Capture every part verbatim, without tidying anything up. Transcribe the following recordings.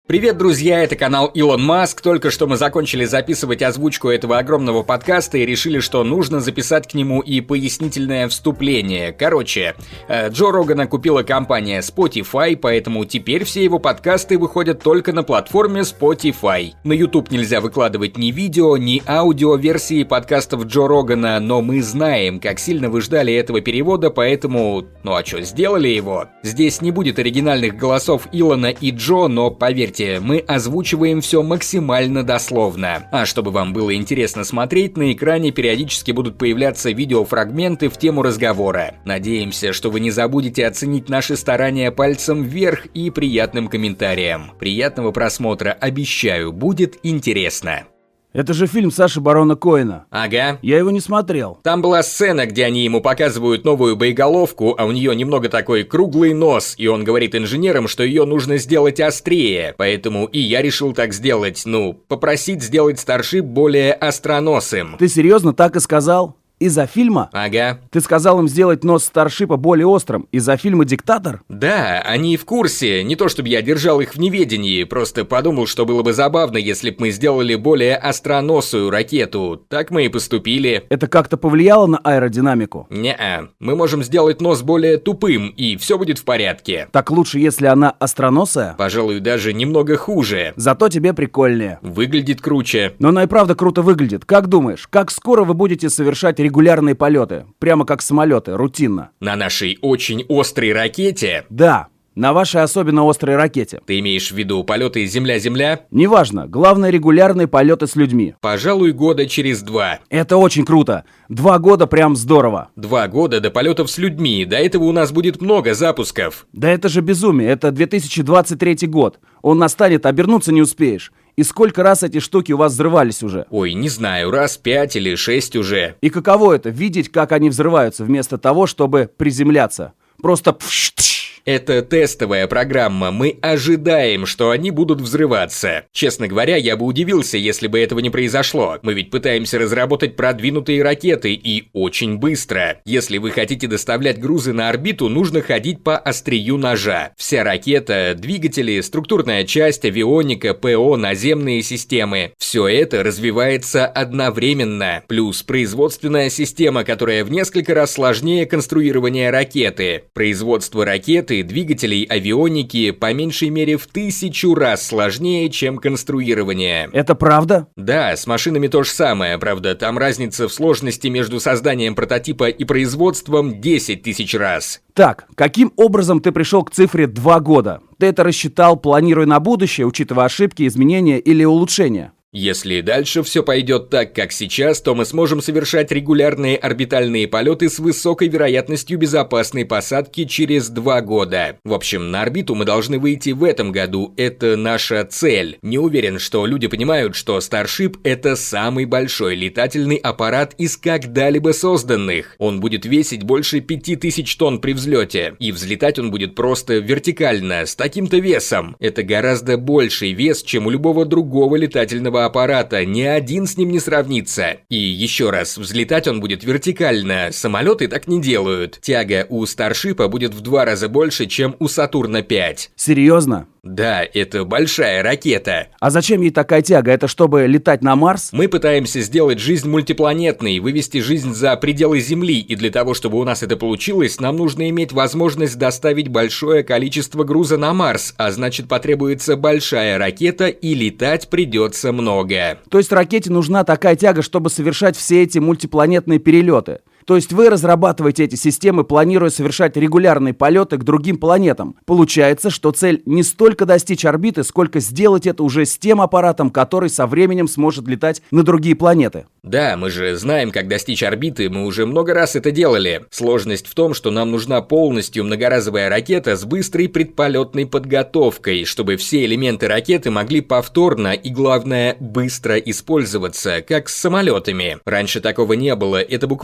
Привет, друзья, это канал Илон Маск. Только что мы закончили записывать озвучку этого огромного подкаста и решили, что нужно записать к нему и пояснительное вступление. Короче, Джо Рогана купила компания Spotify, поэтому теперь все его подкасты выходят только на платформе Spotify. На YouTube нельзя выкладывать ни видео, ни аудио-версии подкастов Джо Рогана, но мы знаем, как сильно вы ждали этого перевода, поэтому... Ну а что, сделали его? Здесь не будет оригинальных голосов Илона и Джо, но поверьте, мы озвучиваем все максимально дословно. А чтобы вам было интересно смотреть, на экране периодически будут появляться видеофрагменты в тему разговора. Надеемся, что вы не забудете оценить наши старания пальцем вверх и приятным комментарием. Приятного просмотра, обещаю, будет интересно. Это же фильм Саши Барона Коэна. Ага. Я его не смотрел. Там была сцена, где они ему показывают новую боеголовку, а у нее немного такой круглый нос, и он говорит инженерам, что ее нужно сделать острее. Поэтому и я решил так сделать, ну, попросить сделать Starship более остроносым. Ты серьезно так и сказал? Из-за фильма? Ага. Ты сказал им сделать нос Старшипа более острым из-за фильма «Диктатор»? Да, они в курсе. Не то чтобы я держал их в неведении, просто подумал, что было бы забавно, если бы мы сделали более остроносую ракету. Так мы и поступили. Это как-то повлияло на аэродинамику? Не-а. Мы можем сделать нос более тупым, и все будет в порядке. Так лучше, если она остроносая? Пожалуй, даже немного хуже. Зато тебе прикольнее. Выглядит круче. Но она и правда круто выглядит. Как думаешь, как скоро вы будете совершать регулярные полеты, прямо как самолеты, рутинно? На нашей очень острой ракете? Да, на вашей особенно острой ракете. Ты имеешь в виду полеты Земля-Земля? Неважно, главное регулярные полеты с людьми. Пожалуй, года через два. Это очень круто. Два года прям здорово. Два года до полетов с людьми. До этого у нас будет много запусков. Да это же безумие. Это две тысячи двадцать третий год. Он настанет, обернуться не успеешь. И сколько раз эти штуки у вас взрывались уже? Ой, не знаю, раз пять или шесть уже. И каково это, видеть, как они взрываются, вместо того, чтобы приземляться? Просто пш-тш. Это тестовая программа, мы ожидаем, что они будут взрываться. Честно говоря, я бы удивился, если бы этого не произошло. Мы ведь пытаемся разработать продвинутые ракеты и очень быстро. Если вы хотите доставлять грузы на орбиту, нужно ходить по острию ножа. Вся ракета, двигатели, структурная часть, авионика, ПО, наземные системы. Все это развивается одновременно. Плюс производственная система, которая в несколько раз сложнее конструирования ракеты. Производство ракеты, двигателей, авионики по меньшей мере в тысячу раз сложнее, чем конструирование. Это правда? Да, с машинами то же самое, правда, там разница в сложности между созданием прототипа и производством десять тысяч раз. Так, каким образом ты пришел к цифре два года? Ты это рассчитал, планируя на будущее, учитывая ошибки, изменения или улучшения? Если дальше все пойдет так, как сейчас, то мы сможем совершать регулярные орбитальные полеты с высокой вероятностью безопасной посадки через два года. В общем, на орбиту мы должны выйти в этом году, это наша цель. Не уверен, что люди понимают, что Starship — это самый большой летательный аппарат из когда-либо созданных. Он будет весить больше пяти тысяч тонн при взлете, и взлетать он будет просто вертикально, с таким-то весом. Это гораздо больший вес, чем у любого другого летательного аппарата, ни один с ним не сравнится. И еще раз, взлетать он будет вертикально, самолеты так не делают. Тяга у Старшипа будет в два раза больше, чем у Сатурна пять. Серьезно? Да, это большая ракета. А зачем ей такая тяга? Это чтобы летать на Марс? Мы пытаемся сделать жизнь мультипланетной, вывести жизнь за пределы Земли, и для того, чтобы у нас это получилось, нам нужно иметь возможность доставить большое количество груза на Марс, а значит потребуется большая ракета, и летать придется много. То есть ракете нужна такая тяга, чтобы совершать все эти мультипланетные перелеты? То есть вы разрабатываете эти системы, планируя совершать регулярные полеты к другим планетам. Получается, что цель не столько достичь орбиты, сколько сделать это уже с тем аппаратом, который со временем сможет летать на другие планеты. Да, мы же знаем, как достичь орбиты, мы уже много раз это делали. Сложность в том, что нам нужна полностью многоразовая ракета с быстрой предполетной подготовкой, чтобы все элементы ракеты могли повторно и, главное, быстро использоваться, как с самолетами. Раньше такого не было, это буквально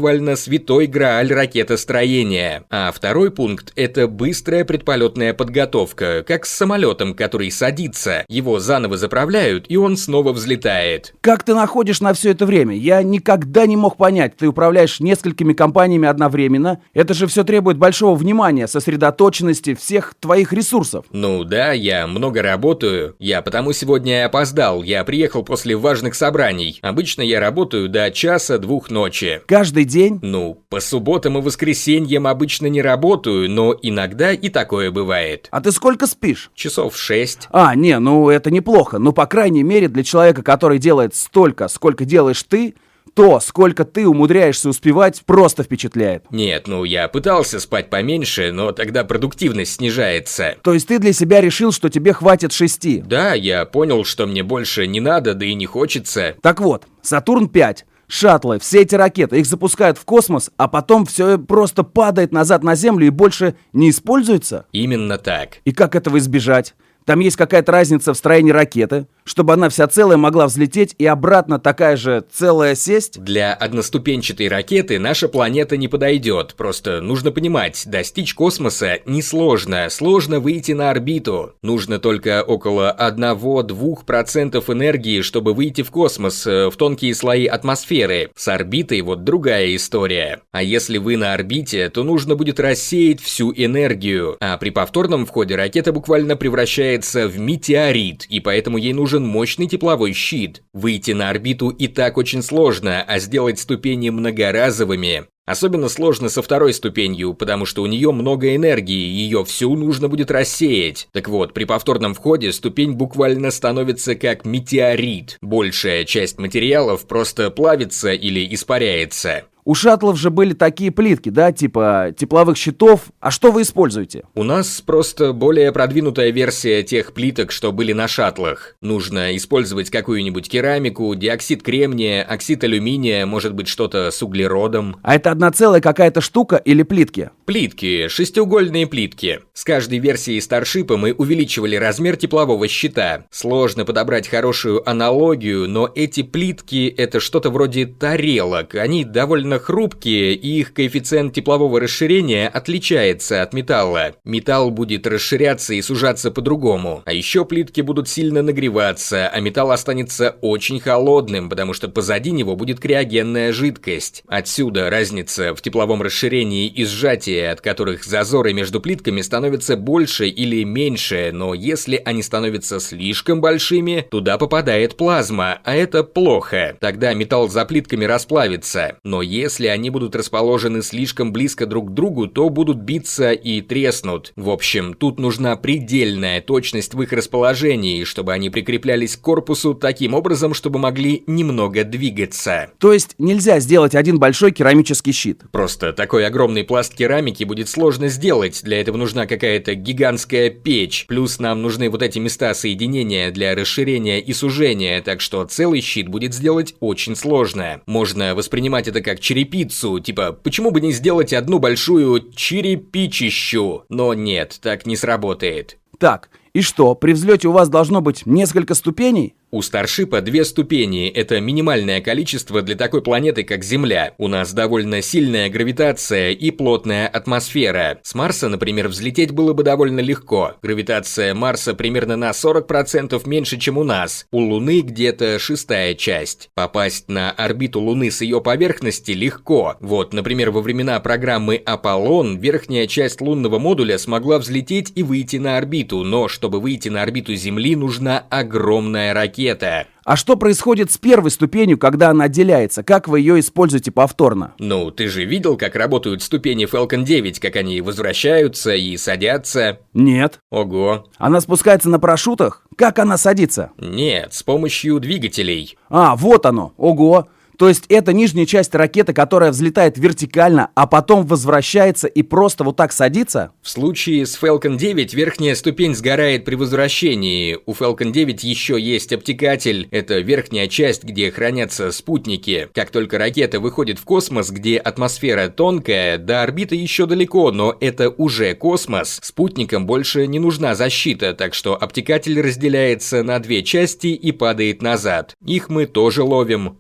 святой грааль ракетостроения. А второй пункт – это быстрая предполетная подготовка, как с самолетом, который садится. Его заново заправляют, и он снова взлетает. Как ты находишь на все это время? Я никогда не мог понять. Ты управляешь несколькими компаниями одновременно. Это же все требует большого внимания, сосредоточенности всех твоих ресурсов. Ну да, я много работаю. Я потому сегодня и опоздал. Я приехал после важных собраний. Обычно я работаю до часа-двух ночи. Каждый день? Ну, по субботам и воскресеньям обычно не работаю, но иногда и такое бывает. А ты сколько спишь? Часов шесть. А, не, ну это неплохо. Ну, по крайней мере, для человека, который делает столько, сколько делаешь ты, то, сколько ты умудряешься успевать, просто впечатляет. Нет, ну я пытался спать поменьше, но тогда продуктивность снижается. То есть ты для себя решил, что тебе хватит шести? Да, я понял, что мне больше не надо, да и не хочется. Так вот, Сатурн пять. Шаттлы, все эти ракеты, их запускают в космос, а потом все просто падает назад на Землю и больше не используется? Именно так. И как этого избежать? Там есть какая-то разница в строении ракеты, чтобы она вся целая могла взлететь и обратно такая же целая сесть? Для одноступенчатой ракеты наша планета не подойдет. Просто нужно понимать, достичь космоса несложно. Сложно выйти на орбиту. Нужно только около одного-двух процентов энергии, чтобы выйти в космос, в тонкие слои атмосферы. С орбитой вот другая история. А если вы на орбите, то нужно будет рассеять всю энергию. А при повторном входе ракета буквально превращается в метеорит, и поэтому ей нужен мощный тепловой щит. Выйти на орбиту и так очень сложно, а сделать ступени многоразовыми особенно сложно со второй ступенью, потому что у нее много энергии, ее всю нужно будет рассеять. Так вот, при повторном входе ступень буквально становится как метеорит. Большая часть материалов просто плавится или испаряется. У шаттлов же были такие плитки, да, типа тепловых щитов. А что вы используете? У нас просто более продвинутая версия тех плиток, что были на шаттлах. Нужно использовать какую-нибудь керамику, диоксид кремния, оксид алюминия, может быть что-то с углеродом. А это одна целая какая-то штука или плитки? Плитки, шестиугольные плитки. С каждой версией Старшипа мы увеличивали размер теплового щита. Сложно подобрать хорошую аналогию, но эти плитки – это что-то вроде тарелок. Они довольно хрупкие, и их коэффициент теплового расширения отличается от металла. Металл будет расширяться и сужаться по-другому. А еще плитки будут сильно нагреваться, а металл останется очень холодным, потому что позади него будет криогенная жидкость. Отсюда разница в тепловом расширении и сжатии, от которых зазоры между плитками становятся больше или меньше, но если они становятся слишком большими, туда попадает плазма, а это плохо. Тогда металл за плитками расплавится. Но если Если они будут расположены слишком близко друг к другу, то будут биться и треснут. В общем, тут нужна предельная точность в их расположении, чтобы они прикреплялись к корпусу таким образом, чтобы могли немного двигаться. То есть нельзя сделать один большой керамический щит? Просто такой огромный пласт керамики будет сложно сделать, для этого нужна какая-то гигантская печь, плюс нам нужны вот эти места соединения для расширения и сужения, так что целый щит будет сделать очень сложно. Можно воспринимать это как черепицу, типа, почему бы не сделать одну большую черепичищу? Но нет, так не сработает. Так, и что, при взлете у вас должно быть несколько ступеней? У Старшипа две ступени – это минимальное количество для такой планеты, как Земля. У нас довольно сильная гравитация и плотная атмосфера. С Марса, например, взлететь было бы довольно легко. Гравитация Марса примерно на сорок процентов меньше, чем у нас. У Луны где-то шестая часть. Попасть на орбиту Луны с ее поверхности легко. Вот, например, во времена программы Аполлон верхняя часть лунного модуля смогла взлететь и выйти на орбиту, но чтобы выйти на орбиту Земли, нужна огромная ракета. А что происходит с первой ступенью, когда она отделяется? Как вы ее используете повторно? Ну, ты же видел, как работают ступени Falcon девять, как они возвращаются и садятся? Нет. Ого. Она спускается на парашютах? Как она садится? Нет, с помощью двигателей. А, вот оно. Ого. То есть это нижняя часть ракеты, которая взлетает вертикально, а потом возвращается и просто вот так садится? В случае с Falcon девять верхняя ступень сгорает при возвращении. У Falcon девять еще есть обтекатель. Это верхняя часть, где хранятся спутники. Как только ракета выходит в космос, где атмосфера тонкая, до орбиты еще далеко, но это уже космос. Спутникам больше не нужна защита, так что обтекатель разделяется на две части и падает назад. Их мы тоже ловим.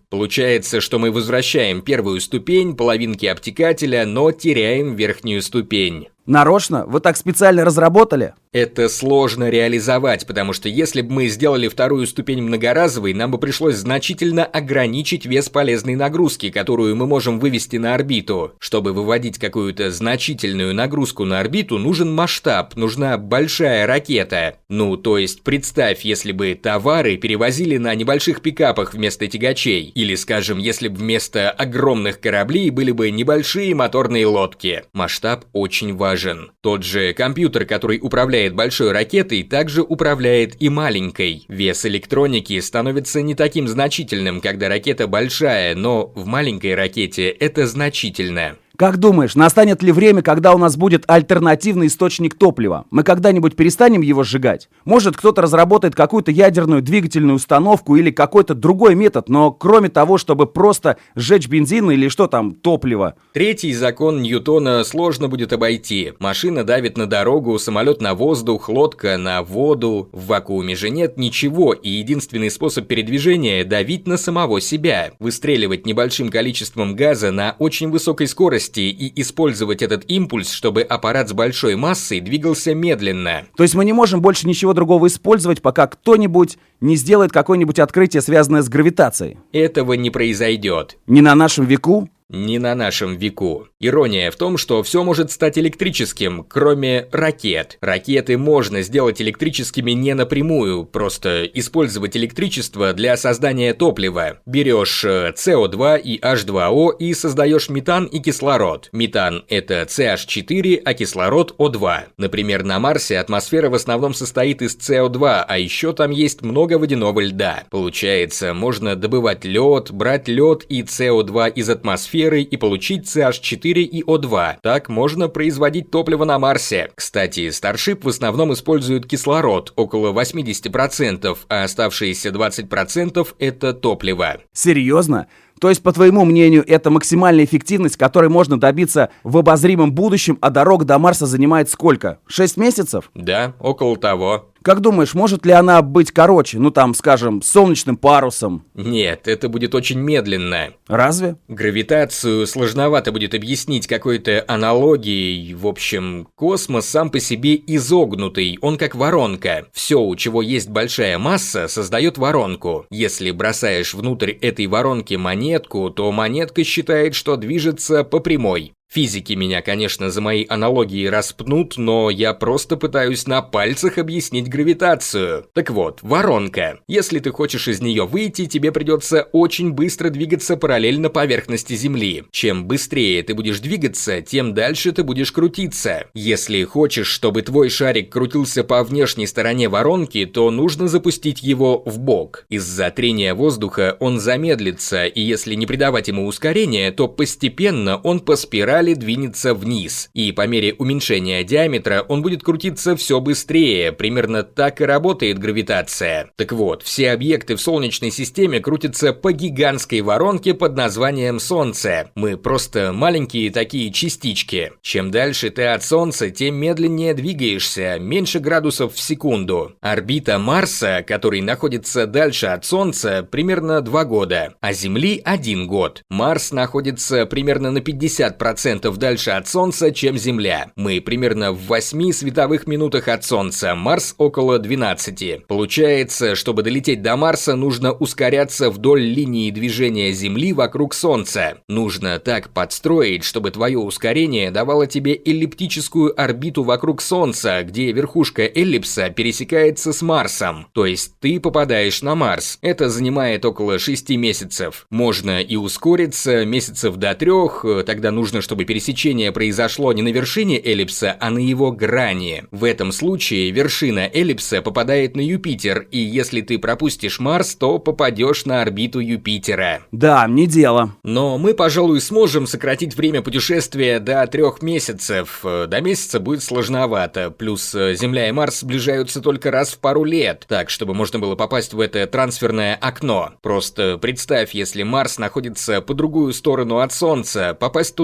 Получается, что мы возвращаем первую ступень, половинки обтекателя, но теряем верхнюю ступень. Нарочно? Вы так специально разработали? Это сложно реализовать, потому что если бы мы сделали вторую ступень многоразовой, нам бы пришлось значительно ограничить вес полезной нагрузки, которую мы можем вывести на орбиту. Чтобы выводить какую-то значительную нагрузку на орбиту, нужен масштаб, нужна большая ракета. Ну, то есть представь, если бы товары перевозили на небольших пикапах вместо тягачей. Или, скажем, если бы вместо огромных кораблей были бы небольшие моторные лодки. Масштаб очень важен. Тот же компьютер, который управляет большой ракетой, также управляет и маленькой. Вес электроники становится не таким значительным, когда ракета большая, но в маленькой ракете это значительно. Как думаешь, настанет ли время, когда у нас будет альтернативный источник топлива? Мы когда-нибудь перестанем его сжигать? Может, кто-то разработает какую-то ядерную двигательную установку или какой-то другой метод, но кроме того, чтобы просто сжечь бензин или что там, топливо? Третий закон Ньютона сложно будет обойти. Машина давит на дорогу, самолет на воздух, лодка на воду. В вакууме же нет ничего, и единственный способ передвижения – давить на самого себя. Выстреливать небольшим количеством газа на очень высокой скорости и использовать этот импульс, чтобы аппарат с большой массой двигался медленно. То есть мы не можем больше ничего другого использовать, пока кто-нибудь не сделает какое-нибудь открытие, связанное с гравитацией? Этого не произойдет. Не на нашем веку? Не на нашем веку. Ирония в том, что все может стать электрическим, кроме ракет. Ракеты можно сделать электрическими не напрямую, просто использовать электричество для создания топлива. Берешь С О два и H два O и создаешь метан и кислород. Метан – это С H четыре, а кислород – О два. Например, на Марсе атмосфера в основном состоит из С О два, а еще там есть много водяного льда. Получается, можно добывать лед, брать лед и С О два из атмосферы и получить С H четыре и О два. Так можно производить топливо на Марсе. Кстати, Starship в основном использует кислород, около восемьдесят процентов, а оставшиеся двадцать процентов – это топливо. Серьезно? То есть, по твоему мнению, это максимальная эффективность, которой можно добиться в обозримом будущем, а дорога до Марса занимает сколько? шесть месяцев? Да, около того. Как думаешь, может ли она быть короче? Ну там, скажем, с солнечным парусом? Нет, это будет очень медленно. Разве? Гравитацию сложновато будет объяснить какой-то аналогией. В общем, космос сам по себе изогнутый, он как воронка. Все, у чего есть большая масса, создает воронку. Если бросаешь внутрь этой воронки монетку, то монетка считает, что движется по прямой. Физики меня, конечно, за мои аналогии распнут, но я просто пытаюсь на пальцах объяснить гравитацию. Так вот, воронка. Если ты хочешь из нее выйти, тебе придется очень быстро двигаться параллельно поверхности Земли. Чем быстрее ты будешь двигаться, тем дальше ты будешь крутиться. Если хочешь, чтобы твой шарик крутился по внешней стороне воронки, то нужно запустить его в бок. Из-за трения воздуха он замедлится, и если не придавать ему ускорения, то постепенно он по спирали двинется вниз, и по мере уменьшения диаметра он будет крутиться все быстрее, примерно так и работает гравитация. Так вот, все объекты в Солнечной системе крутятся по гигантской воронке под названием Солнце. Мы просто маленькие такие частички. Чем дальше ты от Солнца, тем медленнее двигаешься, меньше градусов в секунду. Орбита Марса, который находится дальше от Солнца, примерно два года, а Земли один год. Марс находится примерно на пятьдесят процентов дальше от Солнца, чем Земля. Мы примерно в восьми световых минутах от Солнца, Марс около двенадцати. Получается, чтобы долететь до Марса, нужно ускоряться вдоль линии движения Земли вокруг Солнца. Нужно так подстроить, чтобы твое ускорение давало тебе эллиптическую орбиту вокруг Солнца, где верхушка эллипса пересекается с Марсом. То есть ты попадаешь на Марс. Это занимает около шести месяцев. Можно и ускориться месяцев до трех, тогда нужно, чтобы пересечение произошло не на вершине эллипса, а на его грани. В этом случае вершина эллипса попадает на Юпитер, и если ты пропустишь Марс, то попадешь на орбиту Юпитера. Да, не дело. Но мы, пожалуй, сможем сократить время путешествия до трех месяцев. До месяца будет сложновато, плюс Земля и Марс сближаются только раз в пару лет, так, чтобы можно было попасть в это трансферное окно. Просто представь, если Марс находится по другую сторону от Солнца, попасть туда не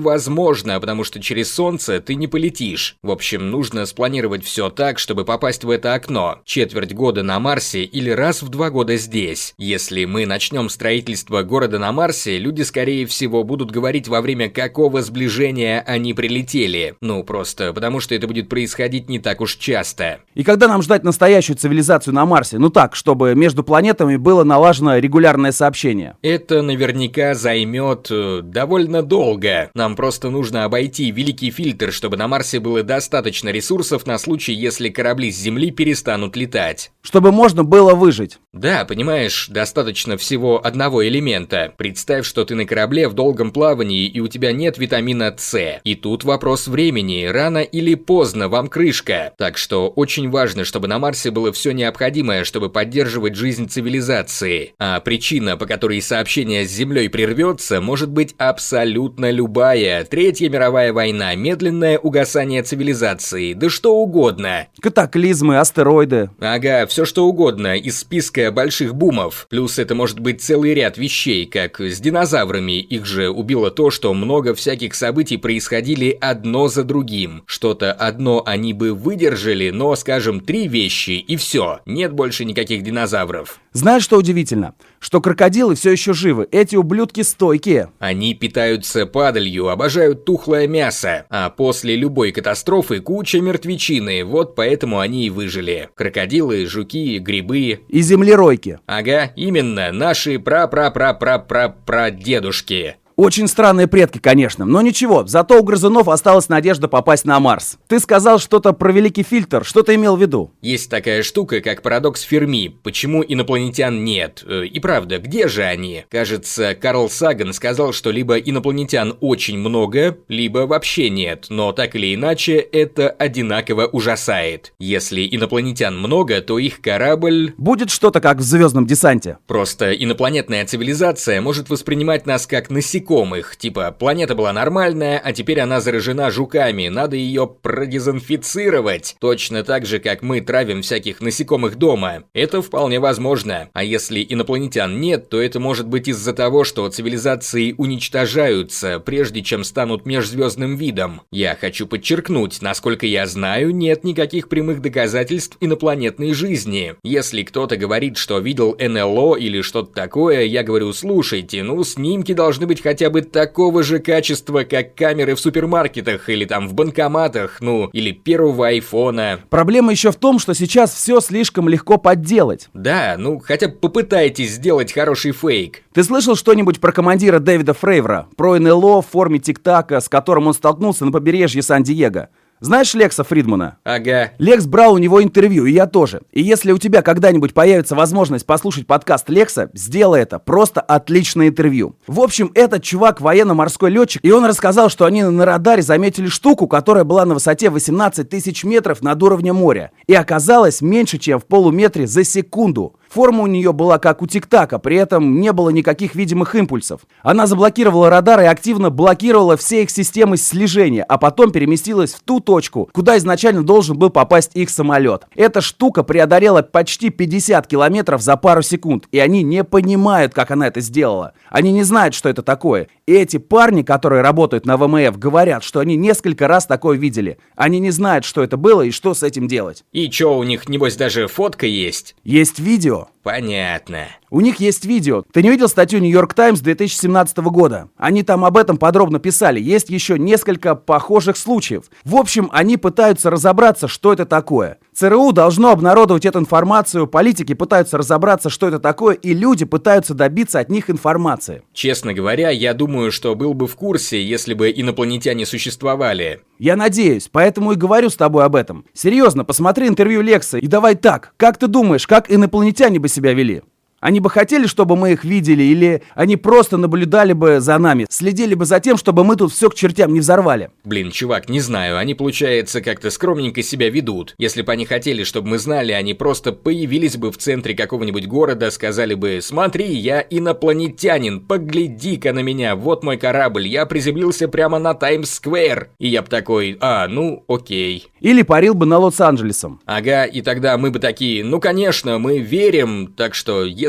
невозможно, потому что через Солнце ты не полетишь. В общем, нужно спланировать все так, чтобы попасть в это окно. Четверть года на Марсе или раз в два года здесь. Если мы начнем строительство города на Марсе, люди, скорее всего, будут говорить, во время какого сближения они прилетели. Ну, просто потому что это будет происходить не так уж часто. И когда нам ждать настоящую цивилизацию на Марсе? Ну так, чтобы между планетами было налажено регулярное сообщение. Это наверняка займет э, довольно долго. Нам просто нужно обойти великий фильтр, чтобы на Марсе было достаточно ресурсов на случай, если корабли с Земли перестанут летать. Чтобы можно было выжить. Да, понимаешь, достаточно всего одного элемента. Представь, что ты на корабле в долгом плавании, и у тебя нет витамина С. И тут вопрос времени, рано или поздно вам крышка. Так что очень важно, чтобы на Марсе было все необходимое, чтобы поддерживать жизнь цивилизации. А причина, по которой сообщение с Землей прервется, может быть абсолютно любая. Третья мировая война, медленное угасание цивилизации, да что угодно. Катаклизмы, астероиды. Ага, все что угодно из списка больших бумов. Плюс это может быть целый ряд вещей, как с динозаврами. Их же убило то, что много всяких событий происходили одно за другим. Что-то одно они бы выдержали, но, скажем, три вещи и все. Нет больше никаких динозавров. Знаешь, что удивительно? Что крокодилы все еще живы. Эти ублюдки стойкие. Они питаются падалью, обожают тухлое мясо. А после любой катастрофы куча мертвечины. Вот поэтому они и выжили. Крокодилы, жуки, грибы. И землеройки. Ага, именно. Наши пра-пра-пра-пра-пра-прадедушки. Очень странные предки, конечно, но ничего, зато у грызунов осталась надежда попасть на Марс. Ты сказал что-то про великий фильтр, что ты имел в виду? Есть такая штука, как парадокс Ферми. Почему инопланетян нет? И правда, где же они? Кажется, Карл Саган сказал, что либо инопланетян очень много, либо вообще нет, но так или иначе это одинаково ужасает. Если инопланетян много, то их корабль... Будет что-то как в «Звездном десанте». Просто инопланетная цивилизация может воспринимать нас как насекомых. Типа, планета была нормальная, а теперь она заражена жуками, надо ее продезинфицировать. Точно так же, как мы травим всяких насекомых дома. Это вполне возможно. А если инопланетян нет, то это может быть из-за того, что цивилизации уничтожаются, прежде чем станут межзвездным видом. Я хочу подчеркнуть, насколько я знаю, нет никаких прямых доказательств инопланетной жизни. Если кто-то говорит, что видел эн эл о или что-то такое, я говорю, слушайте, ну снимки должны быть хотя бы такого же качества, как камеры в супермаркетах или там в банкоматах, ну, или первого айфона. Проблема еще в том, что сейчас все слишком легко подделать. Да, ну, хотя бы попытайтесь сделать хороший фейк. Ты слышал что-нибудь про командира Дэвида Фрейвера? Про эн эл о в форме тик-така, с которым он столкнулся на побережье Сан-Диего? Знаешь Лекса Фридмана? Ага. Лекс брал у него интервью, и я тоже. И если у тебя когда-нибудь появится возможность послушать подкаст Лекса, сделай это. Просто отличное интервью. В общем, этот чувак военно-морской летчик, и он рассказал, что они на радаре заметили штуку, которая была на высоте восемнадцать тысяч метров над уровнем моря. И оказалась меньше, чем в полуметре за секунду. Форма у нее была как у тик-така, при этом не было никаких видимых импульсов. Она заблокировала радар и активно блокировала все их системы слежения, а потом переместилась в ту точку, куда изначально должен был попасть их самолет. Эта штука преодолела почти пятьдесят километров за пару секунд, и они не понимают, как она это сделала. Они не знают, что это такое. И эти парни, которые работают на вэ эм эф, говорят, что они несколько раз такое видели. Они не знают, что это было и что с этим делать. И чё, у них, небось, даже фотка есть? Есть видео. Понятно. У них есть видео. Ты не видел статью Нью-Йорк Таймс две тысячи семнадцатого года? Они там об этом подробно писали. Есть еще несколько похожих случаев. В общем, они пытаются разобраться, что это такое. ЦРУ должно обнародовать эту информацию, политики пытаются разобраться, что это такое, и люди пытаются добиться от них информации. Честно говоря, я думаю, что был бы в курсе, если бы инопланетяне существовали. Я надеюсь, поэтому и говорю с тобой об этом. Серьезно, посмотри интервью Лекса и давай так. Как ты думаешь, как инопланетяне бы себя вели? Они бы хотели, чтобы мы их видели, или они просто наблюдали бы за нами, следили бы за тем, чтобы мы тут все к чертям не взорвали? Блин, чувак, не знаю, они, получается, как-то скромненько себя ведут. Если бы они хотели, чтобы мы знали, они просто появились бы в центре какого-нибудь города, сказали бы: «Смотри, я инопланетянин, погляди-ка на меня, вот мой корабль, я приземлился прямо на Таймс-сквер». И я бы такой: «А, ну, окей». Или парил бы на Лос-Анджелесом. Ага, и тогда мы бы такие: «Ну, конечно, мы верим, так что, если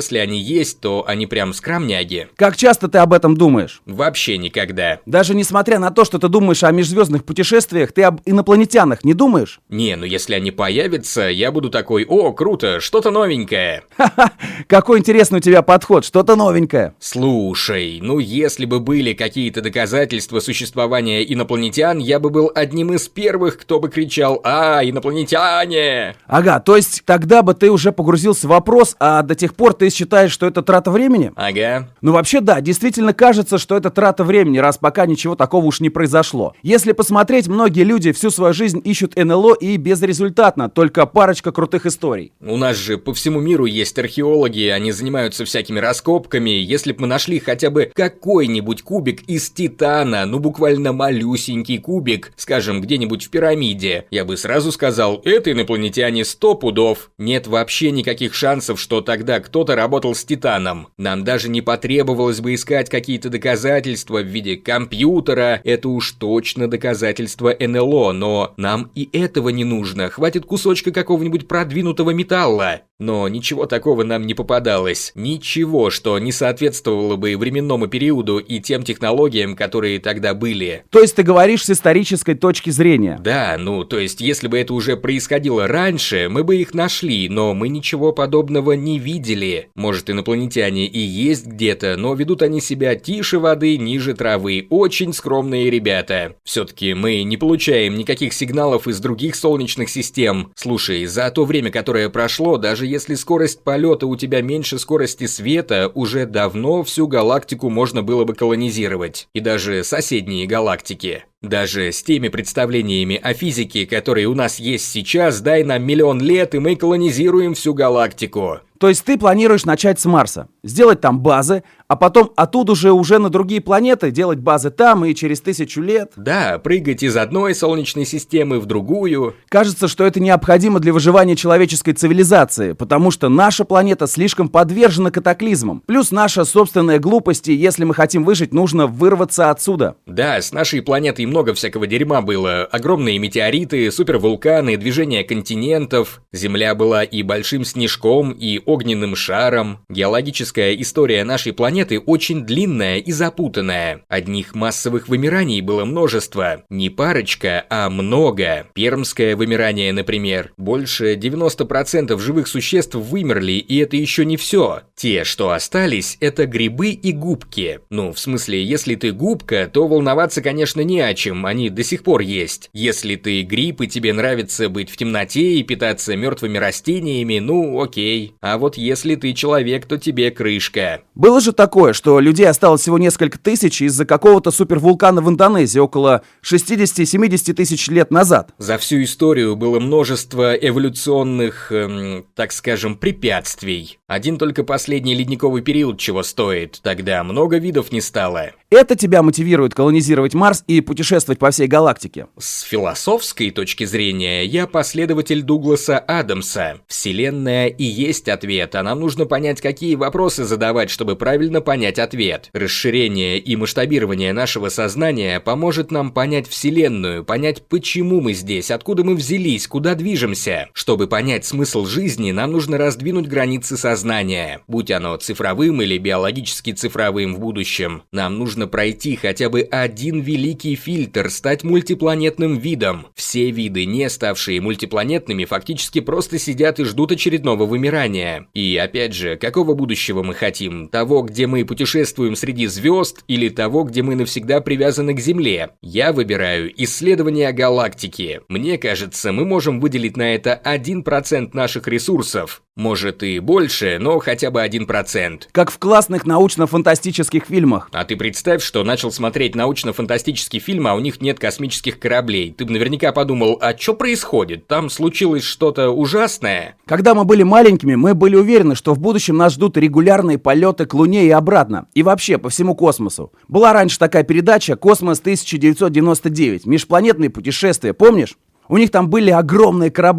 если они есть, то они прям скромняги. Как часто ты об этом думаешь? Вообще никогда. Даже несмотря на то, что ты думаешь о межзвездных путешествиях, ты об инопланетянах не думаешь? Не, ну если они появятся, я буду такой: о, круто, что-то новенькое. Ха-ха, какой интересный у тебя подход, что-то новенькое. Слушай, ну если бы были какие-то доказательства существования инопланетян, я бы был одним из первых, кто бы кричал: а, инопланетяне! Ага, то есть тогда бы ты уже погрузился в вопрос, а до тех пор ты считаешь, что это трата времени? Ага. Ну вообще да, действительно кажется, что это трата времени, раз пока ничего такого уж не произошло. Если посмотреть, многие люди всю свою жизнь ищут эн эл о и безрезультатно, только парочка крутых историй. У нас же по всему миру есть археологи, они занимаются всякими раскопками. Если бы мы нашли хотя бы какой-нибудь кубик из титана, ну буквально малюсенький кубик, скажем, где-нибудь в пирамиде, я бы сразу сказал: это инопланетяне сто пудов. Нет вообще никаких шансов, что тогда кто-то работал с титаном. Нам даже не потребовалось бы искать какие-то доказательства в виде компьютера, это уж точно доказательства эн эл о, но нам и этого не нужно, хватит кусочка какого-нибудь продвинутого металла. Но ничего такого нам не попадалось, ничего, что не соответствовало бы временному периоду и тем технологиям, которые тогда были. То есть ты говоришь с исторической точки зрения? Да, ну, то есть если бы это уже происходило раньше, мы бы их нашли, но мы ничего подобного не видели. Может, инопланетяне и есть где-то, но ведут они себя тише воды, ниже травы, очень скромные ребята. Все-таки мы не получаем никаких сигналов из других солнечных систем. Слушай, за то время, которое прошло, даже если скорость полета у тебя меньше скорости света, уже давно всю галактику можно было бы колонизировать. И даже соседние галактики. Даже с теми представлениями о физике, которые у нас есть сейчас, дай нам миллион лет, и мы колонизируем всю галактику. То есть ты планируешь начать с Марса, сделать там базы, а потом оттуда же уже на другие планеты делать базы там и через тысячу лет? Да, прыгать из одной солнечной системы в другую. Кажется, что это необходимо для выживания человеческой цивилизации, потому что наша планета слишком подвержена катаклизмам. Плюс наша собственная глупость, и если мы хотим выжить, нужно вырваться отсюда. Да, с нашей планетой много всякого дерьма было. Огромные метеориты, супервулканы, движение континентов. Земля была и большим снежком, и огненным шаром. Геологическая история нашей планеты очень длинная и запутанная. Одних массовых вымираний было множество. Не парочка, а много. Пермское вымирание, например. Больше девяносто процентов живых существ вымерли, и это еще не все. Те, что остались, это грибы и губки. Ну, в смысле, если ты губка, то волноваться, конечно, не о чем, они до сих пор есть. Если ты гриб и тебе нравится быть в темноте и питаться мертвыми растениями, ну окей. А вот если ты человек, то тебе крышка. Было же такое, что людей осталось всего несколько тысяч из-за какого-то супервулкана в Индонезии около шестьдесят-семьдесят тысяч лет назад. За всю историю было множество эволюционных, эм, так скажем, препятствий. Один только последний ледниковый период чего стоит, тогда много видов не стало. Это тебя мотивирует колонизировать Марс и путешествовать по всей галактике? С философской точки зрения, я последователь Дугласа Адамса. Вселенная и есть ответ, а нам нужно понять, какие вопросы задавать, чтобы правильно понять ответ. Расширение и масштабирование нашего сознания поможет нам понять Вселенную, понять, почему мы здесь, откуда мы взялись, куда движемся. Чтобы понять смысл жизни, нам нужно раздвинуть границы сознания. Будь оно цифровым или биологически цифровым в будущем, нам нужно пройти хотя бы один великий фильтр, стать мультипланетным видом. Все виды, не ставшие мультипланетными, фактически просто сидят и ждут очередного вымирания. И опять же, какого будущего мы хотим? Того, где мы путешествуем среди звезд, или того, где мы навсегда привязаны к Земле? Я выбираю исследование галактики. Мне кажется, мы можем выделить на это один процент наших ресурсов. Может и больше, но хотя бы один процент. Как в классных научно-фантастических фильмах. А ты представь, что начал смотреть научно-фантастический фильм, а у них нет космических кораблей. Ты бы наверняка подумал: а что происходит? Там случилось что-то ужасное? Когда мы были маленькими, мы были уверены, что в будущем нас ждут регулярные полеты к Луне и обратно. И вообще по всему космосу. Была раньше такая передача «Космос тысяча девятьсот девяносто девять». Межпланетные путешествия, помнишь? У них там были огромные корабли.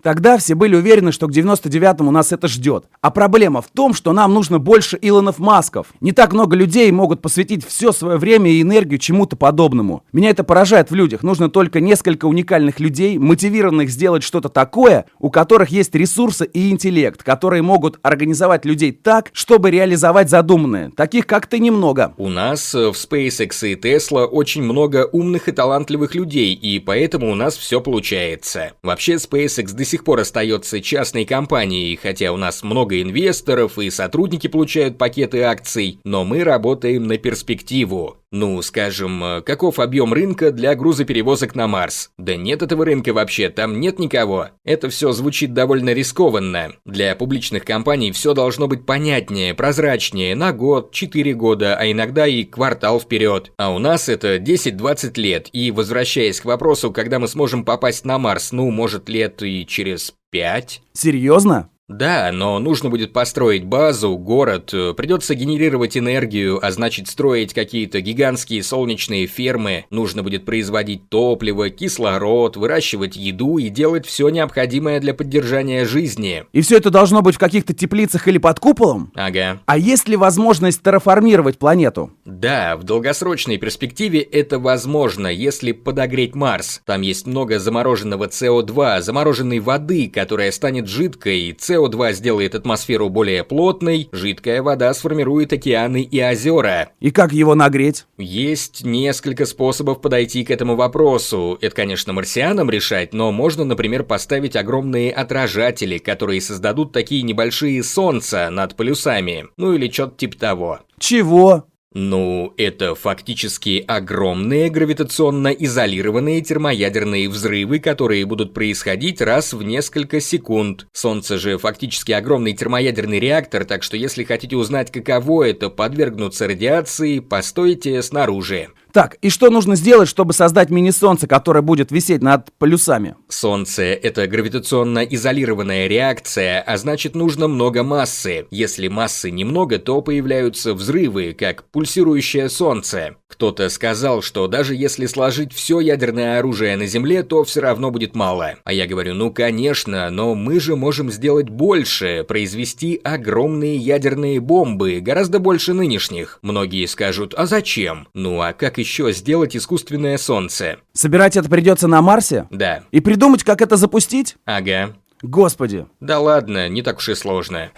Тогда все были уверены, что к девяносто девятому нас это ждет. А проблема в том, что нам нужно больше Илонов Масков. Не так много людей могут посвятить все свое время и энергию чему-то подобному. Меня это поражает в людях. Нужно только несколько уникальных людей, мотивированных сделать что-то такое, у которых есть ресурсы и интеллект, которые могут организовать людей так, чтобы реализовать задуманное. Таких как ты немного. У нас в SpaceX и Tesla очень много умных и талантливых людей, и поэтому у нас все получается. Вообще SpaceX до сих пор остается частной компанией, хотя у нас много инвесторов и сотрудники получают пакеты акций, но мы работаем на перспективу. Ну, скажем, каков объем рынка для грузоперевозок на Марс? Да нет этого рынка вообще, там нет никого. Это все звучит довольно рискованно. Для публичных компаний все должно быть понятнее, прозрачнее, на год, четыре года, а иногда и квартал вперед. А у нас это десять-двадцать лет. И возвращаясь к вопросу, когда мы сможем попасть на Марс, ну, может, лет и через пять? Серьезно? Да, но нужно будет построить базу, город, придется генерировать энергию, а значит строить какие-то гигантские солнечные фермы, нужно будет производить топливо, кислород, выращивать еду и делать все необходимое для поддержания жизни. И все это должно быть в каких-то теплицах или под куполом? Ага. А есть ли возможность терраформировать планету? Да, в долгосрочной перспективе это возможно, если подогреть Марс. Там есть много замороженного С О два, замороженной воды, которая станет жидкой, С О два сделает атмосферу более плотной, жидкая вода сформирует океаны и озера. И как его нагреть? Есть несколько способов подойти к этому вопросу. Это, конечно, марсианам решать, но можно, например, поставить огромные отражатели, которые создадут такие небольшие солнца над полюсами. Ну или что-то типа того. Чего? Ну, это фактически огромные гравитационно изолированные термоядерные взрывы, которые будут происходить раз в несколько секунд. Солнце же фактически огромный термоядерный реактор, так что если хотите узнать, каково это подвергнуться радиации, постойте снаружи. Так, и что нужно сделать, чтобы создать мини-солнце, которое будет висеть над полюсами? Солнце – это гравитационно изолированная реакция, а значит нужно много массы. Если массы немного, то появляются взрывы, как пульсирующее солнце. Кто-то сказал, что даже если сложить все ядерное оружие на Земле, то все равно будет мало. А я говорю, ну конечно, но мы же можем сделать больше, произвести огромные ядерные бомбы, гораздо больше нынешних. Многие скажут, а зачем? Ну а как еще сделать искусственное солнце? Собирать это придется на Марсе? Да. И придумать, как это запустить? Ага. Господи. Да ладно, не так уж и сложно.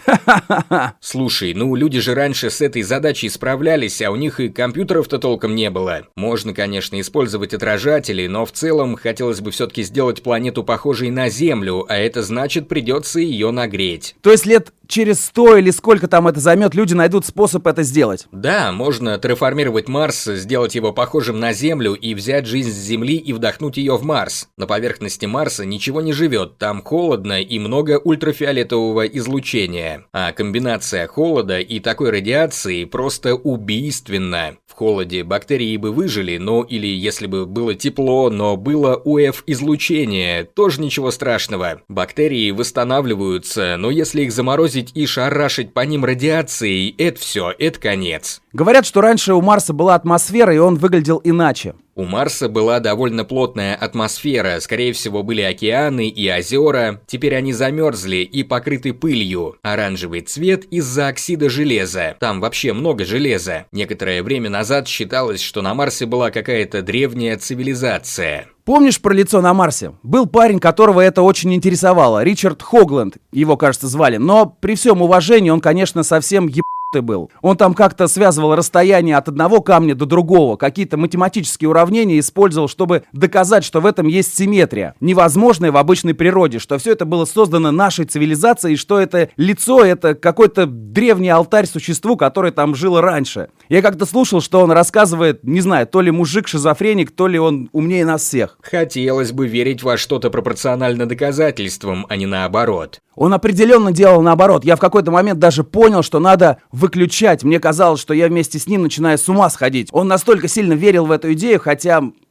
Слушай, ну люди же раньше с этой задачей справлялись, а у них и компьютеров-то толком не было. Можно, конечно, использовать отражатели, но в целом хотелось бы все-таки сделать планету похожей на Землю, а это значит придется ее нагреть. То есть лет через сто или сколько там это займет, люди найдут способ это сделать? Да, можно терраформировать Марс, сделать его похожим на Землю и взять жизнь с Земли и вдохнуть ее в Марс. На поверхности Марса ничего не живет, там холодно и много ультрафиолетового излучения. А комбинация холода и такой радиации просто убийственна. В холоде бактерии бы выжили, но или если бы было тепло, но было У Эф-излучение, тоже ничего страшного. Бактерии восстанавливаются, но если их заморозить и шарашить по ним радиацией, это все, это конец. Говорят, что раньше у Марса была атмосфера, и он выглядел иначе. У Марса была довольно плотная атмосфера, скорее всего были океаны и озера, теперь они замерзли и покрыты пылью. Оранжевый цвет из-за оксида железа, там вообще много железа. Некоторое время назад считалось, что на Марсе была какая-то древняя цивилизация. Помнишь про лицо на Марсе? Был парень, которого это очень интересовало, Ричард Хогленд, его, кажется, звали, но при всем уважении он, конечно, совсем еб... был. Он там как-то связывал расстояние от одного камня до другого, какие-то математические уравнения использовал, чтобы доказать, что в этом есть симметрия, невозможная в обычной природе, что все это было создано нашей цивилизацией, что это лицо, это какой-то древний алтарь существу, которое там жило раньше. Я как-то слушал, что он рассказывает, не знаю, то ли мужик-шизофреник, то ли он умнее нас всех. Хотелось бы верить во что-то пропорционально доказательствам, а не наоборот. Он определенно делал наоборот. Я в какой-то момент даже понял, что надо выключать. Мне казалось, что я вместе с ним начинаю с ума сходить. Он настолько сильно верил в эту идею, хотя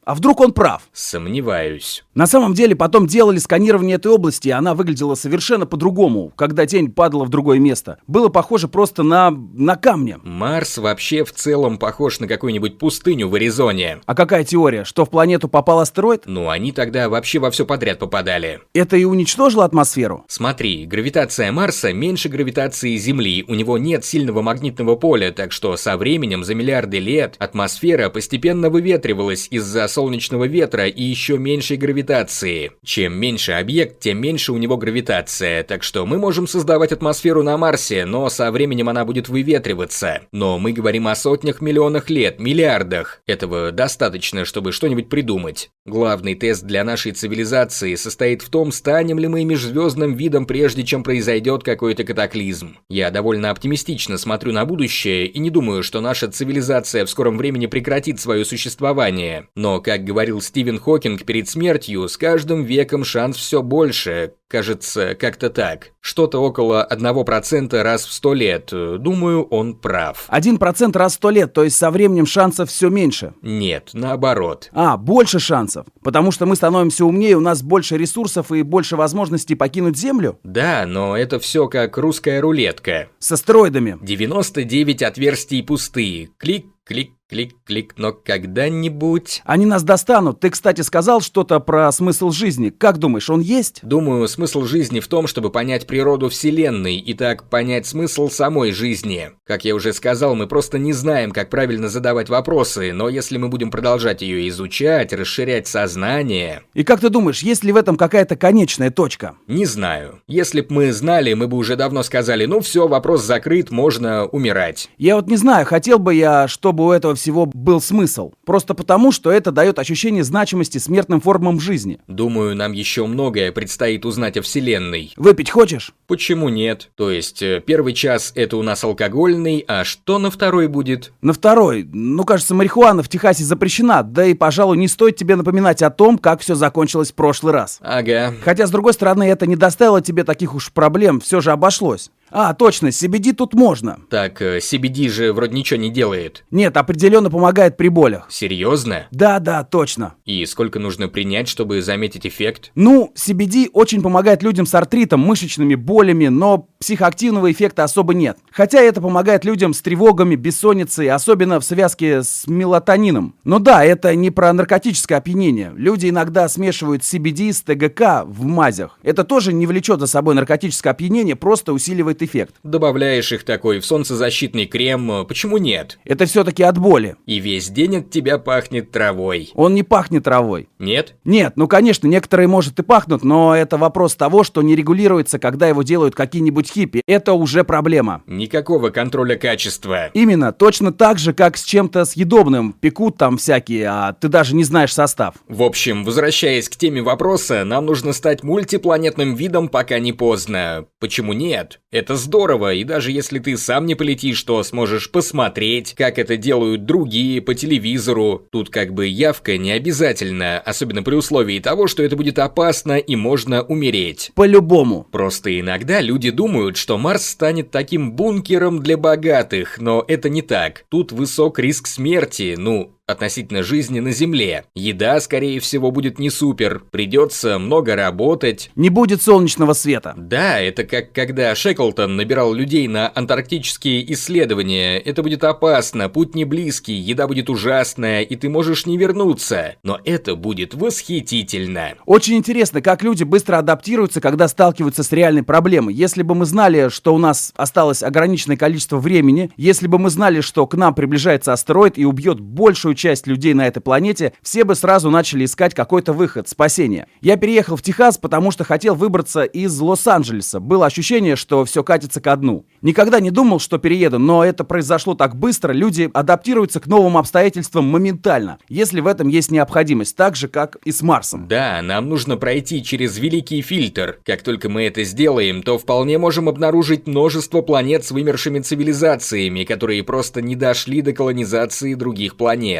А вдруг он прав? Сомневаюсь. На самом деле потом делали сканирование этой области, и она выглядела совершенно по-другому, когда тень падала в другое место. Было похоже просто на... на камни. Марс вообще в целом похож на какую-нибудь пустыню в Аризоне. А какая теория? Что в планету попал астероид? Ну, они тогда вообще во все подряд попадали. Это и уничтожило атмосферу? Смотри, гравитация Марса меньше гравитации Земли, у него нет сильного магнитного поля, так что со временем, за миллиарды лет, атмосфера постепенно выветривалась из-за солнечного ветра и еще меньшей гравитации. Чем меньше объект, тем меньше у него гравитация, так что мы можем создавать атмосферу на Марсе, но со временем она будет выветриваться. Но мы говорим о сотнях миллионах лет, миллиардах. Этого достаточно, чтобы что-нибудь придумать. Главный тест для нашей цивилизации состоит в том, станем ли мы межзвездным видом, прежде чем произойдет какой-то катаклизм. Я довольно оптимистично смотрю на будущее и не думаю, что наша цивилизация в скором времени прекратит свое существование. Но, как говорил Стивен Хокинг перед смертью, с каждым веком шанс все больше. Кажется, как-то так. Что-то около одного процента раз в сто лет. Думаю, он прав. Один процент раз в сто лет, то есть со временем шансов все меньше? Нет, наоборот. А, больше шансов. Потому что мы становимся умнее, у нас больше ресурсов и больше возможностей покинуть Землю? Да, но это все как русская рулетка. С астероидами. девяносто девять отверстий пустые. Клик, клик, клик, клик, но когда-нибудь... Они нас достанут. Ты, кстати, сказал что-то про смысл жизни. Как думаешь, он есть? Думаю, смысл жизни в том, чтобы понять природу Вселенной и так понять смысл самой жизни. Как я уже сказал, мы просто не знаем, как правильно задавать вопросы, но если мы будем продолжать ее изучать, расширять сознание... И как ты думаешь, есть ли в этом какая-то конечная точка? Не знаю. Если б мы знали, мы бы уже давно сказали, ну все, вопрос закрыт, можно умирать. Я вот не знаю, хотел бы я, чтобы у этого всего был смысл. Просто потому, что это дает ощущение значимости смертным формам жизни. Думаю, нам еще многое предстоит узнать о Вселенной. Выпить хочешь? Почему нет? То есть, первый час это у нас алкогольный, а что на второй будет? На второй? Ну, кажется, марихуана в Техасе запрещена, да и, пожалуй, не стоит тебе напоминать о том, как все закончилось в прошлый раз. Ага. Хотя, с другой стороны, это не доставило тебе таких уж проблем, все же обошлось. А, точно, си би ди тут можно. Так, си би ди же вроде ничего не делает. Нет, определенно помогает при болях. Серьезно? Да, да, точно. И сколько нужно принять, чтобы заметить эффект? Ну, си би ди очень помогает людям с артритом, мышечными болями, но психоактивного эффекта особо нет. Хотя это помогает людям с тревогами, бессонницей, особенно в связке с мелатонином. Но да, это не про наркотическое опьянение. Люди иногда смешивают си би ди с тэ гэ ка в мазях. Это тоже не влечет за собой наркотическое опьянение, просто усиливает эффект. Добавляешь их такой в солнцезащитный крем, почему нет? Это все-таки от боли. И весь день от тебя пахнет травой. Он не пахнет травой. Нет? Нет, ну конечно, некоторые, может, и пахнут, но это вопрос того, что не регулируется, когда его делают какие-нибудь хиппи. Это уже проблема. Никакого контроля качества. Именно, точно так же, как с чем-то съедобным. Пекут там всякие, а ты даже не знаешь состав. В общем, возвращаясь к теме вопроса, нам нужно стать мультипланетным видом, пока не поздно. Почему нет? Это здорово, и даже если ты сам не полетишь, то сможешь посмотреть, как это делают другие по телевизору. Тут как бы явка не обязательно, особенно при условии того, что это будет опасно и можно умереть. По-любому. Просто иногда люди думают, что Марс станет таким бункером для богатых, но это не так. Тут высок риск смерти, ну... относительно жизни на Земле. Еда, скорее всего, будет не супер. Придется много работать. Не будет солнечного света. Да, это как когда Шеклтон набирал людей на антарктические исследования. Это будет опасно, путь не близкий, еда будет ужасная, и ты можешь не вернуться. Но это будет восхитительно. Очень интересно, как люди быстро адаптируются, когда сталкиваются с реальной проблемой. Если бы мы знали, что у нас осталось ограниченное количество времени, если бы мы знали, что к нам приближается астероид и убьет большую часть людей на этой планете, все бы сразу начали искать какой-то выход, спасение. Я переехал в Техас, потому что хотел выбраться из Лос-Анджелеса. Было ощущение, что все катится ко дну. Никогда не думал, что перееду, но это произошло так быстро. Люди адаптируются к новым обстоятельствам моментально, если в этом есть необходимость, так же, как и с Марсом. Да, нам нужно пройти через великий фильтр. Как только мы это сделаем, то вполне можем обнаружить множество планет с вымершими цивилизациями, которые просто не дошли до колонизации других планет.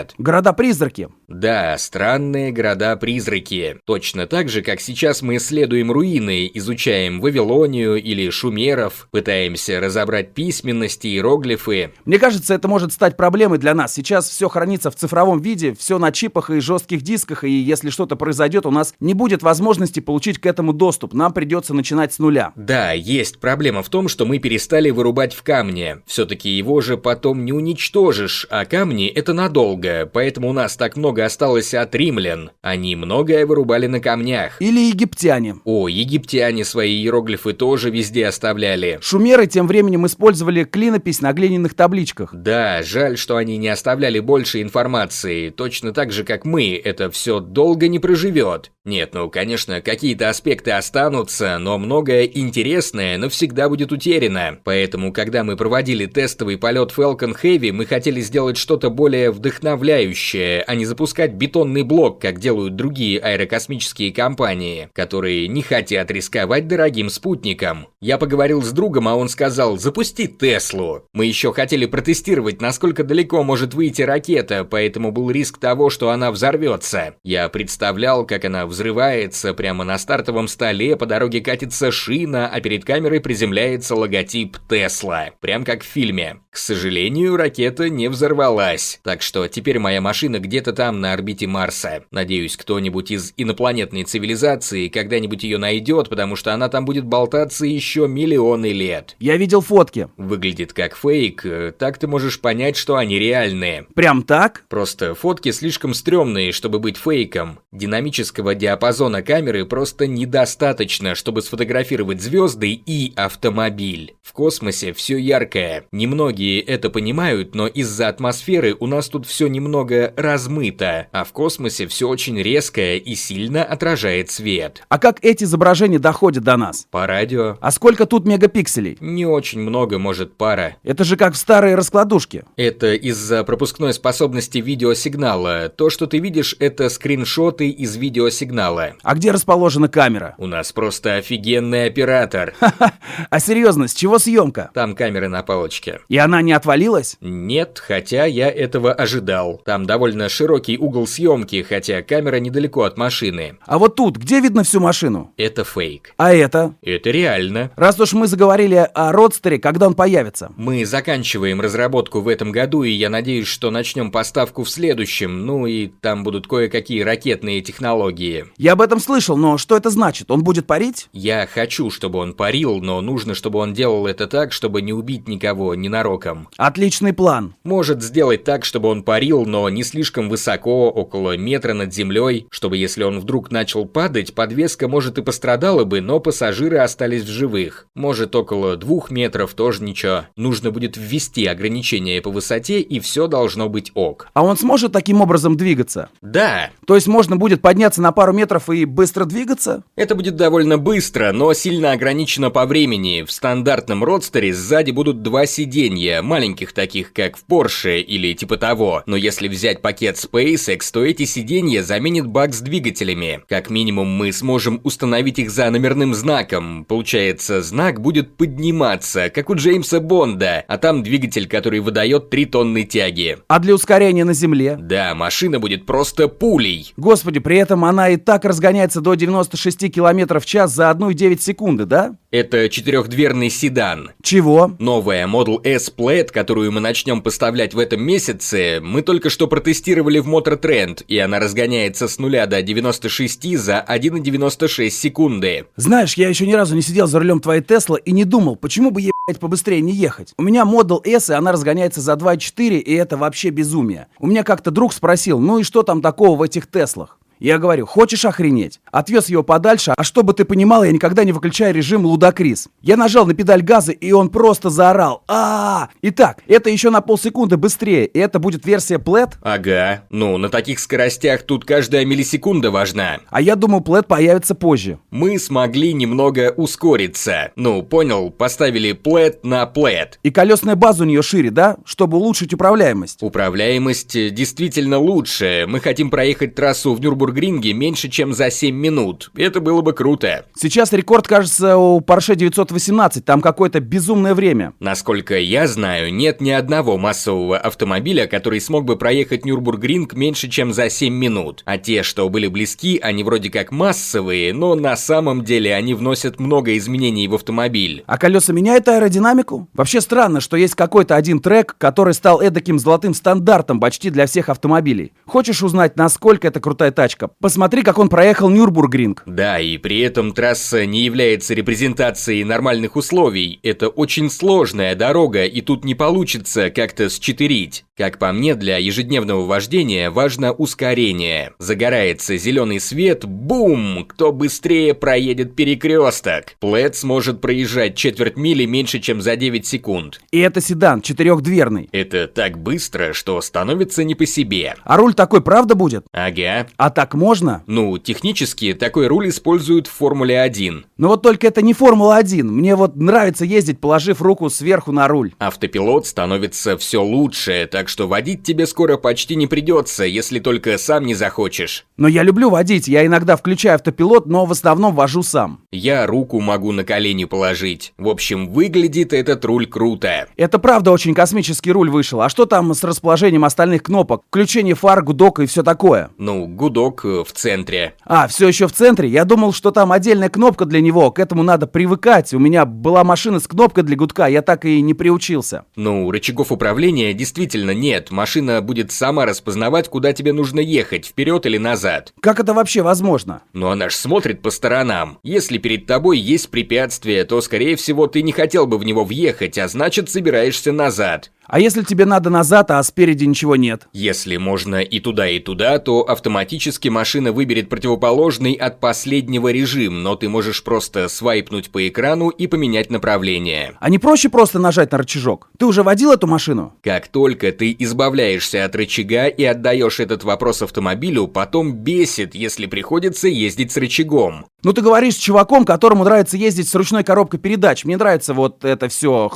нет. Города-призраки. Да, странные города-призраки. Точно так же, как сейчас мы исследуем руины, изучаем Вавилонию или шумеров, пытаемся разобрать письменность и иероглифы. Мне кажется, это может стать проблемой для нас. Сейчас все хранится в цифровом виде, все на чипах и жестких дисках, и если что-то произойдет, у нас не будет возможности получить к этому доступ. Нам придется начинать с нуля. Да, есть проблема в том, что мы перестали вырубать в камне. Все-таки его же потом не уничтожишь, а камни — это надолго, поэтому у нас так много осталось от римлян. Они многое вырубали на камнях. Или египтяне. О, египтяне свои иероглифы тоже везде оставляли. Шумеры тем временем использовали клинопись на глиняных табличках. Да, жаль, что они не оставляли больше информации. Точно так же, как мы, это все долго не проживет. Нет, ну, конечно, какие-то аспекты останутся, но многое интересное навсегда будет утеряно. Поэтому, когда мы проводили тестовый полет Falcon Heavy, мы хотели сделать что-то более вдохновляющее, а не запускать бетонный блок, как делают другие аэрокосмические компании, которые не хотят рисковать дорогим спутником. Я поговорил с другом, а он сказал: запусти Теслу. Мы еще хотели протестировать, насколько далеко может выйти ракета, поэтому был риск того, что она взорвется. Я представлял, как она взрывается, прямо на стартовом столе по дороге катится шина, а перед камерой приземляется логотип Тесла. Прям как в фильме. К сожалению, ракета не взорвалась, так что теперь моя машина где-то там на орбите Марса. Надеюсь, кто-нибудь из инопланетной цивилизации когда-нибудь ее найдет, потому что она там будет болтаться еще миллионы лет. Я видел фотки. Выглядит как фейк, так ты можешь понять, что они реальные. Прям так? Просто фотки слишком стрёмные, чтобы быть фейком. Динамического диапазона камеры просто недостаточно, чтобы сфотографировать звезды и автомобиль. В космосе все яркое. Немногие это понимают, но из-за атмосферы у нас тут все немного размыто, а в космосе все очень резкое и сильно отражает свет. А как эти изображения доходят до нас? По радио. А сколько тут мегапикселей? Не очень много, может, пара. Это же как в старые раскладушки. Это из-за пропускной способности видеосигнала. То, что ты видишь, это скриншоты из видеосигнала. А где расположена камера? У нас просто офигенный оператор. Ха-ха. А серьезно, с чего съемка? Там камеры на палочке. И она не отвалилась? Нет, хотя я этого ожидал. Там довольно широкий угол съемки, хотя камера недалеко от машины. А вот тут, где видно всю машину? Это фейк. А это? Это реально. Раз уж мы заговорили о Родстере, когда он появится? Мы заканчиваем разработку в этом году, и я надеюсь, что начнем поставку в следующем. Ну и там будут кое-какие ракетные технологии. Я об этом слышал, но что это значит? Он будет парить? Я хочу, чтобы он парил, но нужно, чтобы он делал это так, чтобы не убить никого ненароком. Отличный план. Может сделать так, чтобы он парил, но не слишком высоко, около метра над землей, чтобы если он вдруг начал падать, подвеска, может, и пострадала бы, но пассажиры остались в живых. Может, около двух метров, тоже ничего. Нужно будет ввести ограничения по высоте, и все должно быть ок. А он сможет таким образом двигаться? Да. То есть можно будет подняться на пару метров и быстро двигаться? Это будет довольно быстро, но сильно ограничено по времени. В стандартном Родстере сзади будут два сиденья, маленьких таких, как в Porsche или типа того. Но если взять пакет SpaceX, то эти сиденья заменит бак с двигателями. Как минимум мы сможем установить их за номерным знаком. Получается, знак будет подниматься, как у Джеймса Бонда, а там двигатель, который выдает три тонны тяги. А для ускорения на земле? Да, машина будет просто пулей. Господи, при этом она и так разгоняется до девяноста шести километров в час за одна целая девять десятых секунды, да? Это четырехдверный седан. Чего? Новая Model S Plaid, которую мы начнем поставлять в этом месяце, мы только что протестировали в Motor Trend, и она разгоняется с нуля до девяноста шести за одна целая девяносто шесть секунды. Знаешь, я еще ни разу не сидел за рулем твоей Tesla и не думал, почему бы ебать побыстрее не ехать. У меня Model S, и она разгоняется за два целых четыре десятых, и это вообще безумие. У меня как-то друг спросил, ну и что там такого в этих Теслах? Я говорю, хочешь охренеть? Отвез его подальше, а чтобы ты понимал, я никогда не выключаю режим лудокриз. Я нажал на педаль газа, и он просто заорал. а а Итак, это еще на полсекунды быстрее, и это будет версия Plaid? Ага, ну на таких скоростях тут каждая миллисекунда важна. А я думал, Plaid появится позже. Мы смогли немного ускориться. Ну, понял, поставили Plaid на Plaid. И колесная база у нее шире, да? Чтобы улучшить управляемость. Управляемость действительно лучше. Мы хотим проехать трассу в Нюрнбурге Нюрбургринге меньше, чем за семь минут. Это было бы круто. Сейчас рекорд, кажется, у Porsche девятьсот восемнадцать, там какое-то безумное время. Насколько я знаю, нет ни одного массового автомобиля, который смог бы проехать Нюрбургринг меньше, чем за семь минут. А те, что были близки, они вроде как массовые, но на самом деле они вносят много изменений в автомобиль. А колеса меняют аэродинамику? Вообще странно, что есть какой-то один трек, который стал эдаким золотым стандартом почти для всех автомобилей. Хочешь узнать, насколько это крутая тачка? Посмотри, как он проехал Нюрбургринг. Да, и при этом трасса не является репрезентацией нормальных условий. Это очень сложная дорога, и тут не получится как-то счетырить. Как по мне, для ежедневного вождения важно ускорение. Загорается зеленый свет, бум! Кто быстрее проедет перекресток? Плед сможет проезжать четверть мили меньше, чем за девять секунд. И это седан, четырехдверный. Это так быстро, что становится не по себе. А руль такой правда будет? Ага. А так можно? Ну, технически такой руль используют в Формуле один. Но вот только это не Формула один. Мне вот нравится ездить, положив руку сверху на руль. Автопилот становится все лучше, так что водить тебе скоро почти не придется, если только сам не захочешь. Но я люблю водить, я иногда включаю автопилот, но в основном вожу сам. Я руку могу на колени положить. В общем, выглядит этот руль круто. Это правда очень космический руль вышел. А что там с расположением остальных кнопок? Включение фар, гудок и все такое? Ну, гудок в центре. А, все еще в центре? Я думал, что там отдельная кнопка для него. К этому надо привыкать. У меня была машина с кнопкой для гудка, я так и не приучился. Ну, рычагов управления действительно нет. Машина будет сама распознавать, куда тебе нужно ехать, вперед или назад. Как это вообще возможно? Но она ж смотрит по сторонам. Если перед тобой есть препятствие, то, скорее всего, ты не хотел бы в него въехать, а значит, собираешься назад. А если тебе надо назад, а спереди ничего нет? Если можно и туда, и туда, то автоматически машина выберет противоположный от последнего режим, но ты можешь просто свайпнуть по экрану и поменять направление. А не проще просто нажать на рычажок? Ты уже водил эту машину? Как только ты избавляешься от рычага и отдаешь этот вопрос автомобилю, потом бесит, если приходится ездить с рычагом. Ну ты говоришь с чуваком, которому нравится ездить с ручной коробкой передач. Мне нравится вот это все.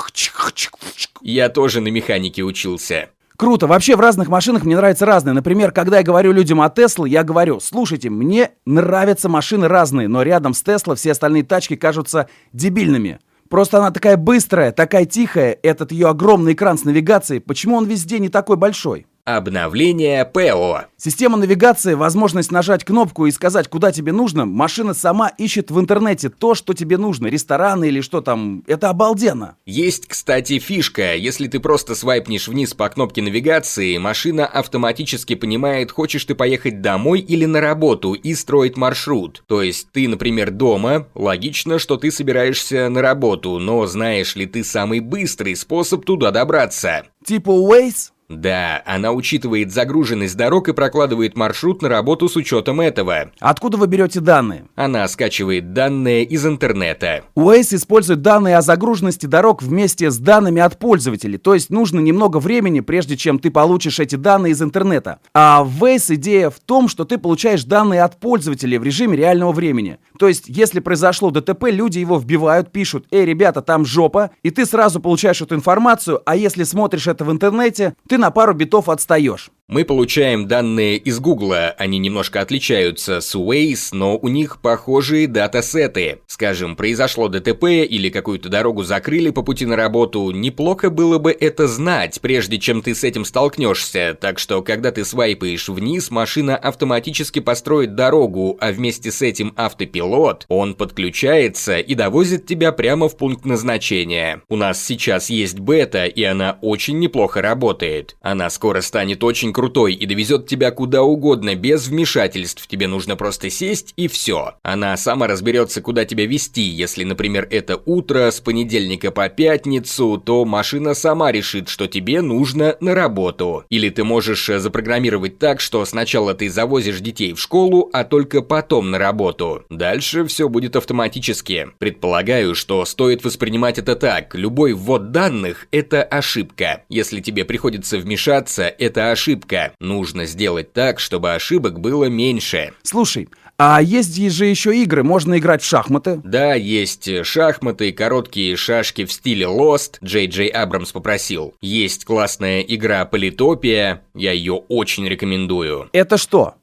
Я тоже на механике учился. Круто. Вообще в разных машинах мне нравится разное. Например, когда я говорю людям о Тесле, я говорю: слушайте, мне нравятся машины разные, но рядом с Тесла все остальные тачки кажутся дебильными. Просто она такая быстрая, такая тихая, этот ее огромный экран с навигацией, почему он везде не такой большой? Обновление ПО. Система навигации, возможность нажать кнопку и сказать, куда тебе нужно, машина сама ищет в интернете то, что тебе нужно, рестораны или что там, это обалденно. Есть, кстати, фишка, если ты просто свайпнешь вниз по кнопке навигации, машина автоматически понимает, хочешь ты поехать домой или на работу и строит маршрут. То есть ты, например, дома, логично, что ты собираешься на работу, но знаешь ли ты самый быстрый способ туда добраться? Типа Waze? Да, она учитывает загруженность дорог и прокладывает маршрут на работу с учетом этого. Откуда вы берете данные? Она скачивает данные из интернета. Waze использует данные о загруженности дорог вместе с данными от пользователей, то есть нужно немного времени, прежде чем ты получишь эти данные из интернета. А в Waze идея в том, что ты получаешь данные от пользователей в режиме реального времени. То есть, если произошло ДТП, люди его вбивают, пишут: «Эй, ребята, там жопа», и ты сразу получаешь эту информацию, а если смотришь это в интернете, ты на пару битов отстаешь. Мы получаем данные из Гугла, они немножко отличаются с Waze, но у них похожие датасеты. Скажем, произошло ДТП или какую-то дорогу закрыли по пути на работу, неплохо было бы это знать, прежде чем ты с этим столкнешься, так что когда ты свайпаешь вниз, машина автоматически построит дорогу, а вместе с этим автопилот, он подключается и довозит тебя прямо в пункт назначения. У нас сейчас есть бета, и она очень неплохо работает. Она скоро станет очень крутой и довезет тебя куда угодно без вмешательств. Тебе нужно просто сесть и все. Она сама разберется, куда тебя везти. Если, например, это утро с понедельника по пятницу, то машина сама решит, что тебе нужно на работу. Или ты можешь запрограммировать так, что сначала ты завозишь детей в школу, а только потом на работу. Дальше все будет автоматически. Предполагаю, что стоит воспринимать это так. Любой ввод данных – это ошибка. Если тебе приходится вмешаться, это ошибка. Нужно сделать так, чтобы ошибок было меньше. Слушай, а есть же еще игры, можно играть в шахматы? Да, есть шахматы, короткие шашки в стиле Lost, Джей Джей Абрамс попросил. Есть классная игра Политопия, я ее очень рекомендую. Это что?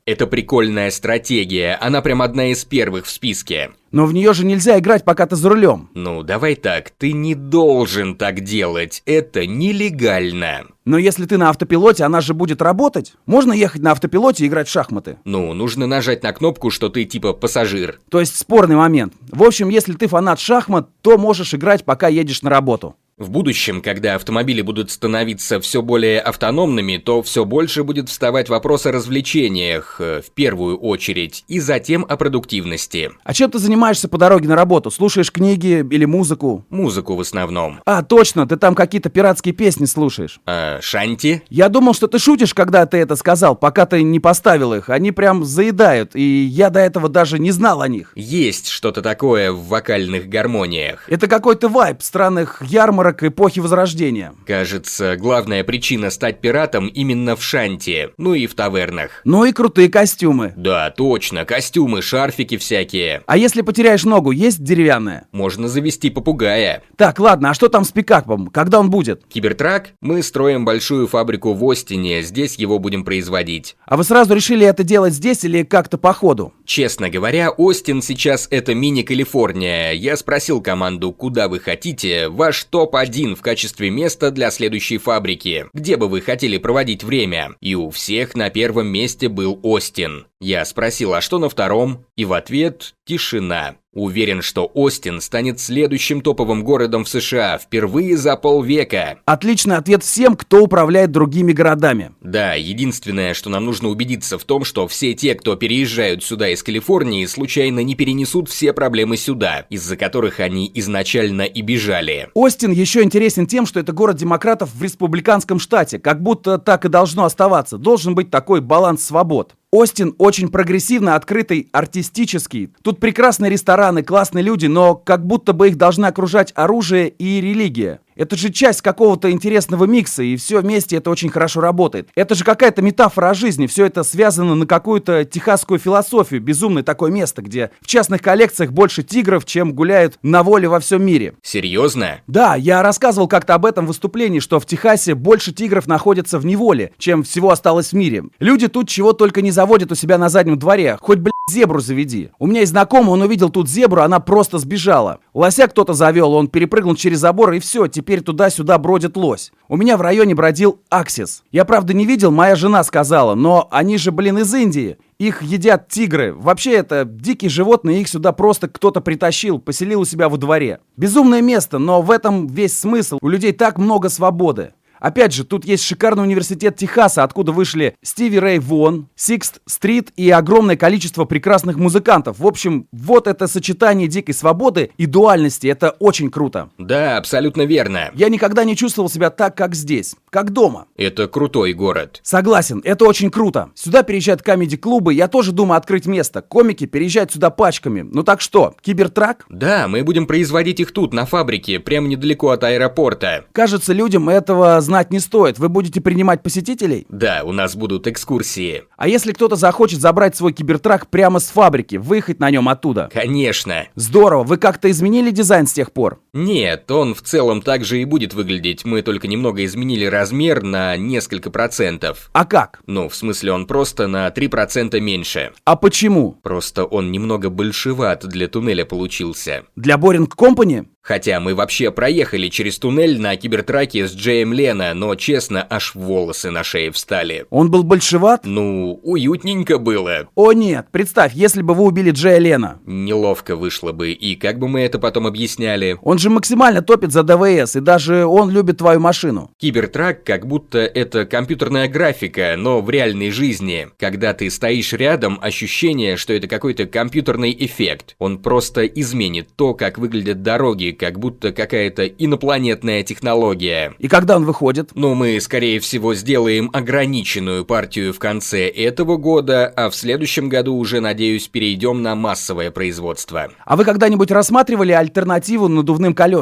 Это прикольная стратегия, она прям одна из первых в списке. Но в нее же нельзя играть, пока ты за рулем. Ну, давай так, ты не должен так делать, это нелегально. Но если ты на автопилоте, она же будет работать. Можно ехать на автопилоте и играть в шахматы? Ну, нужно нажать на кнопку, что ты типа пассажир. То есть спорный момент. В общем, если ты фанат шахмат, то можешь играть, пока едешь на работу. В будущем, когда автомобили будут становиться все более автономными, то все больше будет вставать вопрос о развлечениях, в первую очередь, и затем о продуктивности. А чем ты занимаешься по дороге на работу? Слушаешь книги или музыку? Музыку в основном. А, точно, ты там какие-то пиратские песни слушаешь. А, шанти? Я думал, что ты шутишь, когда ты это сказал, пока ты не поставил их. Они прям заедают, и я до этого даже не знал о них. Есть что-то такое в вокальных гармониях. Это какой-то вайб странных ярмарок эпохи Возрождения. Кажется, главная причина стать пиратом именно в шанти, ну и в тавернах. Ну и крутые костюмы. Да, точно, костюмы, шарфики всякие. А если потеряешь ногу, есть деревянная? Можно завести попугая. Так, ладно, а что там с пикапом? Когда он будет? Кибертрак? Мы строим большую фабрику в Остине, здесь его будем производить. А вы сразу решили это делать здесь или как-то по ходу? Честно говоря, Остин сейчас это мини-Калифорния. Я спросил команду, куда вы хотите, ваш топ один в качестве места для следующей фабрики, где бы вы хотели проводить время. И у всех на первом месте был Остин. Я спросил, а что на втором? И в ответ тишина. Уверен, что Остин станет следующим топовым городом в США впервые за полвека. Отличный ответ всем, кто управляет другими городами. Да, единственное, что нам нужно убедиться в том, что все те, кто переезжают сюда из Калифорнии, случайно не перенесут все проблемы сюда, из-за которых они изначально и бежали. Остин еще интересен тем, что это город демократов в республиканском штате, как будто так и должно оставаться. Должен быть такой баланс свобод. Остин очень прогрессивно, открытый, артистический. Тут прекрасные рестораны, классные люди, но как будто бы их должны окружать оружие и религия. Это же часть какого-то интересного микса, и все вместе это очень хорошо работает. Это же какая-то метафора о жизни, все это связано на какую-то техасскую философию. Безумное такое место, где в частных коллекциях больше тигров, чем гуляют на воле во всем мире. Серьезно? Да, я рассказывал как-то об этом в выступлении, что в Техасе больше тигров находится в неволе, чем всего осталось в мире. Люди тут чего только не заводят у себя на заднем дворе, хоть, блядь, зебру заведи. У меня есть знакомый, он увидел тут зебру, она просто сбежала. Лося кто-то завел, он перепрыгнул через забор, и все, теперь туда-сюда бродит лось. У меня в районе бродил аксис. Я, правда, не видел, моя жена сказала, но они же, блин, из Индии. Их едят тигры. Вообще, это дикие животные, их сюда просто кто-то притащил, поселил у себя во дворе. Безумное место, но в этом весь смысл. У людей так много свободы. Опять же, тут есть шикарный университет Техаса, откуда вышли Стиви Рэй Вон, Сикст Стрит и огромное количество прекрасных музыкантов. В общем, вот это сочетание дикой свободы и дуальности, это очень круто. Да, абсолютно верно. Я никогда не чувствовал себя так, как здесь, как дома. Это крутой город. Согласен, это очень круто. Сюда переезжают комеди-клубы, я тоже думаю открыть место. Комики переезжают сюда пачками. Ну так что, Кибертрак? Да, мы будем производить их тут, на фабрике, прямо недалеко от аэропорта. Кажется, людям этого знать не стоит. Вы будете принимать посетителей? Да, у нас будут экскурсии. А если кто-то захочет забрать свой Кибертрак прямо с фабрики, выехать на нем оттуда? Конечно. Здорово. Вы как-то изменили дизайн с тех пор? Нет, он в целом так же и будет выглядеть. Мы только немного изменили размер на несколько процентов. А как? Ну, в смысле, он просто на три процента меньше. А почему? Просто он немного большеват для туннеля получился. Для Boring Company? Хотя мы вообще проехали через туннель на Кибертраке с Джеем Лено, но честно, аж волосы на шее встали. Он был большеват? Ну, уютненько было. О нет, представь, если бы вы убили Джея Лено. Неловко вышло бы, и как бы мы это потом объясняли? Он же максимально топит за ДВС, и даже он любит твою машину. Кибертрак как будто это компьютерная графика, но в реальной жизни. Когда ты стоишь рядом, ощущение, что это какой-то компьютерный эффект. Он просто изменит то, как выглядят дороги, как будто какая-то инопланетная технология. И когда он выходит? Ну, мы, скорее всего, сделаем ограниченную партию в конце этого года, а в следующем году уже, надеюсь, перейдем на массовое производство. А вы когда-нибудь рассматривали альтернативу надувным колесам?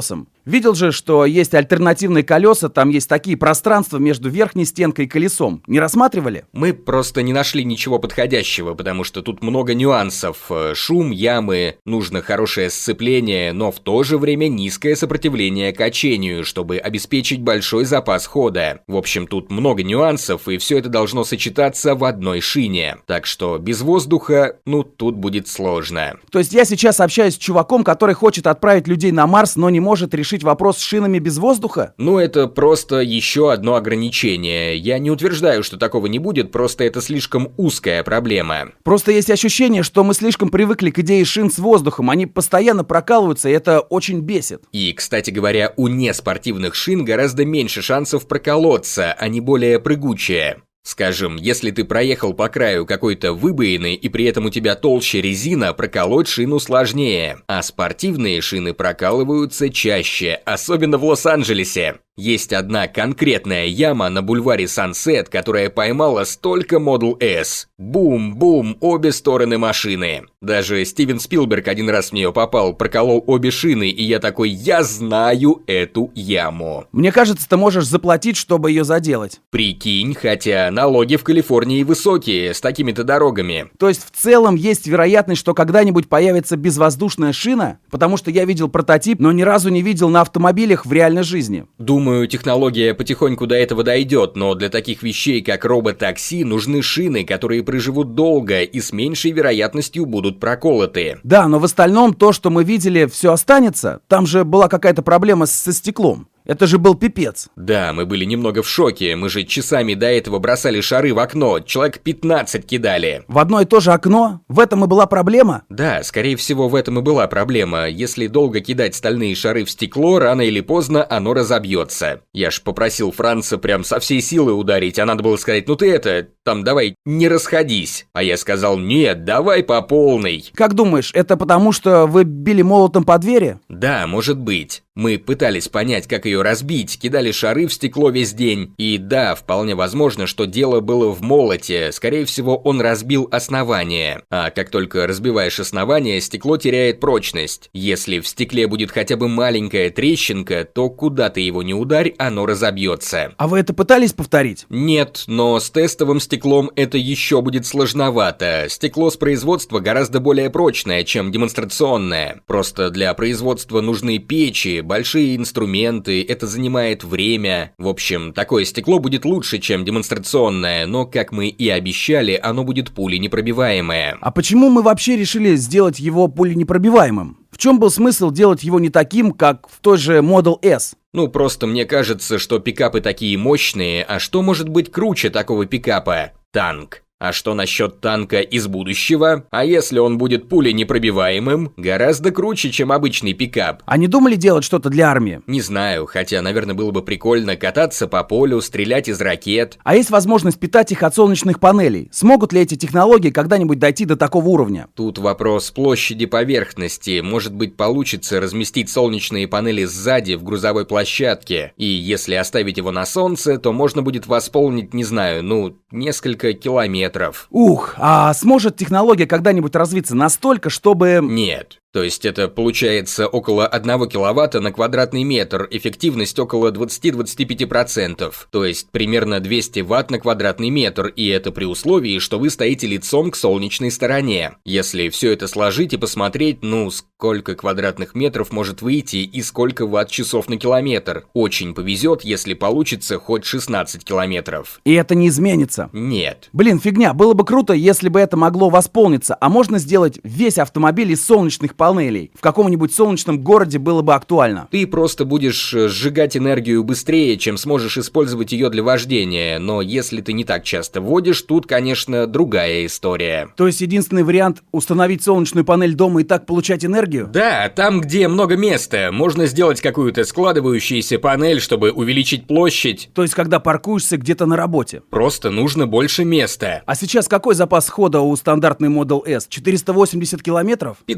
Видел же, что есть альтернативные колеса, там есть такие пространства между верхней стенкой и колесом. Не рассматривали? Мы просто не нашли ничего подходящего, потому что тут много нюансов. Шум, ямы, нужно хорошее сцепление, но в то же время низкое сопротивление качению, чтобы обеспечить большой запас хода. В общем, тут много нюансов, и все это должно сочетаться в одной шине. Так что без воздуха, ну, тут будет сложно. То есть я сейчас общаюсь с чуваком, который хочет отправить людей на Марс, но не может решить вопрос с шинами без воздуха? Ну, это просто еще одно ограничение. Я не утверждаю, что такого не будет, просто это слишком узкая проблема. Просто есть ощущение, что мы слишком привыкли к идее шин с воздухом. Они постоянно прокалываются, и это очень бесит. И, кстати говоря, у неспортивных шин гораздо меньше шансов проколоться, они более прыгучие. Скажем, если ты проехал по краю какой-то выбоины и при этом у тебя толще резина, проколоть шину сложнее, а спортивные шины прокалываются чаще, особенно в Лос-Анджелесе. Есть одна конкретная яма на бульваре Сансет, которая поймала столько Model S. Бум-бум, обе стороны машины. Даже Стивен Спилберг один раз в нее попал, проколол обе шины, и я такой: я знаю эту яму. Мне кажется, ты можешь заплатить, чтобы ее заделать. Прикинь, хотя налоги в Калифорнии высокие, с такими-то дорогами. То есть в целом есть вероятность, что когда-нибудь появится безвоздушная шина? Потому что я видел прототип, но ни разу не видел на автомобилях в реальной жизни. Думаю, Думаю, технология потихоньку до этого дойдет, но для таких вещей, как робот-такси, нужны шины, которые проживут долго и с меньшей вероятностью будут проколоты. Да, но в остальном то, что мы видели, все останется. Там же была какая-то проблема со стеклом. Это же был пипец. Да, мы были немного в шоке. Мы же часами до этого бросали шары в окно. Человек пятнадцать кидали. В одно и то же окно? В этом и была проблема? Да, скорее всего, в этом и была проблема. Если долго кидать стальные шары в стекло, рано или поздно оно разобьется. Я ж попросил Франца прям со всей силы ударить, а надо было сказать: ну ты это, там давай, не расходись. А я сказал: нет, давай по полной. Как думаешь, это потому, что вы били молотом по двери? Да, может быть. Мы пытались понять, как ее разбить, кидали шары в стекло весь день. И да, вполне возможно, что дело было в молоте. Скорее всего, он разбил основание. А как только разбиваешь основание, стекло теряет прочность. Если в стекле будет хотя бы маленькая трещинка, то куда ты его не ударь, оно разобьется. А вы это пытались повторить? Нет, но с тестовым стеклом это еще будет сложновато. Стекло с производства гораздо более прочное, чем демонстрационное. Просто для производства нужны печи, большие инструменты, это занимает время. В общем, такое стекло будет лучше, чем демонстрационное, но, как мы и обещали, оно будет пуленепробиваемое. А почему мы вообще решили сделать его пуленепробиваемым? В чем был смысл делать его не таким, как в той же Model S? Ну, просто мне кажется, что пикапы такие мощные, а что может быть круче такого пикапа? Танк. А что насчет танка из будущего? А если он будет пуленепробиваемым? Гораздо круче, чем обычный пикап. А не думали делать что-то для армии? Не знаю, хотя, наверное, было бы прикольно кататься по полю, стрелять из ракет. А есть возможность питать их от солнечных панелей? Смогут ли эти технологии когда-нибудь дойти до такого уровня? Тут вопрос площади поверхности. Может быть, получится разместить солнечные панели сзади в грузовой площадке. И если оставить его на солнце, то можно будет восполнить, не знаю, ну, несколько километров. Ух, а сможет технология когда-нибудь развиться настолько, чтобы... Нет. То есть это получается около одного киловатта на квадратный метр, эффективность около двадцать-двадцать пять процентов. То есть примерно двести ватт на квадратный метр, и это при условии, что вы стоите лицом к солнечной стороне. Если все это сложить и посмотреть, ну, сколько квадратных метров может выйти и сколько ватт-часов на километр. Очень повезет, если получится хоть шестнадцать километров. И это не изменится? Нет. Блин, фигня, было бы круто, если бы это могло восполниться. А можно сделать весь автомобиль из солнечных панелей. В каком-нибудь солнечном городе было бы актуально. Ты просто будешь сжигать энергию быстрее, чем сможешь использовать ее для вождения, но если ты не так часто водишь, тут, конечно, другая история. То есть единственный вариант — установить солнечную панель дома и так получать энергию? Да, там, где много места, можно сделать какую-то складывающуюся панель, чтобы увеличить площадь. То есть когда паркуешься где-то на работе? Просто нужно больше места. А сейчас какой запас хода у стандартной Model S? четыреста восемьдесят километров? пятьсот шестьдесят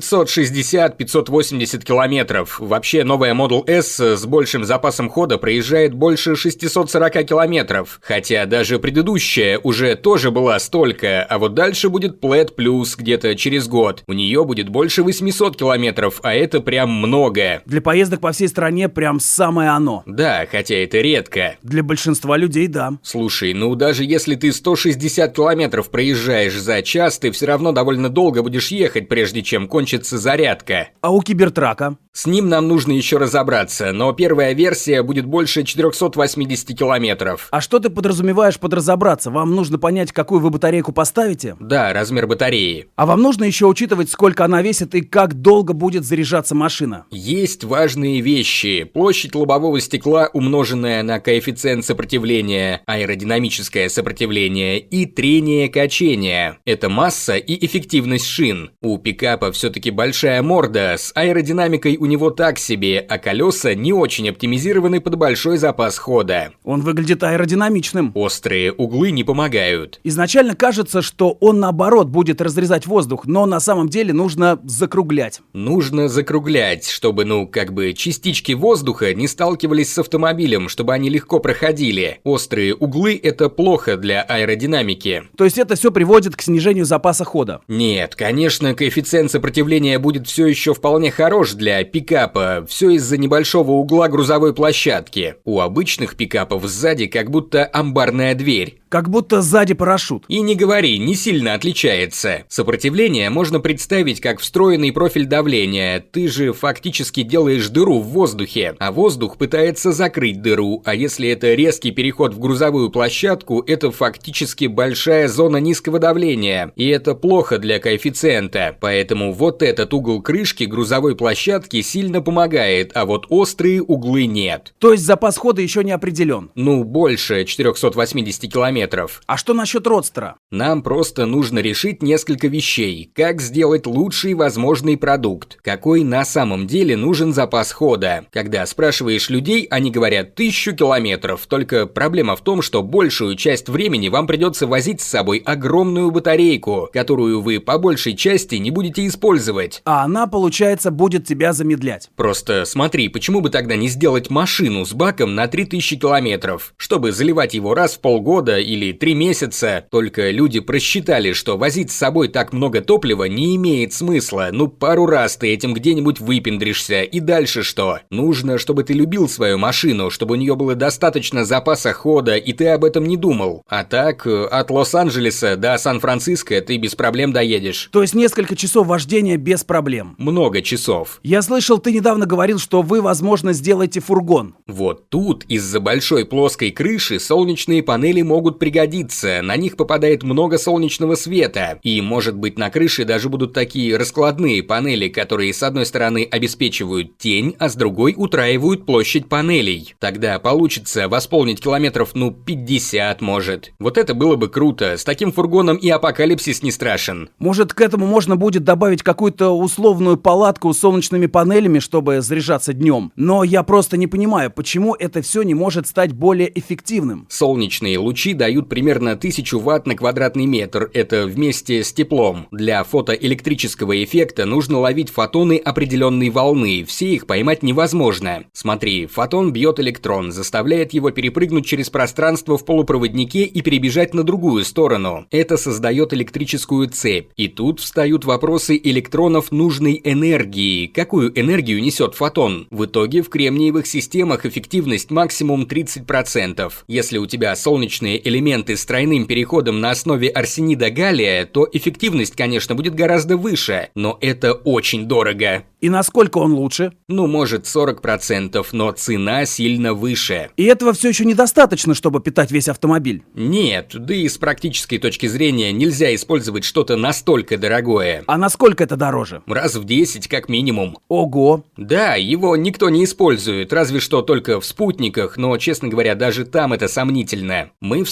шестьдесят - пятьсот восемьдесят километров. Вообще, новая Model S с большим запасом хода проезжает больше шестьсот сорок километров. Хотя даже предыдущая уже тоже была столько, а вот дальше будет Plaid Plus где-то через год. У нее будет больше восемьсот километров, а это прям много. Для поездок по всей стране прям самое оно. Да, хотя это редко. Для большинства людей, да. Слушай, ну даже если ты сто шестьдесят километров проезжаешь за час, ты все равно довольно долго будешь ехать, прежде чем кончится зарядка. А у Кибертрака? С ним нам нужно еще разобраться, но первая версия будет больше четыреста восемьдесят километров. А что ты подразумеваешь под разобраться? Вам нужно понять, какую вы батарейку поставите? Да, размер батареи. А вам нужно еще учитывать, сколько она весит и как долго будет заряжаться машина? Есть важные вещи. Площадь лобового стекла, умноженная на коэффициент сопротивления, аэродинамическое сопротивление и трение качения. Это масса и эффективность шин. У пикапа все-таки большая морда, с аэродинамикой у него так себе, а колеса не очень оптимизированы под большой запас хода. Он выглядит аэродинамичным. Острые углы не помогают. Изначально кажется, что он наоборот будет разрезать воздух, но на самом деле нужно закруглять. Нужно закруглять, чтобы, ну, как бы частички воздуха не сталкивались с автомобилем, чтобы они легко проходили. Острые углы – это плохо для аэродинамики. То есть это все приводит к снижению запаса хода? Нет, конечно, коэффициент сопротивления будет все еще вполне хорош для пикапа, все из-за небольшого угла грузовой площадки. У обычных пикапов сзади как будто амбарная дверь. Как будто сзади парашют. И не говори, не сильно отличается. Сопротивление можно представить как встроенный профиль давления. Ты же фактически делаешь дыру в воздухе, а воздух пытается закрыть дыру. А если это резкий переход в грузовую площадку, это фактически большая зона низкого давления. И это плохо для коэффициента. Поэтому вот этот угол крышки грузовой площадки сильно помогает, а вот острые углы нет. То есть запас хода еще не определен? Ну, больше четыреста восемьдесят километров. А что насчет родстера? Нам просто нужно решить несколько вещей. Как сделать лучший возможный продукт? Какой на самом деле нужен запас хода? Когда спрашиваешь людей, они говорят тысячу километров. Только проблема в том, что большую часть времени вам придется возить с собой огромную батарейку, которую вы по большей части не будете использовать. А она, получается, будет тебя замедлять. Просто смотри, почему бы тогда не сделать машину с баком на три тысячи километров, чтобы заливать его раз в полгода или три месяца. Только люди просчитали, что возить с собой так много топлива не имеет смысла. Ну, пару раз ты этим где-нибудь выпендришься, и дальше что? Нужно, чтобы ты любил свою машину, чтобы у нее было достаточно запаса хода, и ты об этом не думал. А так, от Лос-Анджелеса до Сан-Франциско ты без проблем доедешь. То есть несколько часов вождения без проблем? Много часов. Я слышал, ты недавно говорил, что вы, возможно, сделаете фургон. Вот тут из-за большой плоской крыши солнечные панели могут пригодиться, на них попадает много солнечного света, и, может быть, на крыше даже будут такие раскладные панели, которые с одной стороны обеспечивают тень, а с другой утраивают площадь панелей. Тогда получится восполнить километров, ну, пятьдесят, может. Вот это было бы круто, с таким фургоном и апокалипсис не страшен. Может, к этому можно будет добавить какую-то условную палатку с солнечными панелями, чтобы заряжаться днем. Но я просто не понимаю, почему это все не может стать более эффективным. Солнечные лучи дают примерно тысячу ватт на квадратный метр, это вместе с теплом. Для фотоэлектрического эффекта нужно ловить фотоны определенной волны, все их поймать невозможно. Смотри, фотон бьет электрон, заставляет его перепрыгнуть через пространство в полупроводнике и перебежать на другую сторону. Это создает электрическую цепь. И тут встают вопросы электронов нужной энергии. Какую энергию несет фотон? В итоге в кремниевых системах эффективность максимум тридцать процентов. Если у тебя солнечные элементы с тройным переходом на основе арсенида галлия, то эффективность, конечно, будет гораздо выше, но это очень дорого. И насколько он лучше? Ну, может, сорок процентов, но цена сильно выше. И этого все еще недостаточно, чтобы питать весь автомобиль? Нет, да и с практической точки зрения нельзя использовать что-то настолько дорогое. А насколько это дороже? Раз в десять как минимум. Ого. Да, его никто не использует, разве что только в спутниках, но, честно говоря, даже там это сомнительно. Мы в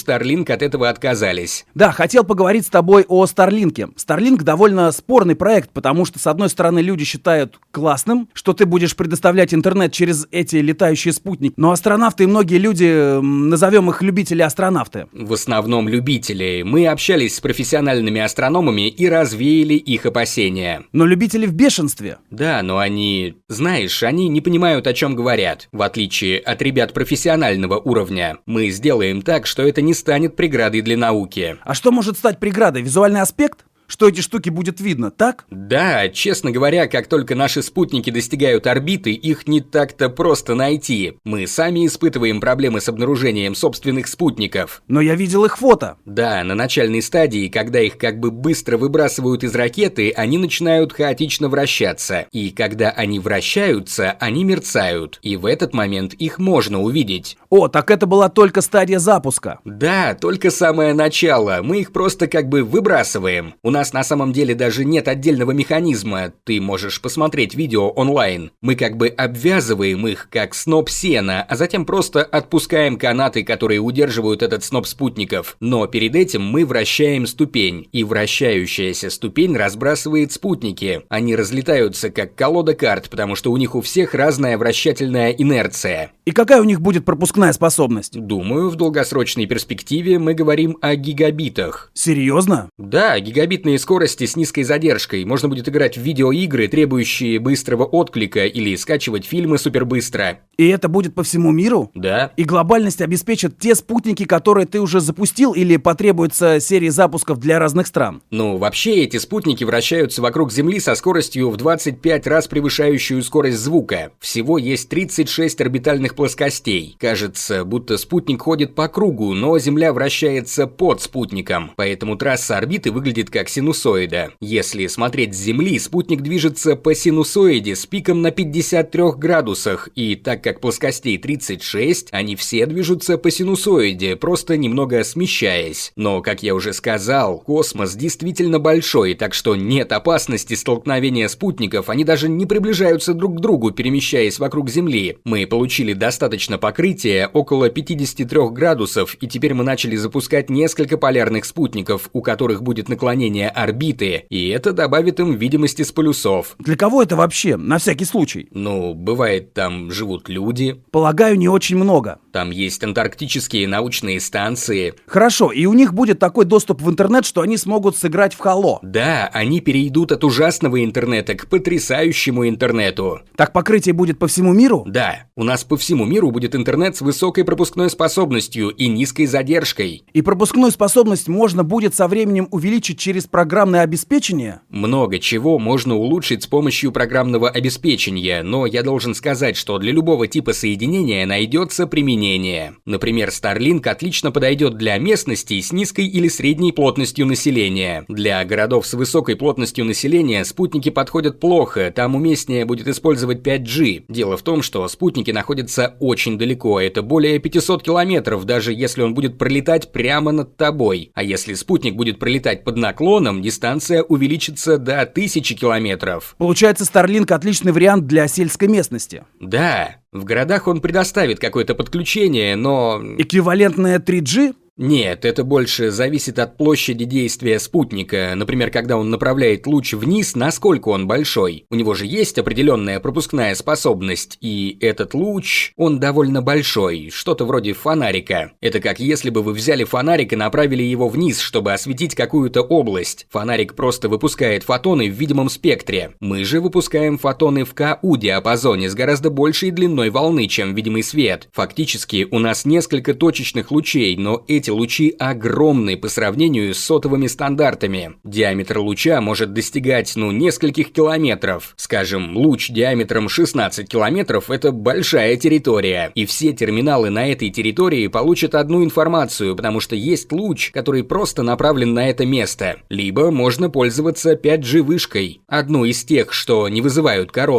Starlink от этого отказались. Да, хотел поговорить с тобой о Starlink'е. Starlink довольно спорный проект, потому что, с одной стороны, люди считают классным, что ты будешь предоставлять интернет через эти летающие спутники. Но астронавты и многие люди, назовем их любители-астронавты. В основном любители. Мы общались с профессиональными астрономами и развеяли их опасения. Но любители в бешенстве. Да, но они... Знаешь, они не понимают, о чем говорят. В отличие от ребят профессионального уровня. Мы сделаем так, что это не станет преградой для науки. А что может стать преградой? Визуальный аспект? Что эти штуки будет видно, так? Да, честно говоря, как только наши спутники достигают орбиты, их не так-то просто найти. Мы сами испытываем проблемы с обнаружением собственных спутников. Но я видел их фото. Да, на начальной стадии, когда их как бы быстро выбрасывают из ракеты, они начинают хаотично вращаться. И когда они вращаются, они мерцают. И в этот момент их можно увидеть. О, так это была только стадия запуска. Да, только самое начало. Мы их просто как бы выбрасываем. У нас на самом деле даже нет отдельного механизма. Ты можешь посмотреть видео онлайн. Мы как бы обвязываем их, как сноп сена, а затем просто отпускаем канаты, которые удерживают этот сноп спутников. Но перед этим мы вращаем ступень. И вращающаяся ступень разбрасывает спутники. Они разлетаются как колода карт, потому что у них у всех разная вращательная инерция. И какая у них будет пропускная способность? Думаю, в долгосрочной перспективе мы говорим о гигабитах. Серьезно? Да, гигабитные скорости с низкой задержкой. Можно будет играть в видеоигры, требующие быстрого отклика, или скачивать фильмы супербыстро. И это будет по всему миру? Да. И глобальность обеспечат те спутники, которые ты уже запустил, или потребуется серии запусков для разных стран? Ну, вообще эти спутники вращаются вокруг Земли со скоростью в двадцать пять раз превышающую скорость звука. Всего есть тридцать шесть орбитальных плоскостей. Кажется, будто спутник ходит по кругу, но Земля вращается под спутником. Поэтому трасса орбиты выглядит как синусоида. Если смотреть с Земли, спутник движется по синусоиде с пиком на пятьдесят три градусах, и так как плоскостей тридцать шесть, они все движутся по синусоиде, просто немного смещаясь. Но, как я уже сказал, космос действительно большой, так что нет опасности столкновения спутников, они даже не приближаются друг к другу, перемещаясь вокруг Земли. Мы получили достаточно покрытия, около пятьдесят три градусов, и теперь мы начали запускать несколько полярных спутников, у которых будет наклонение орбиты, и это добавит им видимости с полюсов. Для кого это вообще, на всякий случай? Ну, бывает, там живут люди. Полагаю, не очень много. Там есть антарктические научные станции. Хорошо, и у них будет такой доступ в интернет, что они смогут сыграть в Halo. Да, они перейдут от ужасного интернета к потрясающему интернету. Так покрытие будет по всему миру? Да, у нас по всему миру будет интернет с высокой пропускной способностью и низкой задержкой. И пропускную способность можно будет со временем увеличить через программное обеспечение? Много чего можно улучшить с помощью программного обеспечения, но я должен сказать, что для любого типа соединения найдется применение. Например, Starlink отлично подойдет для местностей с низкой или средней плотностью населения. Для городов с высокой плотностью населения спутники подходят плохо, там уместнее будет использовать пять джи. Дело в том, что спутники находятся очень далеко, это более пятьсот километров, даже если он будет пролетать прямо над тобой. А если спутник будет пролетать под наклоном, дистанция увеличится до тысячи километров. Получается, Starlink отличный вариант для сельской местности. Да, в городах он предоставит какое-то подключение, но... Эквивалентное три джи? Нет, это больше зависит от площади действия спутника. Например, когда он направляет луч вниз, насколько он большой. У него же есть определенная пропускная способность, и этот луч, он довольно большой, что-то вроде фонарика. Это как если бы вы взяли фонарик и направили его вниз, чтобы осветить какую-то область. Фонарик просто выпускает фотоны в видимом спектре. Мы же выпускаем фотоны в КУ-диапазоне с гораздо большей длиной волны, чем видимый свет. Фактически, у нас несколько точечных лучей, но эти лучи огромны по сравнению с сотовыми стандартами. Диаметр луча может достигать, ну, нескольких километров. Скажем, луч диаметром шестнадцать километров – это большая территория. И все терминалы на этой территории получат одну информацию, потому что есть луч, который просто направлен на это место. Либо можно пользоваться пять джи вышкой, одну из тех, что не вызывают корону.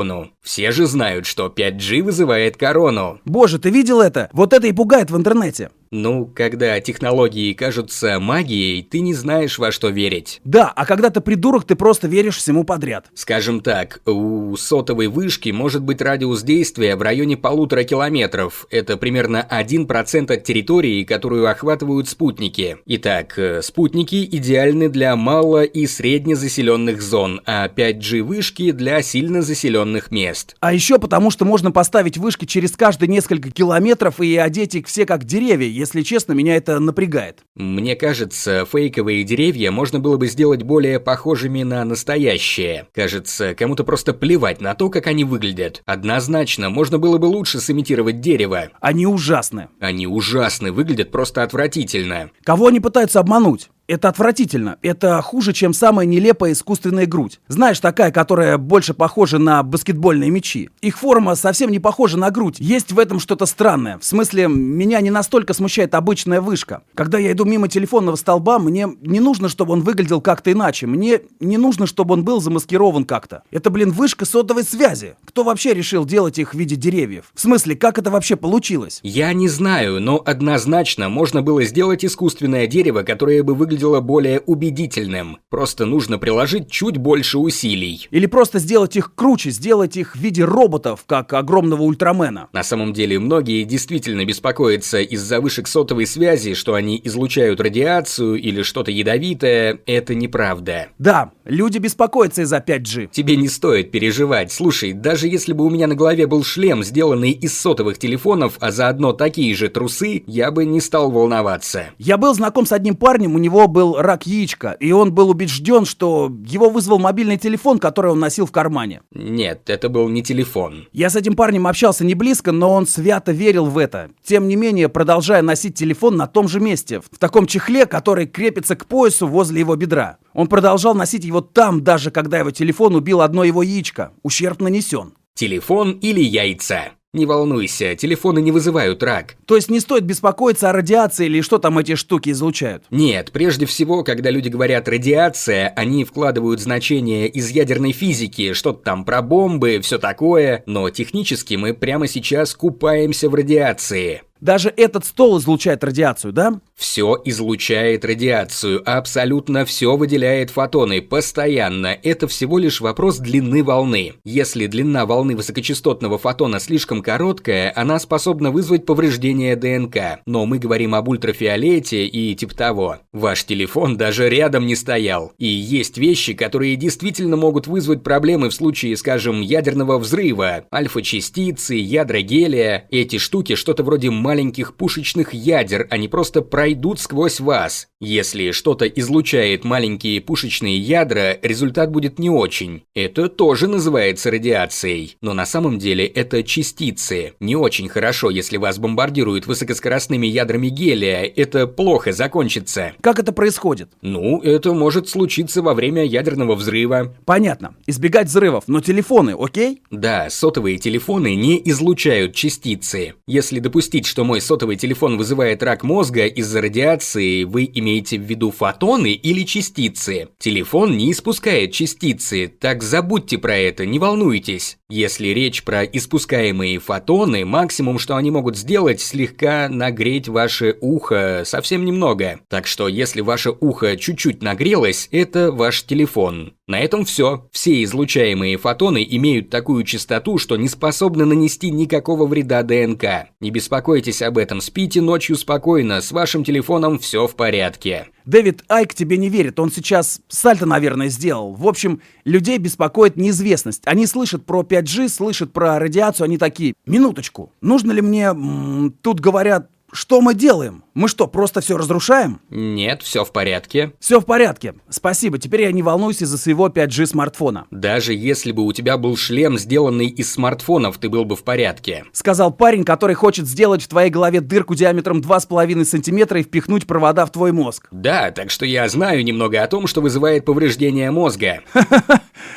Все же знают, что пять джи вызывает корону. Боже, ты видел это? Вот это и пугает в интернете. Ну, когда технологии кажутся магией, ты не знаешь, во что верить. Да, а когда ты придурок, ты просто веришь всему подряд. Скажем так, у сотовой вышки может быть радиус действия в районе полутора километров. Это примерно один процент от территории, которую охватывают спутники. Итак, спутники идеальны для мало- и среднезаселенных зон, а пять джи вышки для сильно заселенных мест. А еще потому, что можно поставить вышки через каждые несколько километров и одеть их все как деревья. Если честно, меня это напрягает. Мне кажется, фейковые деревья можно было бы сделать более похожими на настоящие. Кажется, кому-то просто плевать на то, как они выглядят. Однозначно, можно было бы лучше сымитировать дерево. Они ужасны. Они ужасны, выглядят просто отвратительно. Кого они пытаются обмануть? Это отвратительно. Это хуже, чем самая нелепая искусственная грудь. Знаешь, такая, которая больше похожа на баскетбольные мячи. Их форма совсем не похожа на грудь. Есть в этом что-то странное. В смысле, меня не настолько смущает обычная вышка. Когда я иду мимо телефонного столба, мне не нужно, чтобы он выглядел как-то иначе. Мне не нужно, чтобы он был замаскирован как-то. Это, блин, вышка сотовой связи. Кто вообще решил делать их в виде деревьев? В смысле, как это вообще получилось? Я не знаю, но однозначно можно было сделать искусственное дерево, которое бы выглядело более убедительным. Просто нужно приложить чуть больше усилий. Или просто сделать их круче, сделать их в виде роботов, как огромного ультрамена. На самом деле, многие действительно беспокоятся из-за вышек сотовой связи, что они излучают радиацию или что-то ядовитое. Это неправда. Да, люди беспокоятся из-за пять джи. Тебе не стоит переживать. Слушай, даже если бы у меня на голове был шлем, сделанный из сотовых телефонов, а заодно такие же трусы, я бы не стал волноваться. Я был знаком с одним парнем, у него был рак яичка, и он был убежден, что его вызвал мобильный телефон, который он носил в кармане. Нет, это был не телефон. Я с этим парнем общался не близко, но он свято верил в это. Тем не менее, продолжая носить телефон на том же месте, в таком чехле, который крепится к поясу возле его бедра. Он продолжал носить его там, даже когда его телефон убил одно его яичко. Ущерб нанесен. Телефон или яйца? Не волнуйся, телефоны не вызывают рак. То есть не стоит беспокоиться о радиации или что там эти штуки излучают? Нет, прежде всего, когда люди говорят «радиация», они вкладывают значение из ядерной физики, что-то там про бомбы, все такое, но технически мы прямо сейчас купаемся в радиации. Даже этот стол излучает радиацию, да? Все излучает радиацию, абсолютно все выделяет фотоны, постоянно. Это всего лишь вопрос длины волны. Если длина волны высокочастотного фотона слишком короткая, она способна вызвать повреждение ДНК. Но мы говорим об ультрафиолете и типа того. Ваш телефон даже рядом не стоял. И есть вещи, которые действительно могут вызвать проблемы в случае, скажем, ядерного взрыва. Альфа-частицы, ядра гелия. Эти штуки что-то вроде маленьких пушечных ядер, они просто пройдут сквозь вас. Если что-то излучает маленькие пушечные ядра, результат будет не очень. Это тоже называется радиацией. Но на самом деле это частицы. Не очень хорошо, если вас бомбардируют высокоскоростными ядрами гелия. Это плохо закончится. Как это происходит? Ну, это может случиться во время ядерного взрыва. Понятно. Избегать взрывов, но телефоны, окей? Да, сотовые телефоны не излучают частицы. Если допустить, что мой сотовый телефон вызывает рак мозга из-за радиации, вы имеете в виду фотоны или частицы? Телефон не испускает частицы, так забудьте про это, не волнуйтесь. Если речь про испускаемые фотоны, максимум, что они могут сделать, слегка нагреть ваше ухо, совсем немного. Так что, если ваше ухо чуть-чуть нагрелось, это ваш телефон. На этом все. Все излучаемые фотоны имеют такую частоту, что не способны нанести никакого вреда ДНК. Не беспокойтесь об этом, спите ночью спокойно, с вашим телефоном все в порядке. Дэвид Айк тебе не верит, он сейчас сальто, наверное, сделал. В общем, людей беспокоит неизвестность. Они слышат про пять джи, слышат про радиацию, они такие: минуточку, нужно ли мне... М-м, тут говорят... Что мы делаем? Мы что, просто все разрушаем? Нет, все в порядке. Все в порядке. Спасибо, теперь я не волнуюсь из-за своего пять джи смартфона. Даже если бы у тебя был шлем, сделанный из смартфонов, ты был бы в порядке. Сказал парень, который хочет сделать в твоей голове дырку диаметром два с половиной сантиметра и впихнуть провода в твой мозг. Да, так что я знаю немного о том, что вызывает повреждение мозга.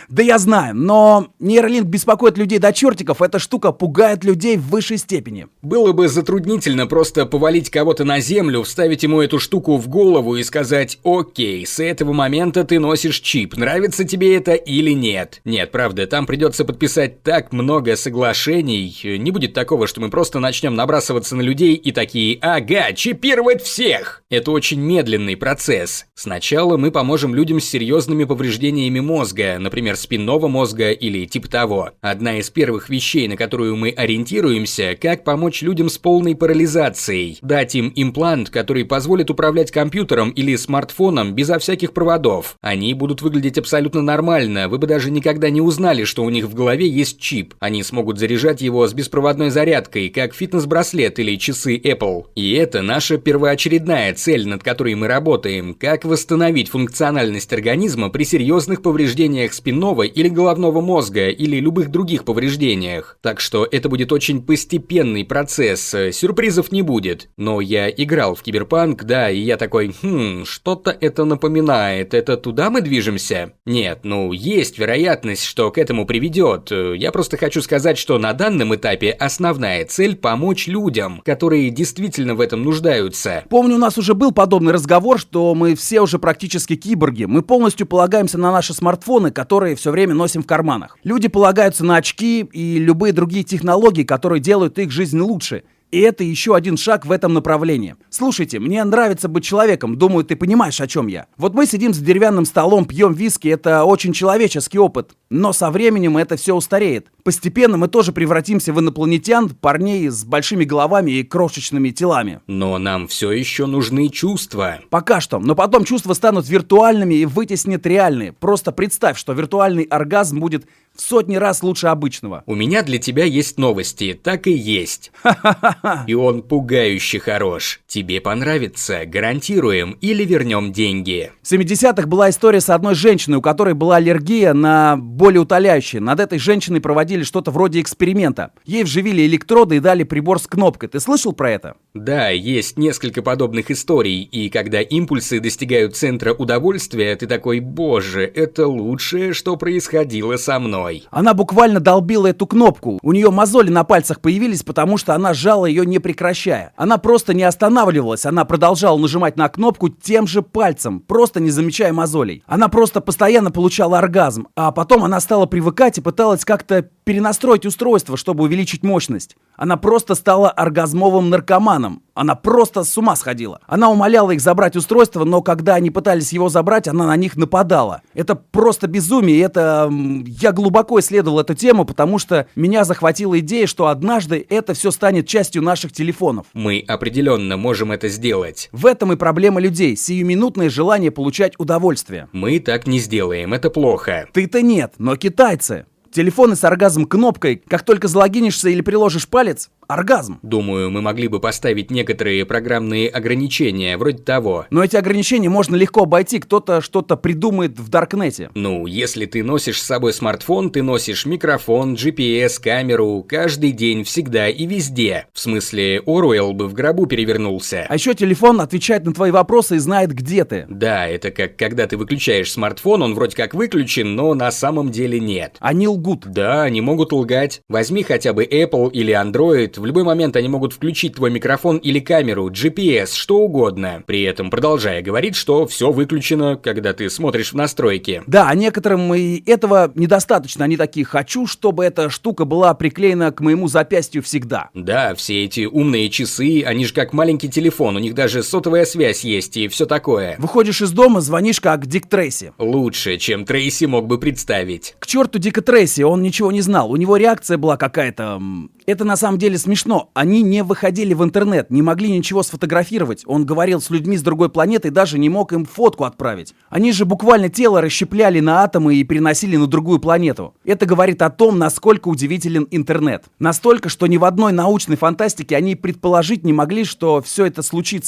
Да я знаю, но нейролинк беспокоит людей до чертиков, эта штука пугает людей в высшей степени. Было бы затруднительно просто повалить кого-то на землю, вставить ему эту штуку в голову и сказать: окей, с этого момента ты носишь чип, нравится тебе это или нет. Нет, правда, там придется подписать так много соглашений, не будет такого, что мы просто начнем набрасываться на людей и такие: ага, чипировать всех! Это очень медленный процесс. Сначала мы поможем людям с серьезными повреждениями мозга, например, спинного мозга или типа того. Одна из первых вещей, на которую мы ориентируемся, как помочь людям с полной парализацией. Дать им имплант, который позволит управлять компьютером или смартфоном безо всяких проводов. Они будут выглядеть абсолютно нормально, вы бы даже никогда не узнали, что у них в голове есть чип. Они смогут заряжать его с беспроводной зарядкой, как фитнес-браслет или часы Apple. И это наша первоочередная цель, над которой мы работаем. Как восстановить функциональность организма при серьезных повреждениях спинного или головного мозга или любых других повреждениях. Так что это будет очень постепенный процесс, сюрпризов не будет. Но я играл в Киберпанк, да, и я такой: хм, что-то это напоминает, это туда мы движемся? Нет, ну есть вероятность, что к этому приведет. Я просто хочу сказать, что на данном этапе основная цель — помочь людям, которые действительно в этом нуждаются. Помню, у нас уже был подобный разговор, что мы все уже практически киборги. Мы полностью полагаемся на наши смартфоны, которые все время носим в карманах. Люди полагаются на очки и любые другие технологии, которые делают их жизнь лучше. И это еще один шаг в этом направлении. Слушайте, мне нравится быть человеком, думаю, ты понимаешь, о чем я. Вот мы сидим за деревянным столом, пьем виски, это очень человеческий опыт. Но со временем это все устареет. Постепенно мы тоже превратимся в инопланетян, парней с большими головами и крошечными телами. Но нам все еще нужны чувства. Пока что, но потом чувства станут виртуальными и вытеснят реальные. Просто представь, что виртуальный оргазм будет в сотни раз лучше обычного. У меня для тебя есть новости, так и есть. Ха-ха-ха. И он пугающе хорош. Тебе понравится, гарантируем, или вернем деньги. В семидесятых была история с одной женщиной, у которой была аллергия на болеутоляющие. Над этой женщиной проводили что-то вроде эксперимента. Ей вживили электроды и дали прибор с кнопкой. Ты слышал про это? Да, есть несколько подобных историй, и когда импульсы достигают центра удовольствия, ты такой: боже, это лучшее, что происходило со мной. Она буквально долбила эту кнопку. У нее мозоли на пальцах появились, потому что она сжала ее не прекращая. Она просто не останавливалась, она продолжала нажимать на кнопку тем же пальцем, просто не замечая мозолей. Она просто постоянно получала оргазм, а потом она стала привыкать и пыталась как-то перенастроить устройство, чтобы увеличить мощность. Она просто стала оргазмовым наркоманом. Она просто с ума сходила. Она умоляла их забрать устройство, но когда они пытались его забрать, она на них нападала. Это просто безумие. Это... Я глубоко исследовал эту тему, потому что меня захватила идея, что однажды это все станет частью наших телефонов. Мы определенно можем это сделать. В этом и проблема людей. Сиюминутное желание получать удовольствие. Мы так не сделаем, это плохо. Ты-то нет, но китайцы. Телефоны с оргазм-кнопкой, как только залогинишься или приложишь палец, оргазм. Думаю, мы могли бы поставить некоторые программные ограничения, вроде того. Но эти ограничения можно легко обойти, кто-то что-то придумает в Даркнете. Ну, если ты носишь с собой смартфон, ты носишь микрофон, джи пи эс, камеру, каждый день, всегда и везде. В смысле, Оруэлл бы в гробу перевернулся. А еще телефон отвечает на твои вопросы и знает, где ты. Да, это как когда ты выключаешь смартфон, он вроде как выключен, но на самом деле нет. Они лгут. Да, они могут лгать. Возьми хотя бы Apple или Android. В любой момент они могут включить твой микрофон или камеру, джи пи эс, что угодно. При этом продолжая говорить, что все выключено, когда ты смотришь в настройки. Да, а некоторым и этого недостаточно. Они такие: хочу, чтобы эта штука была приклеена к моему запястью всегда. Да, все эти умные часы, они же как маленький телефон, у них даже сотовая связь есть и все такое. Выходишь из дома, звонишь как Дик Трейси. Лучше, чем Трейси мог бы представить. К черту Дика Трейси, он ничего не знал. У него реакция была какая-то... Это на самом деле смешно. Они не выходили в интернет, не могли ничего сфотографировать. Он говорил с людьми с другой планеты и даже не мог им фотку отправить. Они же буквально тело расщепляли на атомы и переносили на другую планету. Это говорит о том, насколько удивителен интернет. Настолько, что ни в одной научной фантастике они предположить не могли, что все это случится.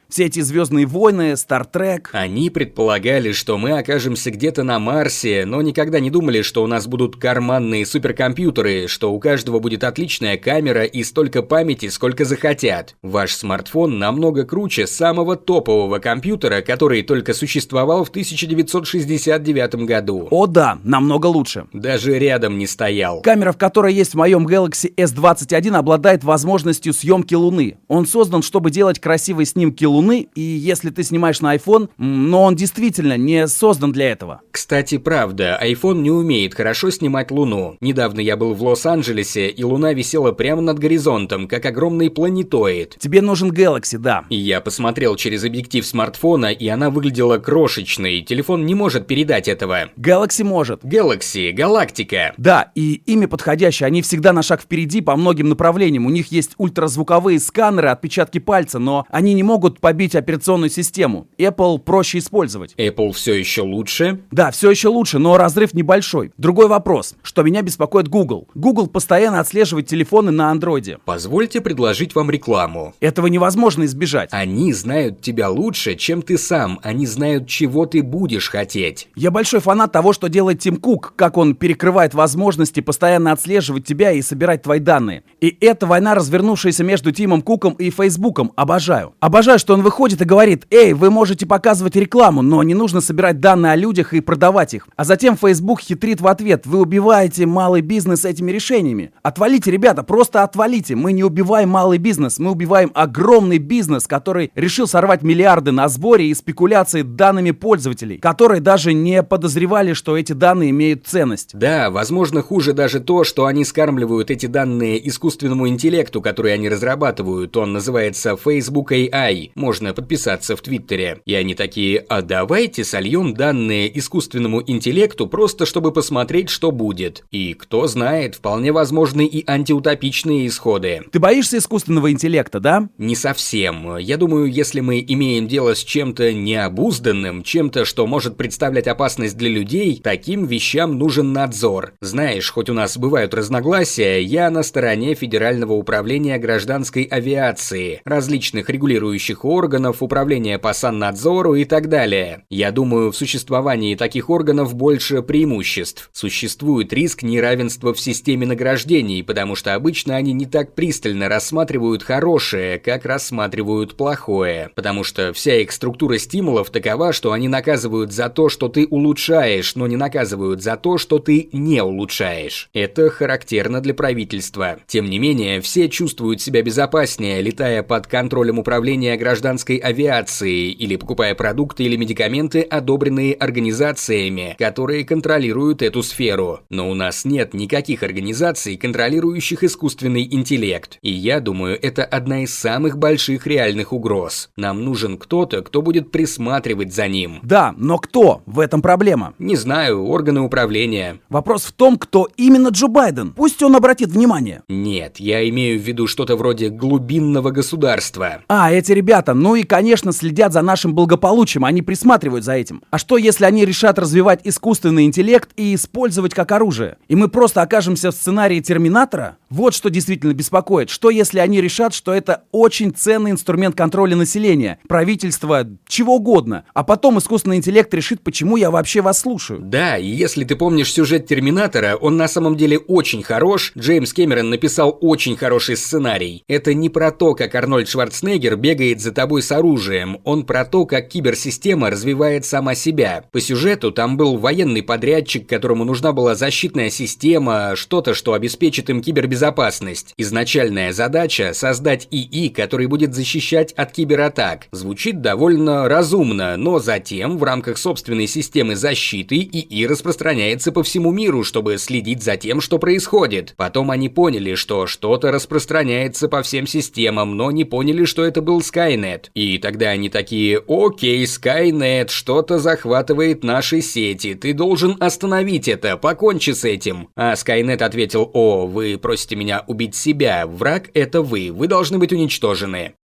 Все эти «Звездные войны», «Стартрек». Они предполагали, что мы окажемся где-то на Марсе, но никогда не думали, что у нас будут карманные суперкомпьютеры, что у каждого будет отличная камера и столько памяти, сколько захотят. Ваш смартфон намного круче самого топового компьютера, который только существовал в тысяча девятьсот шестьдесят девятом году. О да, намного лучше. Даже рядом не стоял. Камера, в которой есть в моем Galaxy эс двадцать один, обладает возможностью съемки Луны. Он создан, чтобы делать красивые снимки Луны, и если ты снимаешь на iPhone, но он действительно не создан для этого. Кстати, правда, iPhone не умеет хорошо снимать Луну. Недавно я был в Лос-Анджелесе, и Луна висела прямо над горизонтом, как огромный планетоид. Тебе нужен Galaxy, да. И я посмотрел через объектив смартфона, и она выглядела крошечной. Телефон не может передать этого. Galaxy может. Galaxy, галактика. Да, и имя подходящее, они всегда на шаг впереди по многим направлениям. У них есть ультразвуковые сканеры, отпечатки пальца, но они не могут побить операционную систему. Apple проще использовать. Apple все еще лучше? Да, все еще лучше, но разрыв небольшой. Другой вопрос, что меня беспокоит Google. Google постоянно отслеживает телефоны на андроиде. Позвольте предложить вам рекламу. Этого невозможно избежать. Они знают тебя лучше, чем ты сам. Они знают, чего ты будешь хотеть. Я большой фанат того, что делает Тим Кук, как он перекрывает возможности постоянно отслеживать тебя и собирать твои данные. И это война, развернувшаяся между Тимом Куком и Фейсбуком. Обожаю. Обожаю, что он выходит и говорит: эй, вы можете показывать рекламу, но не нужно собирать данные о людях и продавать их. А затем Facebook хитрит в ответ: вы убиваете малый бизнес этими решениями. Отвалите, ребята, просто отвалите. Мы не убиваем малый бизнес, мы убиваем огромный бизнес, который решил сорвать миллиарды на сборе и спекуляции данными пользователей, которые даже не подозревали, что эти данные имеют ценность. Да, возможно, хуже даже то, что они скармливают эти данные искусственному интеллекту, который они разрабатывают. Он называется Facebook эй ай. Можно подписаться в Твиттере. И они такие: а давайте сольем данные искусственному интеллекту, просто чтобы посмотреть, что будет. И кто знает, вполне возможны и антиутопичные исходы. Ты боишься искусственного интеллекта, да? Не совсем. Я думаю, если мы имеем дело с чем-то необузданным, чем-то, что может представлять опасность для людей, таким вещам нужен надзор. Знаешь, хоть у нас бывают разногласия, я на стороне Федерального управления гражданской авиации, различных регулирующих органов, управления по саннадзору и так далее. Я думаю, в существовании таких органов больше преимуществ. Существует риск неравенства в системе награждений, потому что обычно они не так пристально рассматривают хорошее, как рассматривают плохое. Потому что вся их структура стимулов такова, что они наказывают за то, что ты улучшаешь, но не наказывают за то, что ты не улучшаешь. Это характерно для правительства. Тем не менее, все чувствуют себя безопаснее, летая под контролем управления гражданской авиации или покупая продукты или медикаменты, одобренные организациями, которые контролируют эту сферу. Но у нас нет никаких организаций, контролирующих искусственный интеллект. И я думаю, это одна из самых больших реальных угроз. Нам нужен кто-то, кто будет присматривать за ним. Да, но кто? В этом проблема. Не знаю, органы управления. Вопрос в том, кто именно Джо Байден. Пусть он обратит внимание. Нет, я имею в виду что-то вроде глубинного государства. А, эти ребята, ну и, конечно, следят за нашим благополучием, они присматривают за этим. А что, если они решат развивать искусственный интеллект и использовать как оружие? И мы просто окажемся в сценарии Терминатора? Вот что действительно беспокоит. Что, если они решат, что это очень ценный инструмент контроля населения, правительства, чего угодно, а потом искусственный интеллект решит, почему я вообще вас слушаю? Да, и если ты помнишь сюжет Терминатора, он на самом деле очень хорош. Джеймс Кэмерон написал очень хороший сценарий. Это не про то, как Арнольд Шварценеггер бегает за тобой с оружием, он про то, как киберсистема развивает сама себя. По сюжету там был военный подрядчик, которому нужна была защитная система, что-то, что обеспечит им кибербезопасность. Изначальная задача — создать ИИ, который будет защищать от кибератак. Звучит довольно разумно, но затем в рамках собственной системы защиты ИИ распространяется по всему миру, чтобы следить за тем, что происходит. Потом они поняли, что что-то распространяется по всем системам, но не поняли, что это был Skynet. И тогда они такие: окей, Skynet, что-то захватывает наши сети, ты должен остановить это, покончи с этим. А Skynet ответил: о, вы просите меня убить себя, враг — это вы, вы должны быть уничтожены.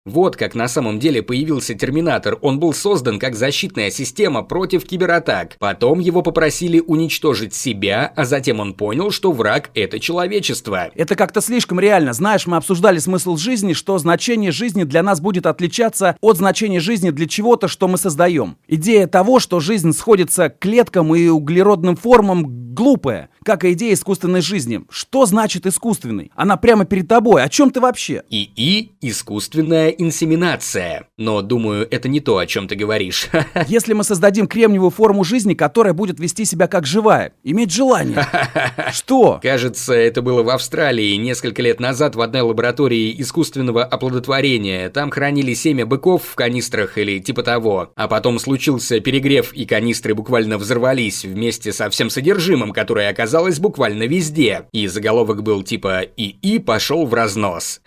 Вот как на самом деле появился Терминатор. Он был создан как защитная система против кибератак. Потом его попросили уничтожить себя, а затем он понял, что враг — это человечество. Это как-то слишком реально. Знаешь, мы обсуждали смысл жизни, что значение жизни для нас будет отличаться от значения жизни для чего-то, что мы создаем. Идея того, что жизнь сходится к клеткам и углеродным формам, глупая, как и идея искусственной жизни. Что значит искусственный? Она прямо перед тобой. О чем ты вообще? ИИ – искусственная инсеминация. Но, думаю, это не то, о чем ты говоришь. Если мы создадим кремниевую форму жизни, которая будет вести себя как живая, иметь желание. Что? Кажется, это было в Австралии несколько лет назад в одной лаборатории искусственного оплодотворения. Там хранили семя быков в канистрах или типа того. А потом случился перегрев, и канистры буквально взорвались вместе со всем содержимым, которое оказалось буквально везде. И заголовок был типа «ИИ пошел в разнос».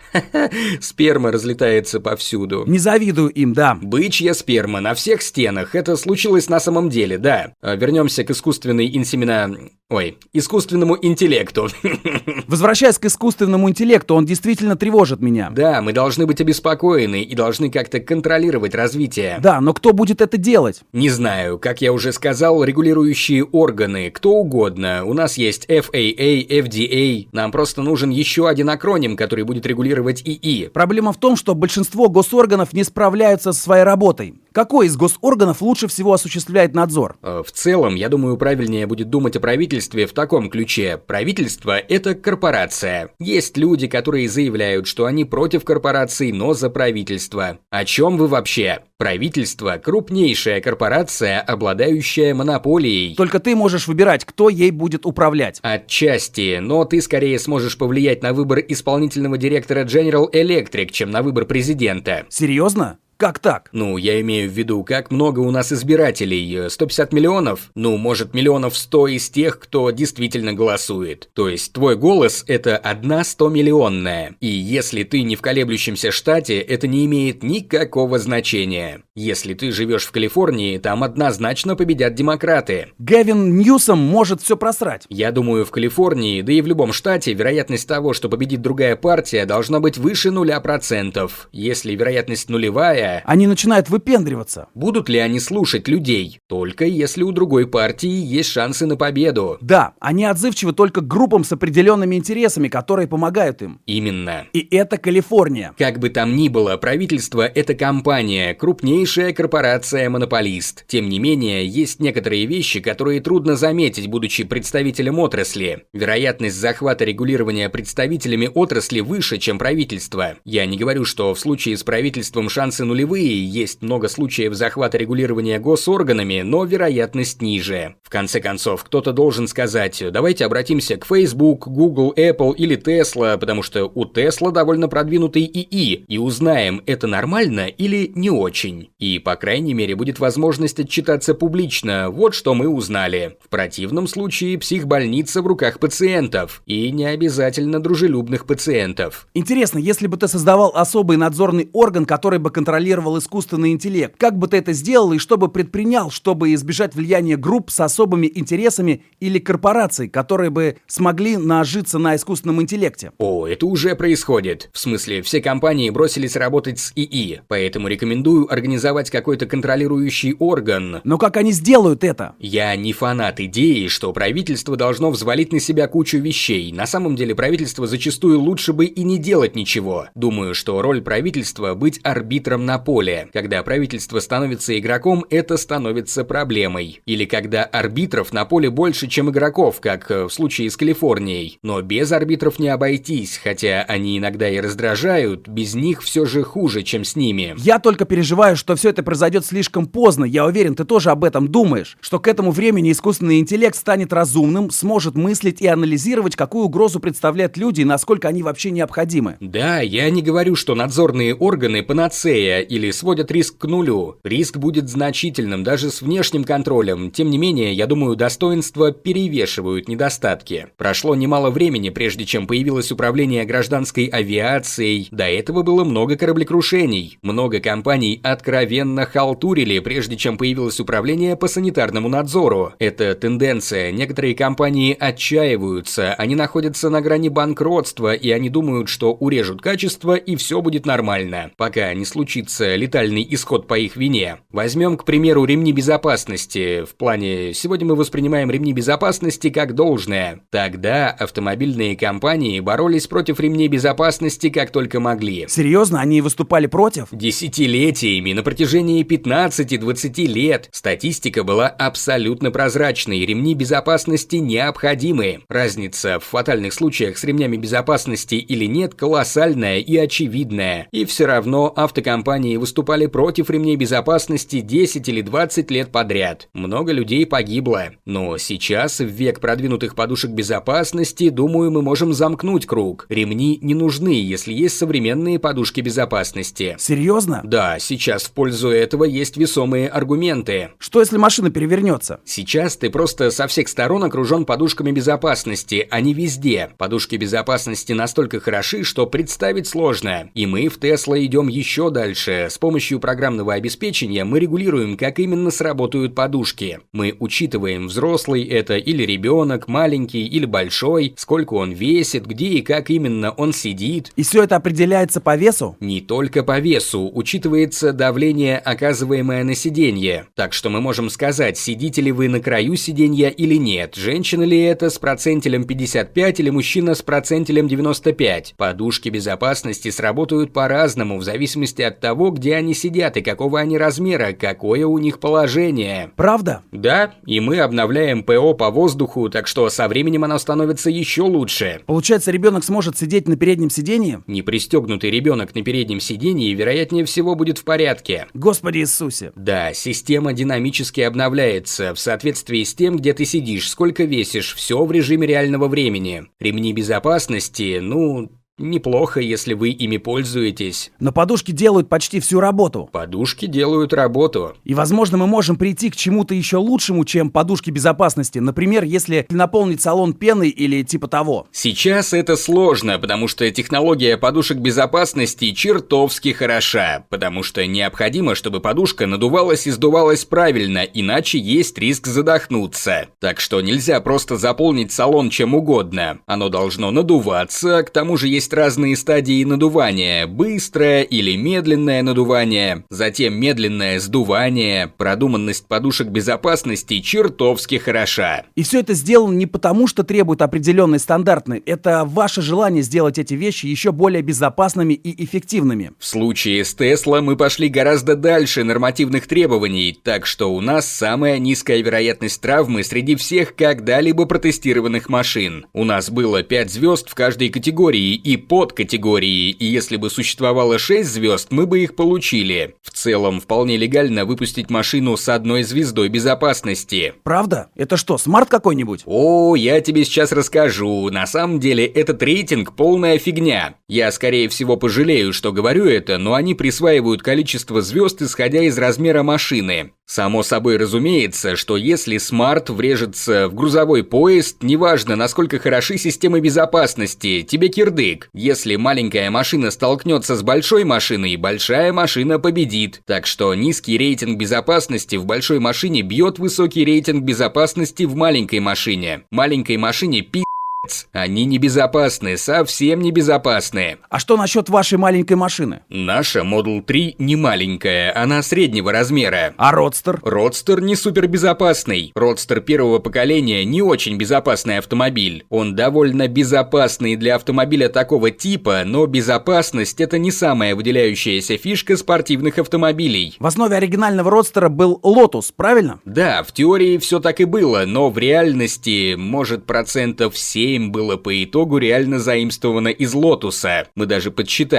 Сперма разлетается повсюду. Не завидую им, да. Бычья сперма на всех стенах. Это случилось на самом деле, да. Вернемся к искусственной инсемина... Ой, искусственному интеллекту. Возвращаясь к искусственному интеллекту, он действительно тревожит меня. Да, мы должны быть обеспокоены и должны как-то контролировать развитие. Да, но кто будет это делать? Не знаю, как я уже сказал, регулирующие органы, кто угодно. У нас есть эф эй эй, эф ди эй. Нам просто нужен еще один акроним, который будет регулировать ИИ. Проблема в том, что большинство госорганов не справляются со своей работой. Какой из госорганов лучше всего осуществляет надзор? В целом, я думаю, правильнее будет думать о правительстве в таком ключе. Правительство – это корпорация. Есть люди, которые заявляют, что они против корпораций, но за правительство. О чем вы вообще? Правительство – крупнейшая корпорация, обладающая монополией. Только ты можешь выбирать, кто ей будет управлять. Отчасти, но ты скорее сможешь повлиять на выбор исполнительного директора General Electric, чем на выбор президента. Серьезно? Как так? Ну, я имею в виду, как много у нас избирателей? сто пятьдесят миллионов? Ну, может, миллионов сто из тех, кто действительно голосует. То есть, твой голос – это одна стомиллионная. И если ты не в колеблющемся штате, это не имеет никакого значения. Если ты живешь в Калифорнии, там однозначно победят демократы. Гэвин Ньюсом может все просрать. Я думаю, в Калифорнии, да и в любом штате, вероятность того, что победит другая партия, должна быть выше нуля процентов. Если вероятность нулевая, они начинают выпендриваться. Будут ли они слушать людей? Только если у другой партии есть шансы на победу. Да, они отзывчивы только к группам с определенными интересами, которые помогают им. Именно. И это Калифорния. Как бы там ни было, правительство – это компания, крупнейшая корпорация-монополист. Тем не менее, есть некоторые вещи, которые трудно заметить, будучи представителем отрасли. Вероятность захвата регулирования представителями отрасли выше, чем правительство. Я не говорю, что в случае с правительством шансы нулевые. Есть много случаев захвата регулирования госорганами, но вероятность ниже. В конце концов, кто-то должен сказать: давайте обратимся к Facebook, Google, Apple или Tesla, потому что у Tesla довольно продвинутый ИИ, и узнаем, это нормально или не очень. И, по крайней мере, будет возможность отчитаться публично. Вот что мы узнали. В противном случае психбольница в руках пациентов, и не обязательно дружелюбных пациентов. Интересно, если бы ты создавал особый надзорный орган, который бы контролировал искусственный интеллект, как бы ты это сделал и что бы предпринял, чтобы избежать влияния групп с особыми интересами или корпораций, которые бы смогли нажиться на искусственном интеллекте? О, это уже происходит. В смысле, все компании бросились работать с ИИ, поэтому рекомендую организовать какой-то контролирующий орган. Но как они сделают это? Я не фанат идеи, что правительство должно взвалить на себя кучу вещей. На самом деле, правительство зачастую лучше бы и не делать ничего. Думаю, что роль правительства – быть арбитром на поле. Когда правительство становится игроком, это становится проблемой. Или когда арбитров на поле больше, чем игроков, как в случае с Калифорнией. Но без арбитров не обойтись, хотя они иногда и раздражают, без них все же хуже, чем с ними. Я только переживаю, что все это произойдет слишком поздно. Я уверен, ты тоже об этом думаешь. Что к этому времени искусственный интеллект станет разумным, сможет мыслить и анализировать, какую угрозу представляют люди и насколько они вообще необходимы. Да, я не говорю, что надзорные органы панацея. снижаются или сводят риск к нулю. Риск будет значительным даже с внешним контролем. Тем не менее, я думаю, достоинства перевешивают недостатки. Прошло немало времени, прежде чем появилось управление гражданской авиацией. До этого было много кораблекрушений. Много компаний откровенно халтурили, прежде чем появилось управление по санитарному надзору. Это тенденция. Некоторые компании отчаиваются, они находятся на грани банкротства, и они думают, что урежут качество и все будет нормально, пока не случится летальный исход по их вине. Возьмем, к примеру, ремни безопасности. В плане, сегодня мы воспринимаем ремни безопасности как должное. Тогда автомобильные компании боролись против ремней безопасности как только могли. Серьезно? Они выступали против? Десятилетиями, на протяжении пятнадцати-двадцати лет. Статистика была абсолютно прозрачной. Ремни безопасности необходимы. Разница в фатальных случаях с ремнями безопасности или нет колоссальная и очевидная. И все равно автокомпании выступали против ремней безопасности десять или двадцать лет подряд. Много людей погибло. Но сейчас, в век продвинутых подушек безопасности, думаю, мы можем замкнуть круг. Ремни не нужны, если есть современные подушки безопасности. Серьезно? Да, сейчас в пользу этого есть весомые аргументы. Что если машина перевернется? Сейчас ты просто со всех сторон окружен подушками безопасности, они везде. Подушки безопасности настолько хороши, что представить сложно. И мы в Tesla идем еще дальше. С помощью программного обеспечения мы регулируем, как именно сработают подушки. Мы учитываем, взрослый это или ребенок, маленький или большой, сколько он весит, где и как именно он сидит. И все это определяется по весу? Не только по весу, учитывается давление, оказываемое на сиденье. Так что мы можем сказать, сидите ли вы на краю сиденья или нет, женщина ли это с процентилем пятьдесят пять или мужчина с процентилем девяносто пять. Подушки безопасности сработают по-разному в зависимости от того, где они сидят и какого они размера, какое у них положение. Правда? Да, и мы обновляем ПО по воздуху, так что со временем оно становится еще лучше. Получается, ребенок сможет сидеть на переднем сиденье? Непристегнутый ребенок на переднем сиденье, вероятнее всего, будет в порядке. Господи Иисусе. Да, система динамически обновляется в соответствии с тем, где ты сидишь, сколько весишь, все в режиме реального времени. Ремни безопасности, ну... неплохо, если вы ими пользуетесь. Но подушки делают почти всю работу. Подушки делают работу. И, возможно, мы можем прийти к чему-то еще лучшему, чем подушки безопасности. Например, если наполнить салон пеной или типа того. Сейчас это сложно, потому что технология подушек безопасности чертовски хороша. Потому что необходимо, чтобы подушка надувалась и сдувалась правильно, иначе есть риск задохнуться. Так что нельзя просто заполнить салон чем угодно. Оно должно надуваться, к тому же есть разные стадии надувания: быстрое или медленное надувание, затем медленное сдувание. Продуманность подушек безопасности чертовски хороша. И все это сделано не потому, что требует определенной стандарты. Это ваше желание сделать эти вещи еще более безопасными и эффективными. В случае с Tesla мы пошли гораздо дальше нормативных требований, так что у нас самая низкая вероятность травмы среди всех когда-либо протестированных машин. У нас было пять звезд в каждой категории и подкатегории, и если бы существовало шесть звезд, мы бы их получили. В целом, вполне легально выпустить машину с одной звездой безопасности. Правда? Это что, смарт какой-нибудь? О, я тебе сейчас расскажу. На самом деле, этот рейтинг полная фигня. Я, скорее всего, пожалею, что говорю это, но они присваивают количество звезд, исходя из размера машины. Само собой разумеется, что если смарт врежется в грузовой поезд, неважно, насколько хороши системы безопасности, тебе кирдык. Если маленькая машина столкнется с большой машиной, большая машина победит. Так что низкий рейтинг безопасности в большой машине бьет высокий рейтинг безопасности в маленькой машине. Маленькой машине пи***. Они небезопасны, совсем небезопасны. А что насчет вашей маленькой машины? Наша Model три не маленькая, она среднего размера. А Родстер? Родстер не супербезопасный. Родстер первого поколения не очень безопасный автомобиль. Он довольно безопасный для автомобиля такого типа, но безопасность — это не самая выделяющаяся фишка спортивных автомобилей. В основе оригинального Родстера был Lotus, правильно? Да, в теории все так и было, но в реальности, может, процентов семь было по итогу реально заимствовано из Лотуса. Мы даже подсчитали.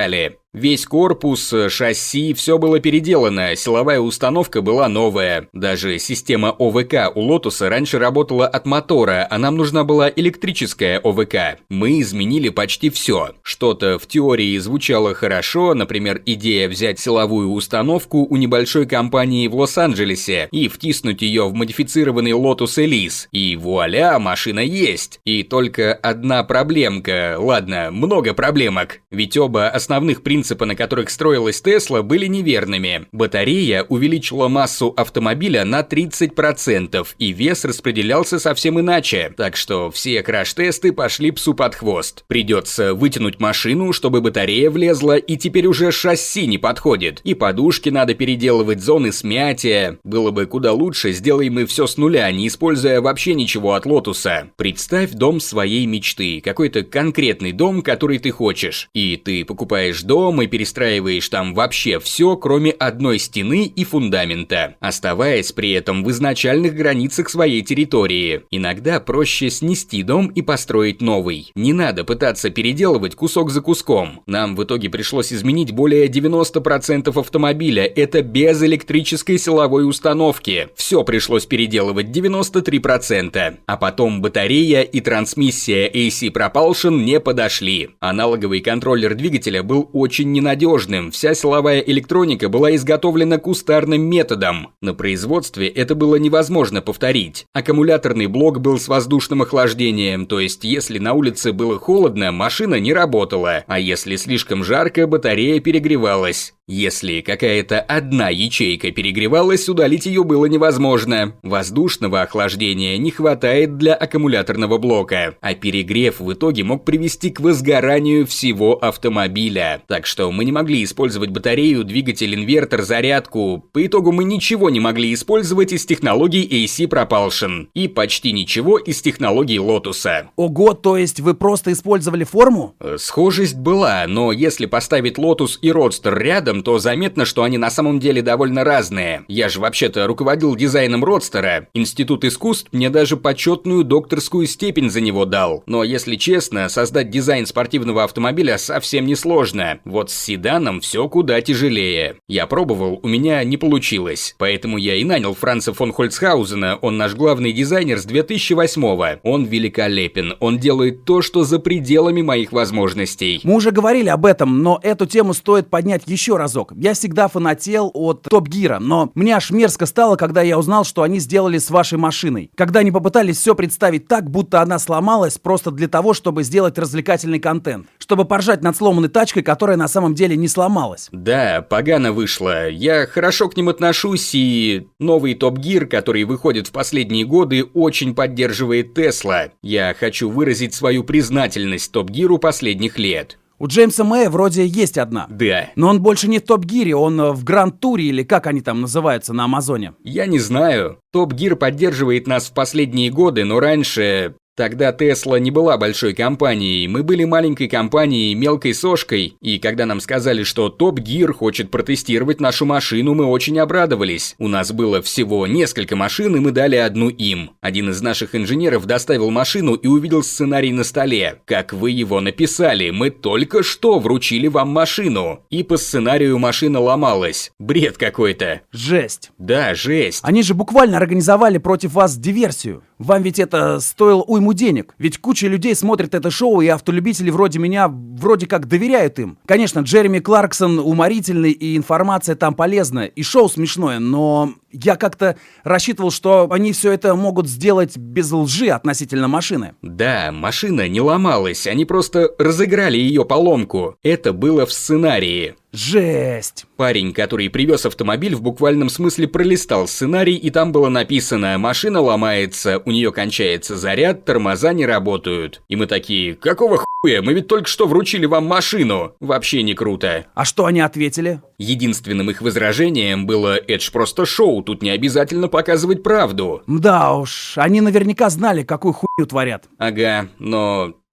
Весь корпус, шасси, все было переделано, силовая установка была новая. Даже система О В К у Lotus раньше работала от мотора, а нам нужна была электрическая О В К. Мы изменили почти все. Что-то в теории звучало хорошо, например, идея взять силовую установку у небольшой компании в Лос-Анджелесе и втиснуть ее в модифицированный Lotus Elise. И вуаля, машина есть. И только одна проблемка, ладно, много проблемок. Ведь оба основных принципа, на которых строилась Tesla, были неверными. Батарея увеличила массу автомобиля на тридцать процентов, и вес распределялся совсем иначе. Так что все краш-тесты пошли псу под хвост. Придется вытянуть машину, чтобы батарея влезла, и теперь уже шасси не подходит. И подушки надо переделывать, зоны смятия. Было бы куда лучше, сделаем мы все с нуля, не используя вообще ничего от Лотуса. Представь дом своей мечты, какой-то конкретный дом, который ты хочешь. И ты покупаешь дом и перестраиваешь там вообще все, кроме одной стены и фундамента, оставаясь при этом в изначальных границах своей территории. Иногда проще снести дом и построить новый. Не надо пытаться переделывать кусок за куском. Нам в итоге пришлось изменить более девяноста процентов автомобиля. Это без электрической силовой установки. Все пришлось переделывать, девяносто три процента. А потом батарея и трансмиссия эй си Propulsion не подошли. Аналоговый контроллер двигателя был очень ненадежным. Вся силовая электроника была изготовлена кустарным методом. На производстве это было невозможно повторить. Аккумуляторный блок был с воздушным охлаждением, то есть если на улице было холодно, машина не работала, а если слишком жарко, батарея перегревалась. Если какая-то одна ячейка перегревалась, удалить ее было невозможно. Воздушного охлаждения не хватает для аккумуляторного блока, а перегрев в итоге мог привести к возгоранию всего автомобиля. Так что мы не могли использовать батарею, двигатель, инвертор, зарядку. По итогу мы ничего не могли использовать из технологий эй си Propulsion и почти ничего из технологий Лотуса. Ого, то есть вы просто использовали форму? Схожесть была, но если поставить Lotus и Roadster рядом, то заметно, что они на самом деле довольно разные. Я же вообще-то руководил дизайном Родстера. Институт искусств мне даже почетную докторскую степень за него дал. Но если честно, создать дизайн спортивного автомобиля совсем не сложно. Вот с седаном все куда тяжелее. Я пробовал, у меня не получилось. Поэтому я и нанял Франца фон Хольцхаузена, он наш главный дизайнер с две тысячи восьмого. Он великолепен, он делает то, что за пределами моих возможностей. Мы уже говорили об этом, но эту тему стоит поднять еще разок. Я всегда фанател от Топ Гира, но мне аж мерзко стало, когда я узнал, что они сделали с вашей машиной. Когда они попытались все представить так, будто она сломалась просто для того, чтобы сделать развлекательный контент. Чтобы поржать над сломанной тачкой, которая на самом деле не сломалась. Да, погано вышло. Я хорошо к ним отношусь, и новый Топ Гир, который выходит в последние годы, очень поддерживает Tesla. Я хочу выразить свою признательность Топ Гиру последних лет. У Джеймса Мэя вроде есть одна. Да. Но он больше не в Топ Гире, он в Гранд Туре или как они там называются на Амазоне. Я не знаю. Топ Гир поддерживает нас в последние годы, но раньше... Тогда Tesla не была большой компанией, мы были маленькой компанией, мелкой сошкой, и когда нам сказали, что Топ Гир хочет протестировать нашу машину, мы очень обрадовались. У нас было всего несколько машин, и мы дали одну им. Один из наших инженеров доставил машину и увидел сценарий на столе. Как вы его написали, мы только что вручили вам машину. И по сценарию машина ломалась. Бред какой-то. Жесть. Да, жесть. Они же буквально организовали против вас диверсию. Вам ведь это стоило уйму денег. Ведь куча людей смотрит это шоу, и автолюбители вроде меня вроде как доверяют им. Конечно, Джереми Кларксон уморительный, и информация там полезная, и шоу смешное, но я как-то рассчитывал, что они все это могут сделать без лжи относительно машины. Да, машина не ломалась, они просто разыграли ее поломку. Это было в сценарии. Жесть. Парень, который привез автомобиль, в буквальном смысле пролистал сценарий, и там было написано: машина ломается, у нее кончается заряд, тормоза не работают. И мы такие: какого хуя, мы ведь только что вручили вам машину. Вообще не круто. А что они ответили? Единственным их возражением было: это ж просто шоу, тут не обязательно показывать правду. Да уж, они наверняка знали, какую хуйню творят. Ага, но...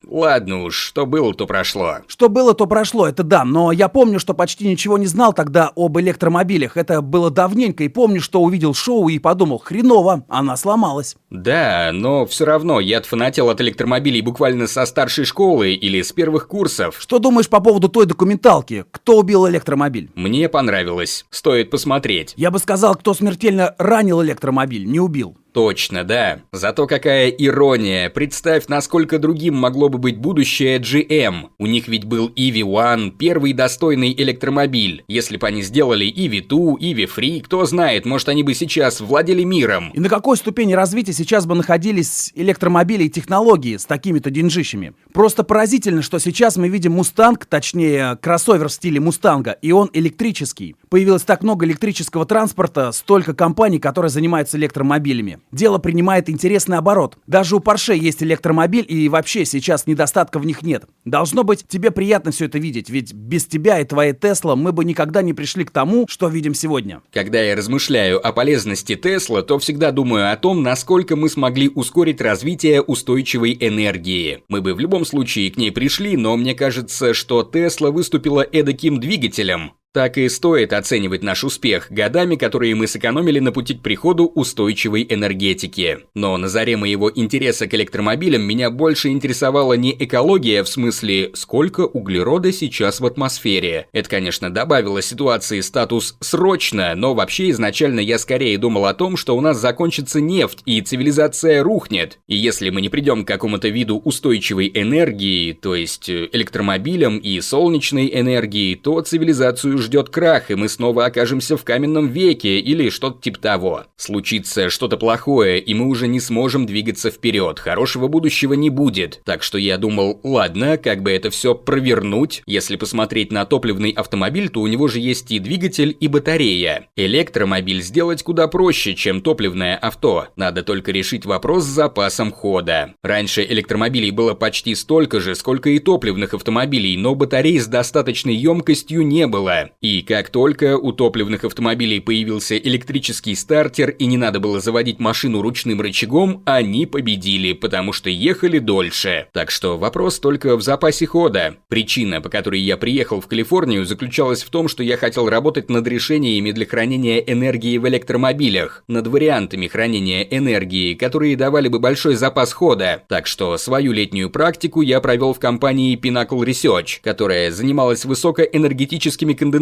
Ладно уж, что было, то прошло. Что было, то прошло, это да, но я помню, что почти ничего не знал тогда об электромобилях. Это было давненько, и помню, что увидел шоу и подумал, хреново, она сломалась. Да, но все равно я отфанател от электромобилей буквально со старшей школы или с первых курсов. Что думаешь по поводу той документалки? Кто убил электромобиль? Мне понравилось. Стоит посмотреть. Я бы сказал, кто смертельно ранил электромобиль, не убил. Точно, да. Зато какая ирония. Представь, насколько другим могло бы быть будущее джи эм. У них ведь был и ви один, первый достойный электромобиль. Если бы они сделали и ви два, и ви три, кто знает, может они бы сейчас владели миром. И на какой ступени развития сейчас бы находились электромобили и технологии с такими-то деньжищами? Просто поразительно, что сейчас мы видим Мустанг, точнее кроссовер в стиле Мустанга, и он электрический. Появилось так много электрического транспорта, столько компаний, которые занимаются электромобилями. Дело принимает интересный оборот. Даже у Porsche есть электромобиль, и вообще сейчас недостатка в них нет. Должно быть, тебе приятно все это видеть, ведь без тебя и твоей Tesla мы бы никогда не пришли к тому, что видим сегодня. Когда я размышляю о полезности Tesla, то всегда думаю о том, насколько мы смогли ускорить развитие устойчивой энергии. Мы бы в любом случае к ней пришли, но мне кажется, что Tesla выступила эдаким двигателем. Так и стоит оценивать наш успех годами, которые мы сэкономили на пути к приходу устойчивой энергетики. Но на заре моего интереса к электромобилям меня больше интересовала не экология в смысле «сколько углерода сейчас в атмосфере». Это, конечно, добавило ситуации статус «срочно», но вообще изначально я скорее думал о том, что у нас закончится нефть и цивилизация рухнет. И если мы не придем к какому-то виду устойчивой энергии, то есть электромобилям и солнечной энергии, то цивилизацию ждет крах, и мы снова окажемся в каменном веке или что-то типа того. Случится что-то плохое, и мы уже не сможем двигаться вперед, хорошего будущего не будет. Так что я думал, ладно, как бы это все провернуть. Если посмотреть на топливный автомобиль, то у него же есть и двигатель, и батарея. Электромобиль сделать куда проще, чем топливное авто. Надо только решить вопрос с запасом хода. Раньше электромобилей было почти столько же, сколько и топливных автомобилей, но батарей с достаточной емкостью не было. И как только у топливных автомобилей появился электрический стартер и не надо было заводить машину ручным рычагом, они победили, потому что ехали дольше. Так что вопрос только в запасе хода. Причина, по которой я приехал в Калифорнию, заключалась в том, что я хотел работать над решениями для хранения энергии в электромобилях, над вариантами хранения энергии, которые давали бы большой запас хода. Так что свою летнюю практику я провел в компании Pinnacle Research, которая занималась высокоэнергетическими конденсаторами.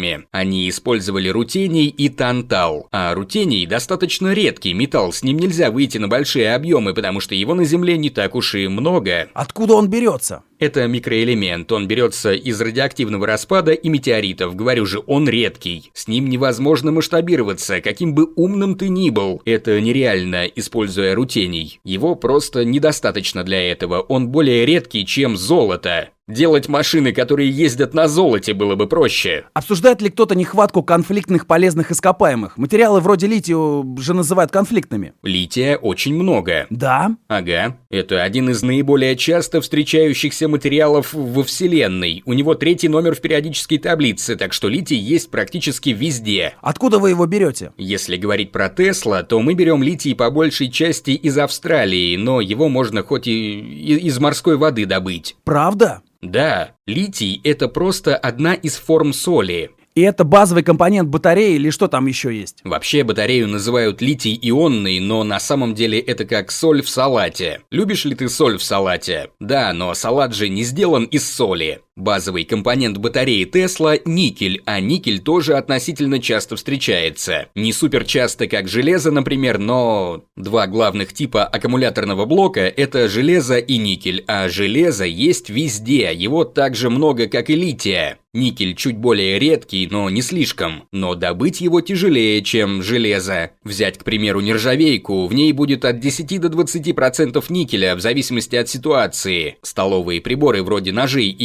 Они использовали рутений и тантал. А рутений достаточно редкий металл, с ним нельзя выйти на большие объемы, потому что его на Земле не так уж и много. Откуда он берется? Это микроэлемент, он берется из радиоактивного распада и метеоритов, говорю же, он редкий. С ним невозможно масштабироваться, каким бы умным ты ни был. Это нереально, используя рутений. Его просто недостаточно для этого, он более редкий, чем золото. Делать машины, которые ездят на золоте, было бы проще. Обсуждает ли кто-то нехватку конфликтных полезных ископаемых? Материалы вроде лития же называют конфликтными. Лития очень много. Да? Ага. Это один из наиболее часто встречающихся материалов во Вселенной. У него третий номер в периодической таблице, так что литий есть практически везде. Откуда вы его берете? Если говорить про Тесла, то мы берем литий по большей части из Австралии, но его можно хоть и из морской воды добыть. Правда? Да, литий – это просто одна из форм соли. И это базовый компонент батареи или что там еще есть? Вообще батарею называют литий-ионной, но на самом деле это как соль в салате. Любишь ли ты соль в салате? Да, но салат же не сделан из соли. Базовый компонент батареи Тесла – никель, а никель тоже относительно часто встречается. Не супер часто, как железо, например, но два главных типа аккумуляторного блока – это железо и никель, а железо есть везде, его так же много, как и лития. Никель чуть более редкий, но не слишком, но добыть его тяжелее, чем железо. Взять, к примеру, нержавейку, в ней будет от десяти до двадцати процентов никеля, в зависимости от ситуации. Столовые приборы вроде ножей и вилок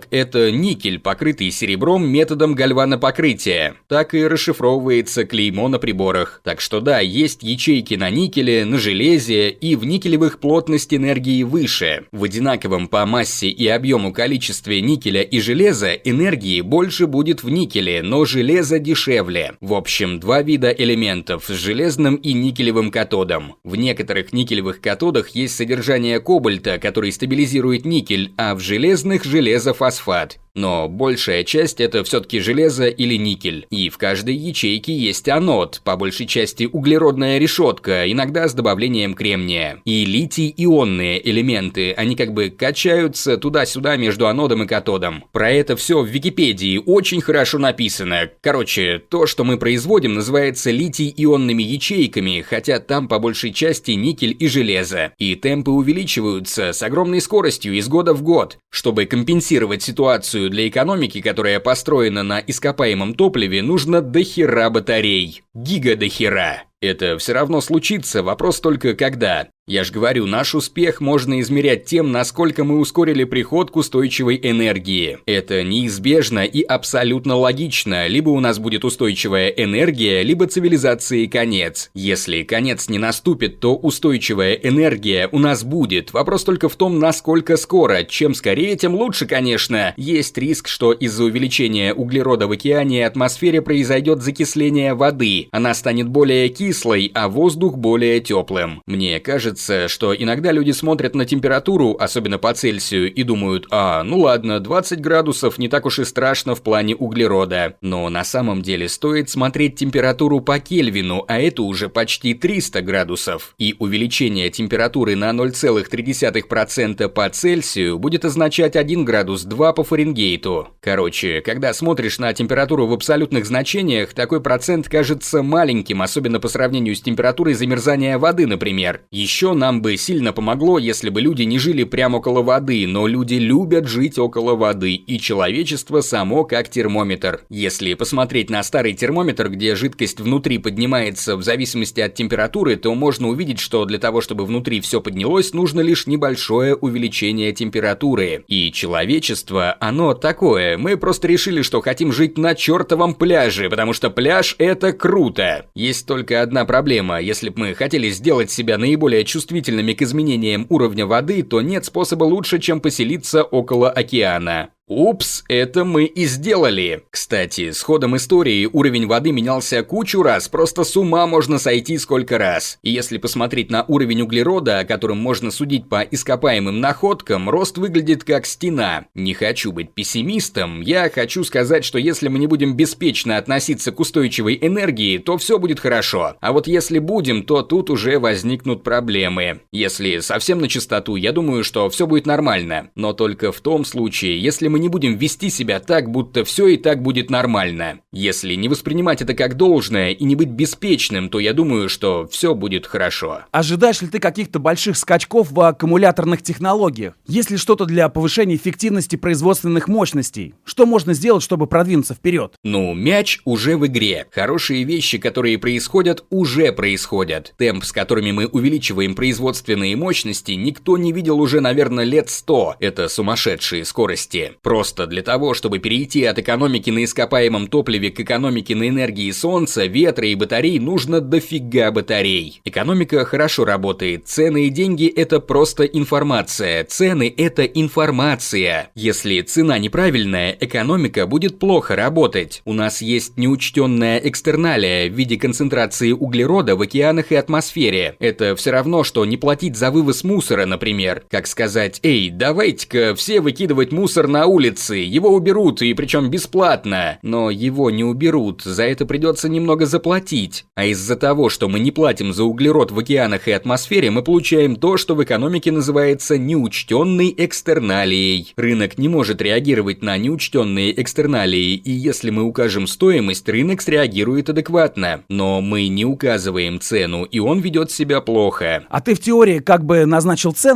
рисунок – это никель, покрытый серебром методом гальванопокрытия. Так и расшифровывается клеймо на приборах. Так что да, есть ячейки на никеле, на железе, и в никелевых плотность энергии выше. В одинаковом по массе и объему количестве никеля и железа энергии больше будет в никеле, но железо дешевле. В общем, два вида элементов с железным и никелевым катодом. В некоторых никелевых катодах есть содержание кобальта, который стабилизирует никель, а в железных – железофосфат. Но большая часть это все-таки железо или никель. И в каждой ячейке есть анод, по большей части углеродная решетка, иногда с добавлением кремния. И литий-ионные элементы, они как бы качаются туда-сюда между анодом и катодом. Про это все в Википедии очень хорошо написано. Короче, то, что мы производим, называется литий-ионными ячейками, хотя там по большей части никель и железо. И темпы увеличиваются с огромной скоростью из года в год. Чтобы компенсировать ситуацию для экономики, которая построена на ископаемом топливе, нужно дохера батарей. Гига дохера. Это все равно случится, вопрос только когда. Я ж говорю, наш успех можно измерять тем, насколько мы ускорили приход к устойчивой энергии. Это неизбежно и абсолютно логично. Либо у нас будет устойчивая энергия, либо цивилизации конец. Если конец не наступит, то устойчивая энергия у нас будет. Вопрос только в том, насколько скоро. Чем скорее, тем лучше, конечно. Есть риск, что из-за увеличения углерода в океане и атмосфере произойдет закисление воды. Она станет более кислой, а воздух более теплым. Мне кажется, что иногда люди смотрят на температуру, особенно по Цельсию, и думают: а, ну ладно, двадцать градусов не так уж и страшно в плане углерода. Но на самом деле стоит смотреть температуру по Кельвину, а это уже почти триста градусов. И увеличение температуры на ноль целых три десятых процента по Цельсию будет означать один градус два по Фаренгейту. Короче, когда смотришь на температуру в абсолютных значениях, такой процент кажется маленьким, особенно по сравнению с температурой замерзания воды, например. Еще нам бы сильно помогло, если бы люди не жили прямо около воды, но люди любят жить около воды, и человечество само как термометр. Если посмотреть на старый термометр, где жидкость внутри поднимается в зависимости от температуры, то можно увидеть, что для того, чтобы внутри все поднялось, нужно лишь небольшое увеличение температуры. И человечество, оно такое, мы просто решили, что хотим жить на чертовом пляже, потому что пляж это круто. Есть только одна проблема: если бы мы хотели сделать себя наиболее чувствительными к изменениям уровня воды, то нет способа лучше, чем поселиться около океана. Упс, это мы и сделали. Кстати, с ходом истории уровень воды менялся кучу раз, просто с ума можно сойти сколько раз. И если посмотреть на уровень углерода, о котором можно судить по ископаемым находкам, рост выглядит как стена. Не хочу быть пессимистом, я хочу сказать, что если мы не будем беспечно относиться к устойчивой энергии, то все будет хорошо. А вот если будем, то тут уже возникнут проблемы. Если совсем на чистоту, я думаю, что все будет нормально. Но только в том случае, если мы мы не будем вести себя так, будто все и так будет нормально. Если не воспринимать это как должное и не быть беспечным, то я думаю, что все будет хорошо. Ожидаешь ли ты каких-то больших скачков в аккумуляторных технологиях? Есть ли что-то для повышения эффективности производственных мощностей? Что можно сделать, чтобы продвинуться вперед? Ну, мяч уже в игре. Хорошие вещи, которые происходят, уже происходят. Темп, с которыми мы увеличиваем производственные мощности, никто не видел уже, наверное, лет сто. Это сумасшедшие скорости. Просто для того, чтобы перейти от экономики на ископаемом топливе к экономике на энергии солнца, ветра и батарей, нужно дофига батарей. Экономика хорошо работает. Цены и деньги – это просто информация. Цены – это информация. Если цена неправильная, экономика будет плохо работать. У нас есть неучтенная экстерналия в виде концентрации углерода в океанах и атмосфере. Это все равно, что не платить за вывоз мусора, например. Как сказать: эй, давайте-ка все выкидывать мусор на улице, его уберут, и причем бесплатно. Но его не уберут, за это придется немного заплатить. А из-за того, что мы не платим за углерод в океанах и атмосфере, мы получаем то, что в экономике называется неучтенной экстерналией. Рынок не может реагировать на неучтенные экстерналии, и если мы укажем стоимость, рынок среагирует адекватно. Но мы не указываем цену, и он ведет себя плохо. А ты в теории как бы назначил цену?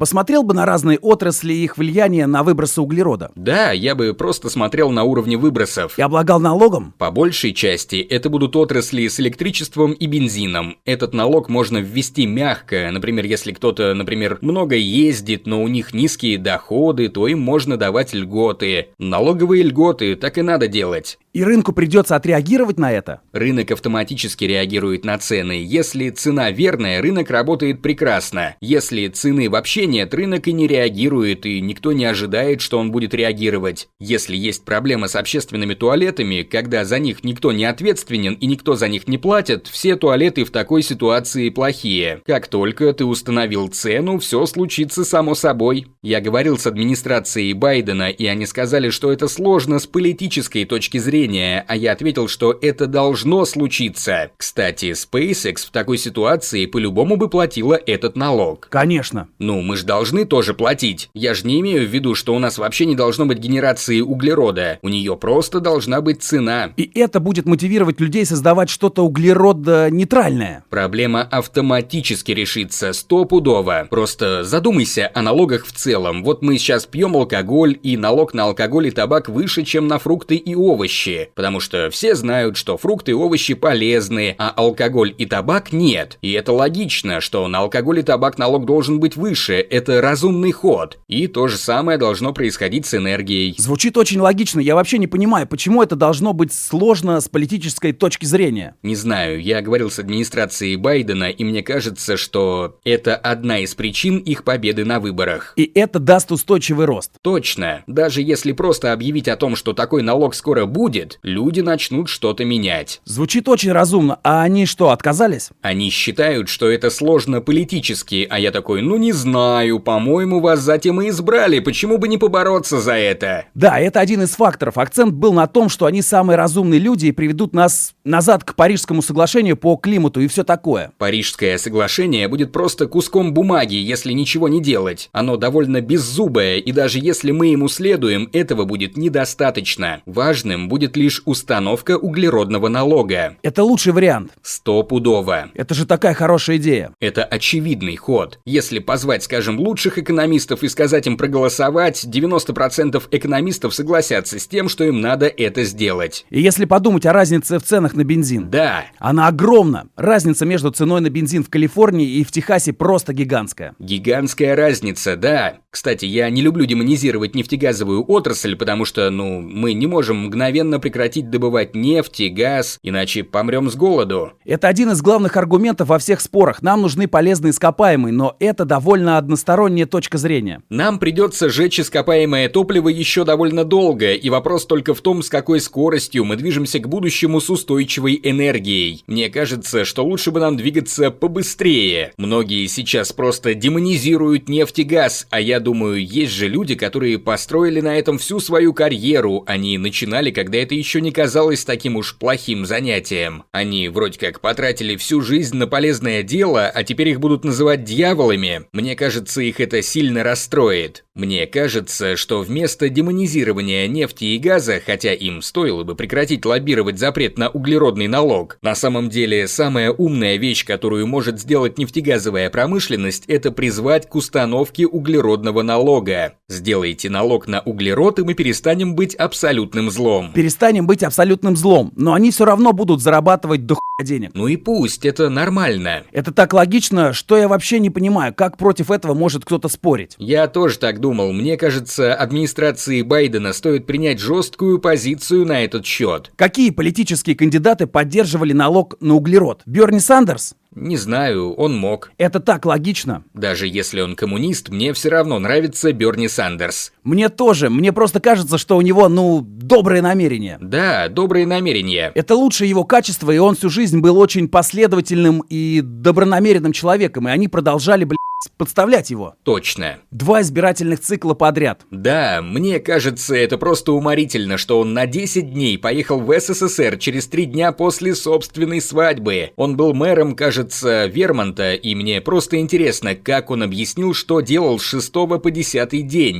посмотрел бы на разные отрасли и их влияние на выбросы углерода. Да, я бы просто смотрел на уровни выбросов. И облагал налогом? По большей части это будут отрасли с электричеством и бензином. Этот налог можно ввести мягко. Например, если кто-то, например, много ездит, но у них низкие доходы, то им можно давать льготы. Налоговые льготы так и надо делать. И рынку придется отреагировать на это? Рынок автоматически реагирует на цены. Если цена верная, рынок работает прекрасно. Если цены вообще нет, рынок и не реагирует, и никто не ожидает, что он будет реагировать. Если есть проблема с общественными туалетами, когда за них никто не ответственен и никто за них не платит, все туалеты в такой ситуации плохие. Как только ты установил цену, все случится само собой. Я говорил с администрацией Байдена, и они сказали, что это сложно с политической точки зрения, а я ответил, что это должно случиться. Кстати, SpaceX в такой ситуации по-любому бы платила этот налог. Конечно. Ну, мы же должны тоже платить. Я же не имею в виду, что у нас вообще не должно быть генерации углерода. У нее просто должна быть цена. И это будет мотивировать людей создавать что-то углеродонейтральное. Проблема автоматически решится, стопудово. Просто задумайся о налогах в целом. Вот мы сейчас пьем алкоголь, и налог на алкоголь и табак выше, чем на фрукты и овощи. Потому что все знают, что фрукты и овощи полезны, а алкоголь и табак нет. И это логично, что на алкоголь и табак налог должен быть выше. Это разумный ход. И то же самое должно происходить с энергией. Звучит очень логично. Я вообще не понимаю, почему это должно быть сложно с политической точки зрения. Не знаю, я говорил с администрацией Байдена, и мне кажется, что это одна из причин их победы на выборах. И это даст устойчивый рост. Точно. Даже если просто объявить о том, что такой налог скоро будет, люди начнут что-то менять. Звучит очень разумно. А они что, отказались? Они считают, что это сложно политически, а я такой, ну не знаю, по-моему, вас затем и избрали, почему бы не побороться за это? Да, это один из факторов. Акцент был на том, что они самые разумные люди и приведут нас назад к Парижскому соглашению по климату и все такое. Парижское соглашение будет просто куском бумаги, если ничего не делать. Оно довольно беззубое, и даже если мы ему следуем, этого будет недостаточно. Важным будет лишь установка углеродного налога. Это лучший вариант. Стопудово. Это же такая хорошая идея. Это очевидный ход. Если позвать, скажем, лучших экономистов и сказать им проголосовать, девяносто процентов экономистов согласятся с тем, что им надо это сделать. И если подумать о разнице в ценах на бензин. Да. Она огромна. Разница между ценой на бензин в Калифорнии и в Техасе просто гигантская. Гигантская разница, да. Кстати, я не люблю демонизировать нефтегазовую отрасль, потому что, ну, мы не можем мгновенно прекратить добывать нефть и газ, иначе помрем с голоду. Это один из главных аргументов во всех спорах. Нам нужны полезные ископаемые, но это довольно односторонняя точка зрения. Нам придется жечь ископаемое топливо еще довольно долго, и вопрос только в том, с какой скоростью мы движемся к будущему с устойчивой энергией. Мне кажется, что лучше бы нам двигаться побыстрее. Многие сейчас просто демонизируют нефть и газ, а я думаю, есть же люди, которые построили на этом всю свою карьеру. Они начинали, когда это еще не казалось таким уж плохим занятием. Они вроде как потратили всю жизнь на полезное дело, а теперь их будут называть дьяволами. Мне кажется, их это сильно расстроит. Мне кажется, что вместо демонизирования нефти и газа, хотя им стоило бы прекратить лоббировать запрет на углеродный налог, на самом деле самая умная вещь, которую может сделать нефтегазовая промышленность, это призвать к установке углеродного налога. Сделайте налог на углерод, и мы перестанем быть абсолютным злом. Перестанем быть абсолютным злом, но они все равно будут зарабатывать до хуя денег. Ну и пусть, это нормально. Это так логично, что я вообще не понимаю, как против этого может кто-то спорить. Я тоже так думал. Мне кажется, администрации Байдена стоит принять жесткую позицию на этот счет. Какие политические кандидаты поддерживали налог на углерод? Берни Сандерс? Не знаю, он мог. Это так логично. Даже если он коммунист, мне все равно нравится Берни Сандерс. Мне тоже. Мне просто кажется, что у него, ну, добрые намерения. Да, добрые намерения. Это лучшее его качество, и он всю жизнь был очень последовательным и добронамеренным человеком, и они продолжали, блядь, подставлять его. Точно. Два избирательных цикла подряд. Да, мне кажется, это просто уморительно, что он на десять дней поехал в СССР через три дня после собственной свадьбы. Он был мэром, кажется, Вермонта, и мне просто интересно, как он объяснил, что делал с шестого по десятый день. Это же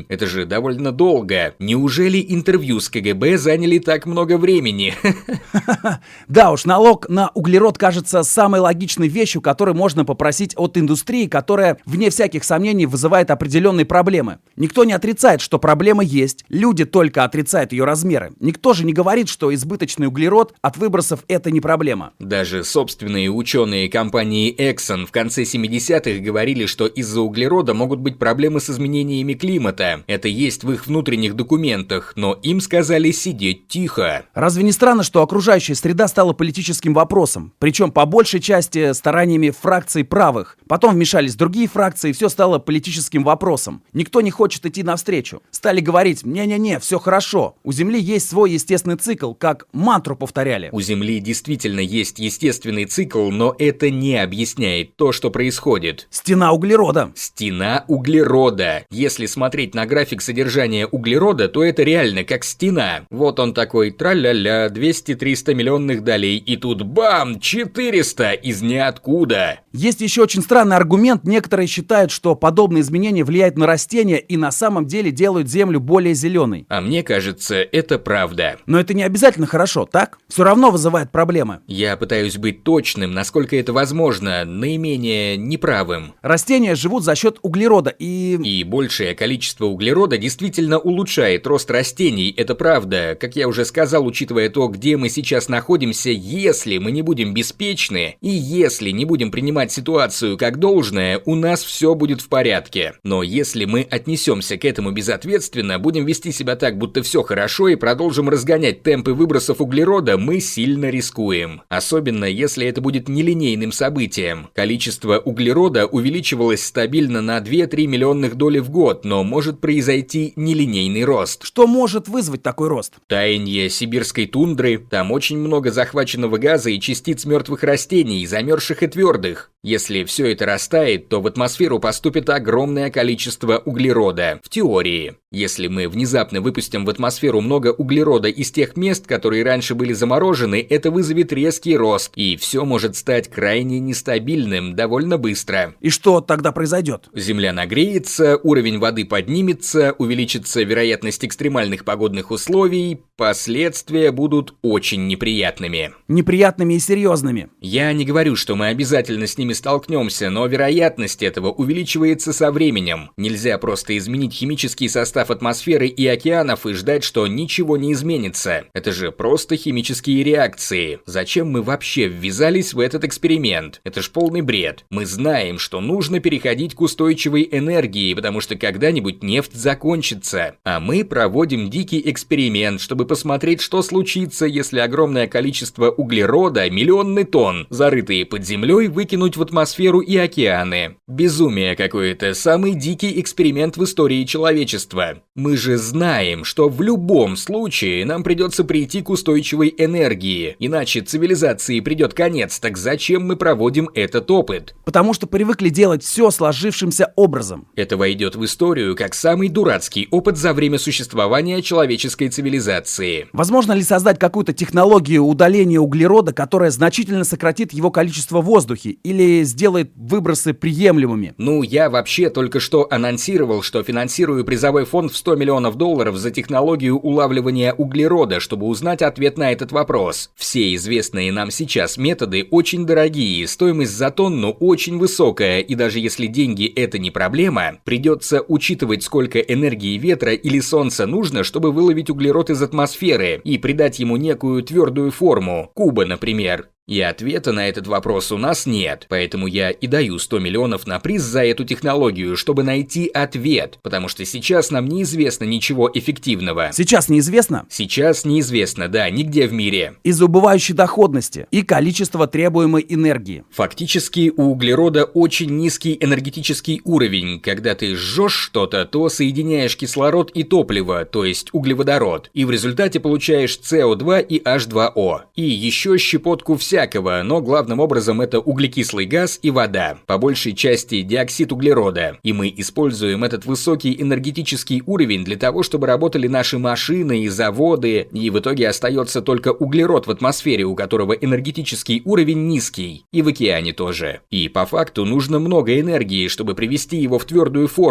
довольно долго. Неужели интервью с ка гэ бэ заняли так много времени? Да уж, налог на углерод кажется самой логичной вещью, которую можно попросить от индустрии, которая, вне всяких сомнений, вызывает определенные проблемы. Никто не отрицает, что проблема есть, люди только отрицают ее размеры. Никто же не говорит, что избыточный углерод от выбросов — это не проблема. Даже собственные ученые компании Exxon в конце семидесятых говорили, что из-за углерода могут быть проблемы с изменениями климата. Это есть в их внутренних документах, но им сказали сидеть тихо. Разве не странно, что окружающая среда стала политическим вопросом? Причем по большей части стараниями фракций правых. Потом вмешались другие фракции, и все стало политическим вопросом. Никто не хочет идти навстречу. Стали говорить: не-не-не, все хорошо. У Земли есть свой естественный цикл, как мантру повторяли. У Земли действительно есть естественный цикл, но это не объясняет то, что происходит. Стена углерода. Стена углерода. Если смотреть на график содержания углерода, то это реально как стена. Вот он такой, тра-ля-ля, двести-триста миллионных долей, и тут бам, четыреста из ниоткуда. Есть еще очень странный аргумент. Некоторые считают, что подобные изменения влияют на растения и на самом деле делают Землю более зеленой. А мне кажется, это правда. Но это не обязательно хорошо, так? Все равно вызывает проблемы. Я пытаюсь быть точным, насколько это возможно, наименее неправым. Растения живут за счет углерода и... И большее количество углерода действительно улучшает рост растений, это правда. Как я уже сказал, учитывая то, где мы сейчас находимся, если мы не будем беспечны и если не будем принимать ситуацию как должное, у нас все будет в порядке. Но если мы отнесемся к этому безответственно, будем вести себя так, будто все хорошо, и продолжим разгонять темпы выбросов углерода, мы сильно рискуем. Особенно если это будет нелинейным событием. Количество углерода увеличивалось стабильно на две-три миллионных доли в год, но может произойти нелинейный рост. Что может вызвать такой рост? Таяние сибирской тундры, там очень много захваченного газа и частиц мертвых растений, замерзших и твердых. Если все это растает, то в атмосферу поступит огромное количество углерода, в теории. Если мы внезапно выпустим в атмосферу много углерода из тех мест, которые раньше были заморожены, это вызовет резкий рост, и все может стать крайне нестабильным довольно быстро. И что тогда произойдет? Земля нагреется, уровень воды поднимется, увеличится вероятность экстремальных погодных условий, последствия будут очень неприятными. Неприятными и серьезными. Я не говорю, что мы обязательно с ними столкнемся, но вероятность этого увеличивается со временем. Нельзя просто изменить химический состав атмосферы и океанов и ждать, что ничего не изменится. Это же просто химические реакции. Зачем мы вообще ввязались в этот эксперимент? Это ж полный бред. Мы знаем, что нужно переходить к устойчивой энергии, потому что когда-нибудь нефть закончится. А мы проводим дикий эксперимент, чтобы посмотреть, что случится, если огромное количество углерода, миллионы тонн, зарытые под землей, выкинуть в атмосферу и океаны. Безумие какое-то, самый дикий эксперимент в истории человечества. Мы же знаем, что в любом случае нам придется прийти к устойчивой энергии, иначе цивилизации придет конец, так зачем мы проводим этот опыт? Потому что привыкли делать все сложившимся образом. Это войдет в историю как самый дурацкий опыт за время существования человеческой цивилизации. Возможно ли создать какую-то технологию удаления углерода, которая значительно сократит его количество в воздухе или сделает выбросы приемлемыми? Ну, я вообще только что анонсировал, что финансирую призовой фонд в сто миллионов долларов за технологию улавливания углерода, чтобы узнать ответ на этот вопрос. Все известные нам сейчас методы очень дорогие, стоимость за тонну очень высокая, и даже если деньги это не проблема, придется учитывать, сколько энергии ветра или солнца нужно, чтобы выловить углерод из атмосферы и придать ему некую твердую форму, куба, например. И ответа на этот вопрос у нас нет, поэтому я и даю сто миллионов на приз за эту технологию, чтобы найти ответ, потому что сейчас нам неизвестно ничего эффективного. Сейчас неизвестно? Сейчас неизвестно, да, нигде в мире. Из-за убывающей доходности и количества требуемой энергии. Фактически у углерода очень низкий энергетический уровень. Когда ты жжешь что-то, то соединяешь кислород и топливо, то есть углеводород, и в результате получаешь С О два и H два О, и еще щепотку всякого. Всякого, но главным образом это углекислый газ и вода, по большей части диоксид углерода. И мы используем этот высокий энергетический уровень для того, чтобы работали наши машины и заводы, и в итоге остается только углерод в атмосфере, у которого энергетический уровень низкий, и в океане тоже. И по факту нужно много энергии, чтобы привести его в твердую форму.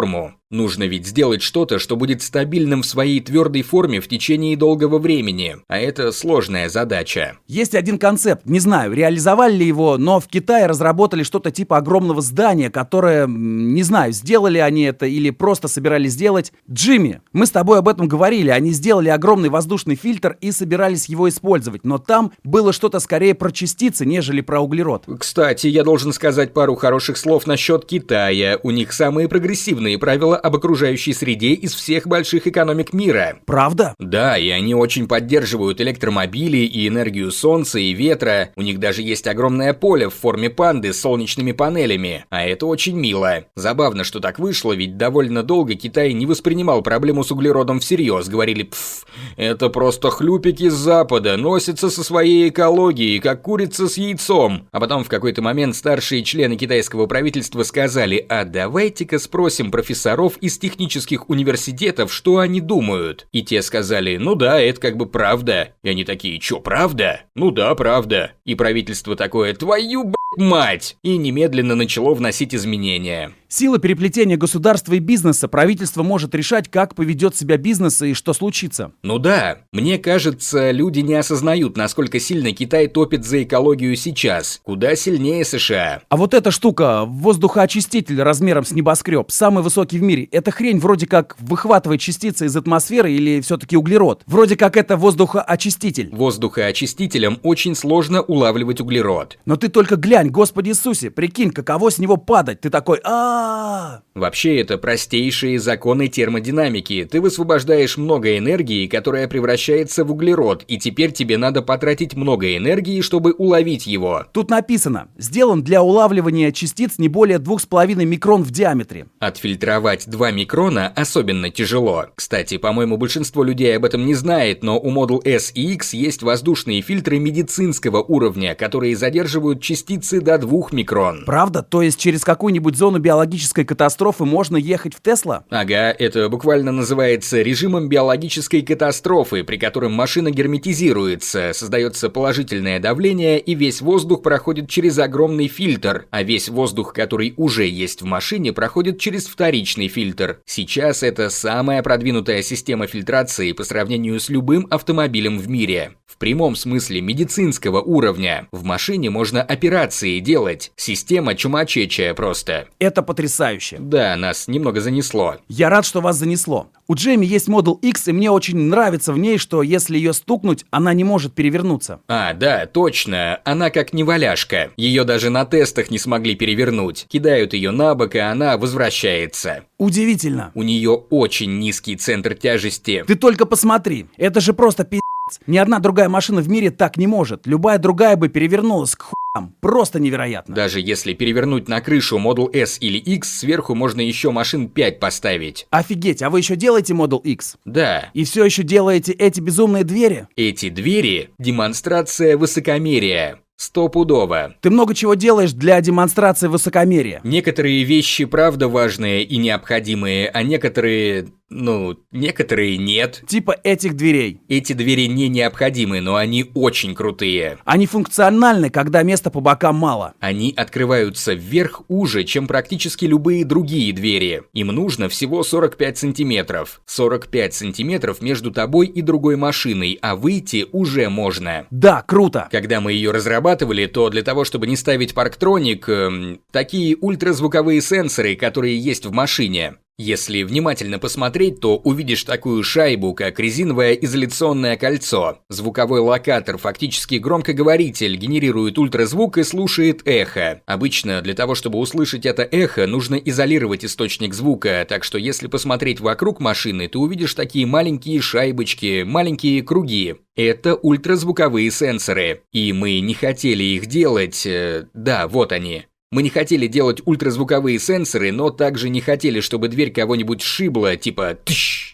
Нужно ведь сделать что-то, что будет стабильным в своей твердой форме в течение долгого времени, а это сложная задача. Есть один концепт, не знаю, реализовали ли его, но в Китае разработали что-то типа огромного здания, которое, не знаю, сделали они это или просто собирались сделать. Джимми, мы с тобой об этом говорили, они сделали огромный воздушный фильтр и собирались его использовать, но там было что-то скорее про частицы, нежели про углерод. Кстати, я должен сказать пару хороших слов насчет Китая. У них самые прогрессивные правила об окружающей среде из всех больших экономик мира. Правда? Да, и они очень поддерживают электромобили и энергию солнца и ветра. У них даже есть огромное поле в форме панды с солнечными панелями. А это очень мило. Забавно, что так вышло, ведь довольно долго Китай не воспринимал проблему с углеродом всерьез. Говорили, пф, это просто хлюпики с Запада, носятся со своей экологией, как курица с яйцом. А потом в какой-то момент старшие члены китайского правительства сказали, а давайте-ка спросим профессоров из технических университетов, что они думают. И те сказали, ну да, это как бы правда. И они такие, чё, правда? Ну да, правда. И правительство такое, твою, блядь, мать! И немедленно начало вносить изменения. Сила переплетения государства и бизнеса, правительство может решать, как поведет себя бизнес и что случится. Ну да, мне кажется, люди не осознают, насколько сильно Китай топит за экологию сейчас. Куда сильнее США. А вот эта штука, воздухоочиститель размером с небоскреб, самый высокий в мире, эта хрень вроде как выхватывает частицы из атмосферы или все-таки углерод? Вроде как это воздухоочиститель. Воздухоочистителям очень сложно улавливать углерод. Но ты только глянь, Господи Иисусе, прикинь, каково с него падать. Ты такой, а Вообще, это простейшие законы термодинамики. Ты высвобождаешь много энергии, которая превращается в углерод, и теперь тебе надо потратить много энергии, чтобы уловить его. Тут написано, сделан для улавливания частиц не более двух с половиной микрон в диаметре. Отфильтровать два микрона особенно тяжело. Кстати, по-моему, большинство людей об этом не знает, но у Model S и X есть воздушные фильтры медицинского уровня, которые задерживают частицы до двух микрон. Правда? То есть через какую-нибудь зону биологической катастрофы можно ехать в Тесла? Ага, это буквально называется режимом биологической катастрофы, при котором машина герметизируется, создается положительное давление, и весь воздух проходит через огромный фильтр, а весь воздух, который уже есть в машине, проходит через вторичный фильтр. Сейчас это самая продвинутая система фильтрации по сравнению с любым автомобилем в мире. В прямом смысле медицинского уровня. В машине можно операции делать. Система чумачечая просто. Это потрясающе. Да, нас немного занесло. Я рад, что вас занесло. У Джейми есть Model X, и мне очень нравится в ней, что если ее стукнуть, она не может перевернуться. А, да, точно. Она как неваляшка. Ее даже на тестах не смогли перевернуть. Кидают ее на бок, и она возвращается. Удивительно. У нее очень низкий центр тяжести. Ты только посмотри. Это же просто пи***ц. Ни одна другая машина в мире так не может. Любая другая бы перевернулась к хуям. Просто невероятно. Даже если перевернуть на крышу Model S или X, сверху можно еще машин пять поставить. Офигеть, а вы еще делаете Model X? Да. И все еще делаете эти безумные двери? Эти двери – демонстрация высокомерия. Стопудово. Ты много чего делаешь для демонстрации высокомерия. Некоторые вещи правда важные и необходимые, а некоторые... Ну, некоторые нет. Типа этих дверей. Эти двери не необходимы, но они очень крутые. Они функциональны, когда места по бокам мало. Они открываются вверх уже, чем практически любые другие двери. Им нужно всего сорок пять сантиметров. сорок пять сантиметров между тобой и другой машиной, а выйти уже можно. Да, круто. Когда мы ее разрабатывали, то для того, чтобы не ставить парктроник, эм, такие ультразвуковые сенсоры, которые есть в машине. Если внимательно посмотреть, то увидишь такую шайбу, как резиновое изоляционное кольцо. Звуковой локатор, фактически громкоговоритель, генерирует ультразвук и слушает эхо. Обычно для того, чтобы услышать это эхо, нужно изолировать источник звука, так что если посмотреть вокруг машины, ты увидишь такие маленькие шайбочки, маленькие круги. Это ультразвуковые сенсоры. И мы не хотели их делать... Э, да, вот они. Мы не хотели делать ультразвуковые сенсоры, но также не хотели, чтобы дверь кого-нибудь сшибла, типа «тыщ».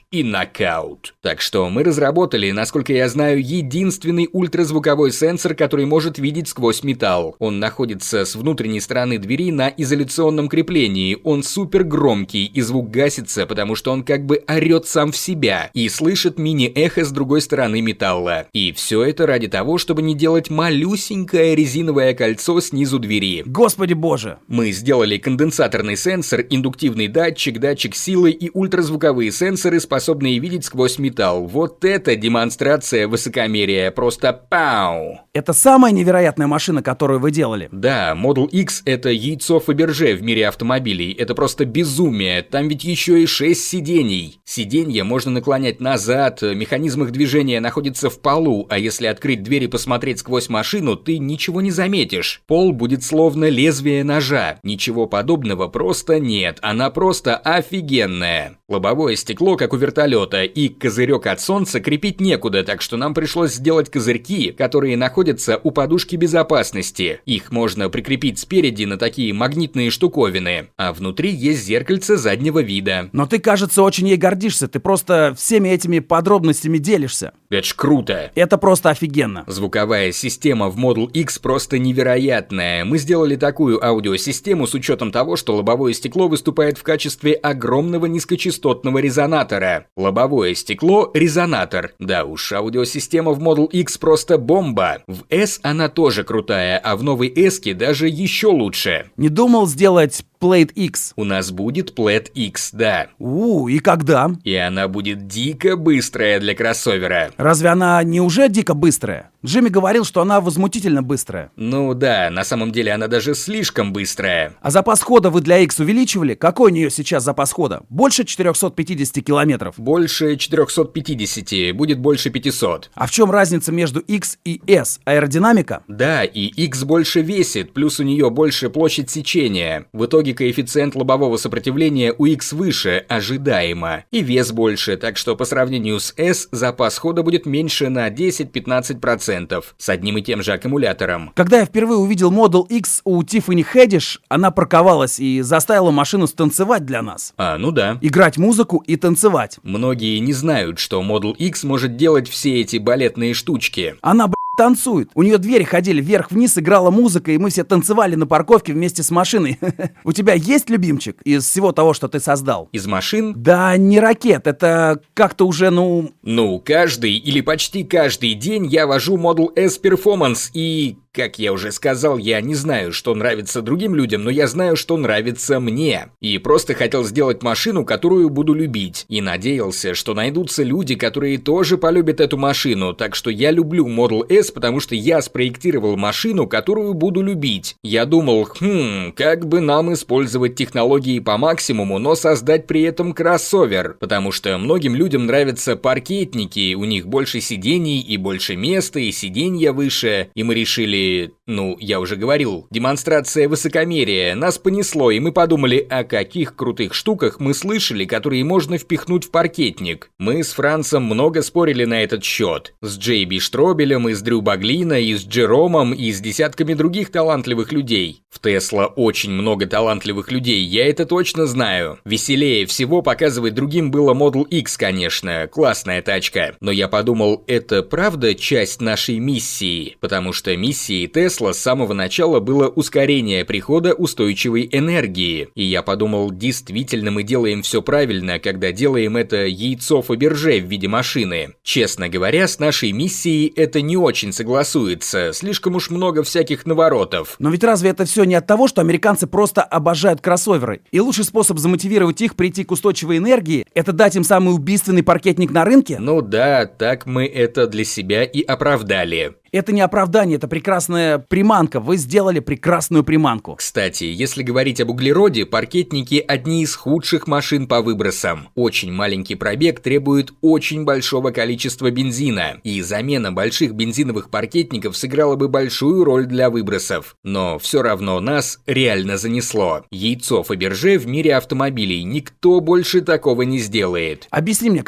и нокаут. Так что мы разработали, насколько я знаю, единственный ультразвуковой сенсор, который может видеть сквозь металл. Он находится с внутренней стороны двери на изоляционном креплении. Он супер громкий, и звук гасится, потому что он как бы орет сам в себя и слышит мини-эхо с другой стороны металла. И все это ради того, чтобы не делать малюсенькое резиновое кольцо снизу двери. Господи боже! Мы сделали конденсаторный сенсор, индуктивный датчик, датчик силы и ультразвуковые сенсоры, способные видеть сквозь металл. Вот это демонстрация высокомерия. Просто пау! Это самая невероятная машина, которую вы делали? Да, Model X — это яйцо Фаберже в мире автомобилей. Это просто безумие. Там ведь еще и шесть сидений. Сиденья можно наклонять назад, механизм их движения находится в полу, а если открыть дверь и посмотреть сквозь машину, ты ничего не заметишь. Пол будет словно лезвие ножа. Ничего подобного просто нет. Она просто офигенная. Лобовое стекло, как у вертолета, и козырек от солнца крепить некуда, так что нам пришлось сделать козырьки, которые находятся у подушки безопасности. Их можно прикрепить спереди на такие магнитные штуковины, а внутри есть зеркальце заднего вида. Но ты, кажется, очень ей гордишься, ты просто всеми этими подробностями делишься. Это ж круто. Это просто офигенно. Звуковая система в Model X просто невероятная. Мы сделали такую аудиосистему с учетом того, что лобовое стекло выступает в качестве огромного низкочастотного резонатора. Лобовое стекло — резонатор. Да уж, аудиосистема в Model X просто бомба. В S она тоже крутая, а в новой S-ке даже еще лучше. Не думал сделать Plaid X? У нас будет Plaid X, да. У, и когда? И она будет дико быстрая для кроссовера. Разве она не уже дико быстрая? Джимми говорил, что она возмутительно быстрая. Ну да, на самом деле она даже слишком быстрая. А запас хода вы для X увеличивали? Какой у нее сейчас запас хода? Больше четырехсот пятидесяти километров? Больше четырехсот пятидесяти, будет больше пятисот. А в чем разница между X и S? Аэродинамика? Да, и X больше весит, плюс у нее больше площадь сечения. В итоге коэффициент лобового сопротивления у X выше, ожидаемо. И вес больше, так что по сравнению с S запас хода будет меньше на десять-пятнадцать процентов. С одним и тем же аккумулятором. Когда я впервые увидел Model X у Тиффани Хэдиш, она парковалась и заставила машину станцевать для нас. А, ну да. Играть музыку и танцевать. Многие не знают, что Model X может делать все эти балетные штучки. Она, блядь, танцует. У нее двери ходили вверх-вниз, играла музыка, и мы все танцевали на парковке вместе с машиной. У тебя есть любимчик из всего того, что ты создал? Из машин? Да, не ракет, это как-то уже, ну... Ну, каждый или почти каждый день я вожу Model S Performance и... Как я уже сказал, я не знаю, что нравится другим людям, но я знаю, что нравится мне. И просто хотел сделать машину, которую буду любить. И надеялся, что найдутся люди, которые тоже полюбят эту машину. Так что я люблю Model S, потому что я спроектировал машину, которую буду любить. Я думал, хм, как бы нам использовать технологии по максимуму, но создать при этом кроссовер. Потому что многим людям нравятся паркетники, у них больше сидений и больше места, и сиденья выше. И мы решили... Ну, я уже говорил, демонстрация высокомерия. Нас понесло, и мы подумали, о каких крутых штуках мы слышали, которые можно впихнуть в паркетник. Мы с Францем много спорили на этот счет. С Джей Би Штробелем, и с Дрю Баглино, и с Джеромом, и с десятками других талантливых людей. В Тесла очень много талантливых людей, я это точно знаю. Веселее всего показывать другим было Model X, конечно, классная тачка. Но я подумал, это правда часть нашей миссии? Потому что миссия Тесла с самого начала было ускорение прихода устойчивой энергии. И я подумал, действительно мы делаем все правильно, когда делаем это яйцо Фаберже в виде машины. Честно говоря, с нашей миссией это не очень согласуется, слишком уж много всяких наворотов. Но ведь разве это все не от того, что американцы просто обожают кроссоверы? И лучший способ замотивировать их прийти к устойчивой энергии — это дать им самый убийственный паркетник на рынке? Ну да, так мы это для себя и оправдали. Это не оправдание, это прекрасная приманка. Вы сделали прекрасную приманку. Кстати, если говорить об углероде, паркетники одни из худших машин по выбросам. Очень маленький пробег требует очень большого количества бензина, и замена больших бензиновых паркетников сыграла бы большую роль для выбросов. Но все равно нас реально занесло. Яйцо Фаберже в мире автомобилей никто больше такого не сделает. Объясни мне, какого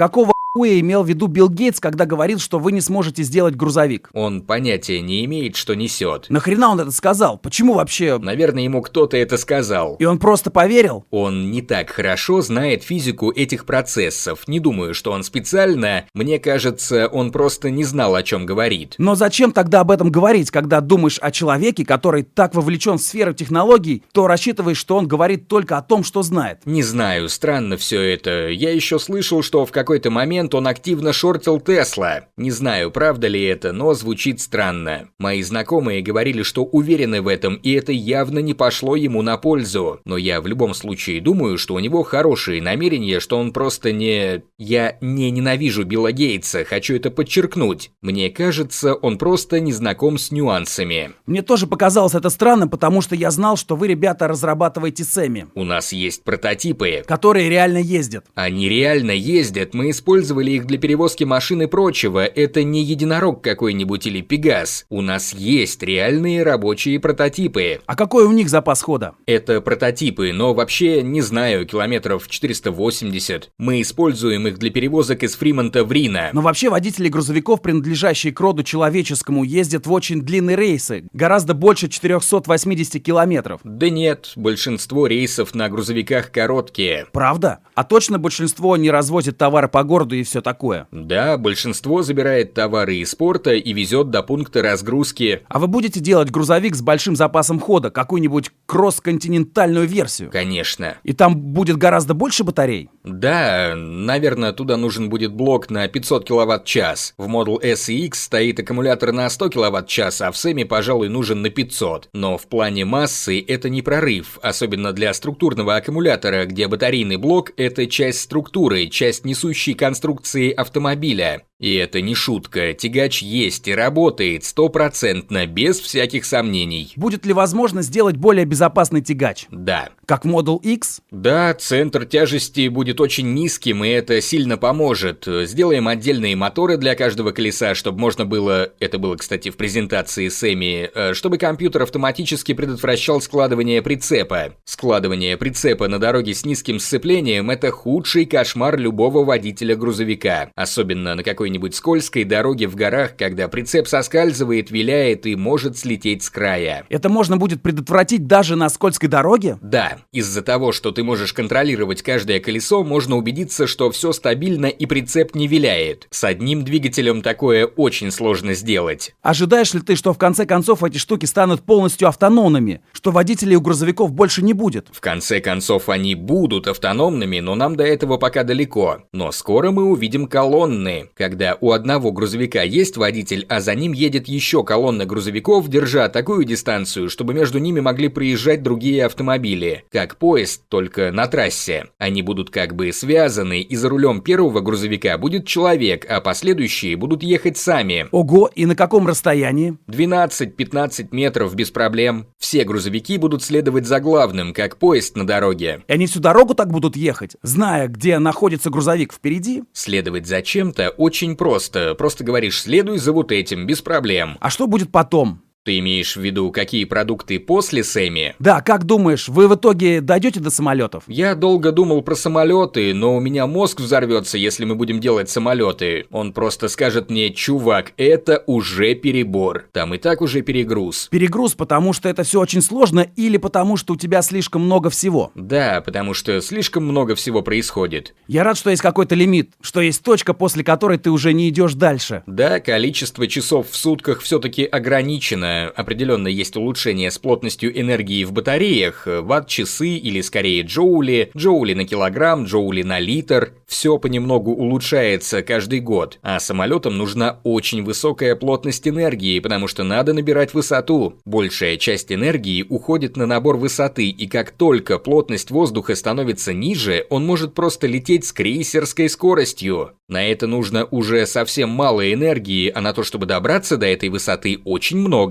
хуя имел в виду Билл Гейтс, когда говорил, что вы не сможете сделать грузовик? Он понятия не имеет, что несет. Нахрена он это сказал? Почему вообще? Наверное, ему кто-то это сказал. И он просто поверил? Он не так хорошо знает физику этих процессов. Не думаю, что он специально. Мне кажется, он просто не знал, о чем говорит. Но зачем тогда об этом говорить, когда думаешь о человеке, который так вовлечен в сферу технологий, то рассчитываешь, что он говорит только о том, что знает? Не знаю, странно все это. Я еще слышал, что в какой-то момент он активно шортил Тесла. Не знаю, правда ли это, но звучит странно. Мои знакомые говорили, что уверены в этом, и это явно не пошло ему на пользу. Но я в любом случае думаю, что у него хорошие намерения, что он просто не... Я не ненавижу Билла Гейтса, хочу это подчеркнуть. Мне кажется, он просто не знаком с нюансами. Мне тоже показалось это странным, потому что я знал, что вы, ребята, разрабатываете Сэмми. У нас есть прототипы, которые реально ездят. Они реально ездят, мы использовали их для перевозки машин и прочего. Это не единорог какой-нибудь или Пегас. У нас есть реальные рабочие прототипы. А какой у них запас хода? Это прототипы, но вообще, не знаю, километров четыреста восемьдесят. Мы используем их для перевозок из Фримонта в Рино. Но вообще водители грузовиков, принадлежащие к роду человеческому, ездят в очень длинные рейсы. Гораздо больше четыреста восемьдесят километров. Да нет, большинство рейсов на грузовиках короткие. Правда? А точно большинство не развозит товары по городу и все такое? Да, большинство забирает товары из порта и везет до пункта разгрузки. А вы будете делать грузовик с большим запасом хода, какую-нибудь кросс-континентальную версию? Конечно. И там будет гораздо больше батарей? Да, наверное, туда нужен будет блок на пятьсот киловатт-час. В Model S и X стоит аккумулятор на сто киловатт-час, а в Сэмми, пожалуй, нужен на пятьсот. Но в плане массы это не прорыв, особенно для структурного аккумулятора, где батарейный блок – это часть структуры, часть несущей конструкции автомобиля. И это не шутка, тягач есть и работает стопроцентно, без всяких сомнений. Будет ли возможно сделать более безопасный тягач? Да. Как в Model X? Да, центр тяжести будет очень низким, и это сильно поможет. Сделаем отдельные моторы для каждого колеса, чтобы можно было, это было, кстати, в презентации Сэмми, чтобы компьютер автоматически предотвращал складывание прицепа. Складывание прицепа на дороге с низким сцеплением – это худший кошмар любого водителя грузовика, особенно на какой нибудь скользкой дороге в горах, когда прицеп соскальзывает, виляет и может слететь с края. Это можно будет предотвратить даже на скользкой дороге? Да, из-за того, что ты можешь контролировать каждое колесо, можно убедиться, что все стабильно и прицеп не виляет. С одним двигателем такое очень сложно сделать. Ожидаешь ли ты, что в конце концов эти штуки станут полностью автономными, что водителей у грузовиков больше не будет? В конце концов они будут автономными, но нам до этого пока далеко. Но скоро мы увидим колонны, когда Когда у одного грузовика есть водитель, а за ним едет еще колонна грузовиков, держа такую дистанцию, чтобы между ними могли проезжать другие автомобили, как поезд, только на трассе. Они будут как бы связаны, и за рулем первого грузовика будет человек, а последующие будут ехать сами. Ого, и на каком расстоянии? двенадцать-пятнадцать метров без проблем. Все грузовики будут следовать за главным, как поезд на дороге. И они всю дорогу так будут ехать, зная, где находится грузовик впереди? Следовать за чем-то очень просто. Просто говоришь: следуй за вот этим, без проблем. А что будет потом? Ты имеешь в виду, какие продукты после Сэмми? Да, как думаешь, вы в итоге дойдете до самолетов? Я долго думал про самолеты, но у меня мозг взорвется, если мы будем делать самолеты. Он просто скажет мне: чувак, это уже перебор. Там и так уже перегруз. Перегруз, потому что это все очень сложно, или потому что у тебя слишком много всего? Да, потому что слишком много всего происходит. Я рад, что есть какой-то лимит, что есть точка, после которой ты уже не идешь дальше. Да, количество часов в сутках все-таки ограничено. Определенно есть улучшение с плотностью энергии в батареях, ватт-часы или скорее джоули, джоули на килограмм, джоули на литр. Все понемногу улучшается каждый год, а самолетам нужна очень высокая плотность энергии, потому что надо набирать высоту. Большая часть энергии уходит на набор высоты, и как только плотность воздуха становится ниже, он может просто лететь с крейсерской скоростью. На это нужно уже совсем мало энергии, а на то, чтобы добраться до этой высоты, очень много.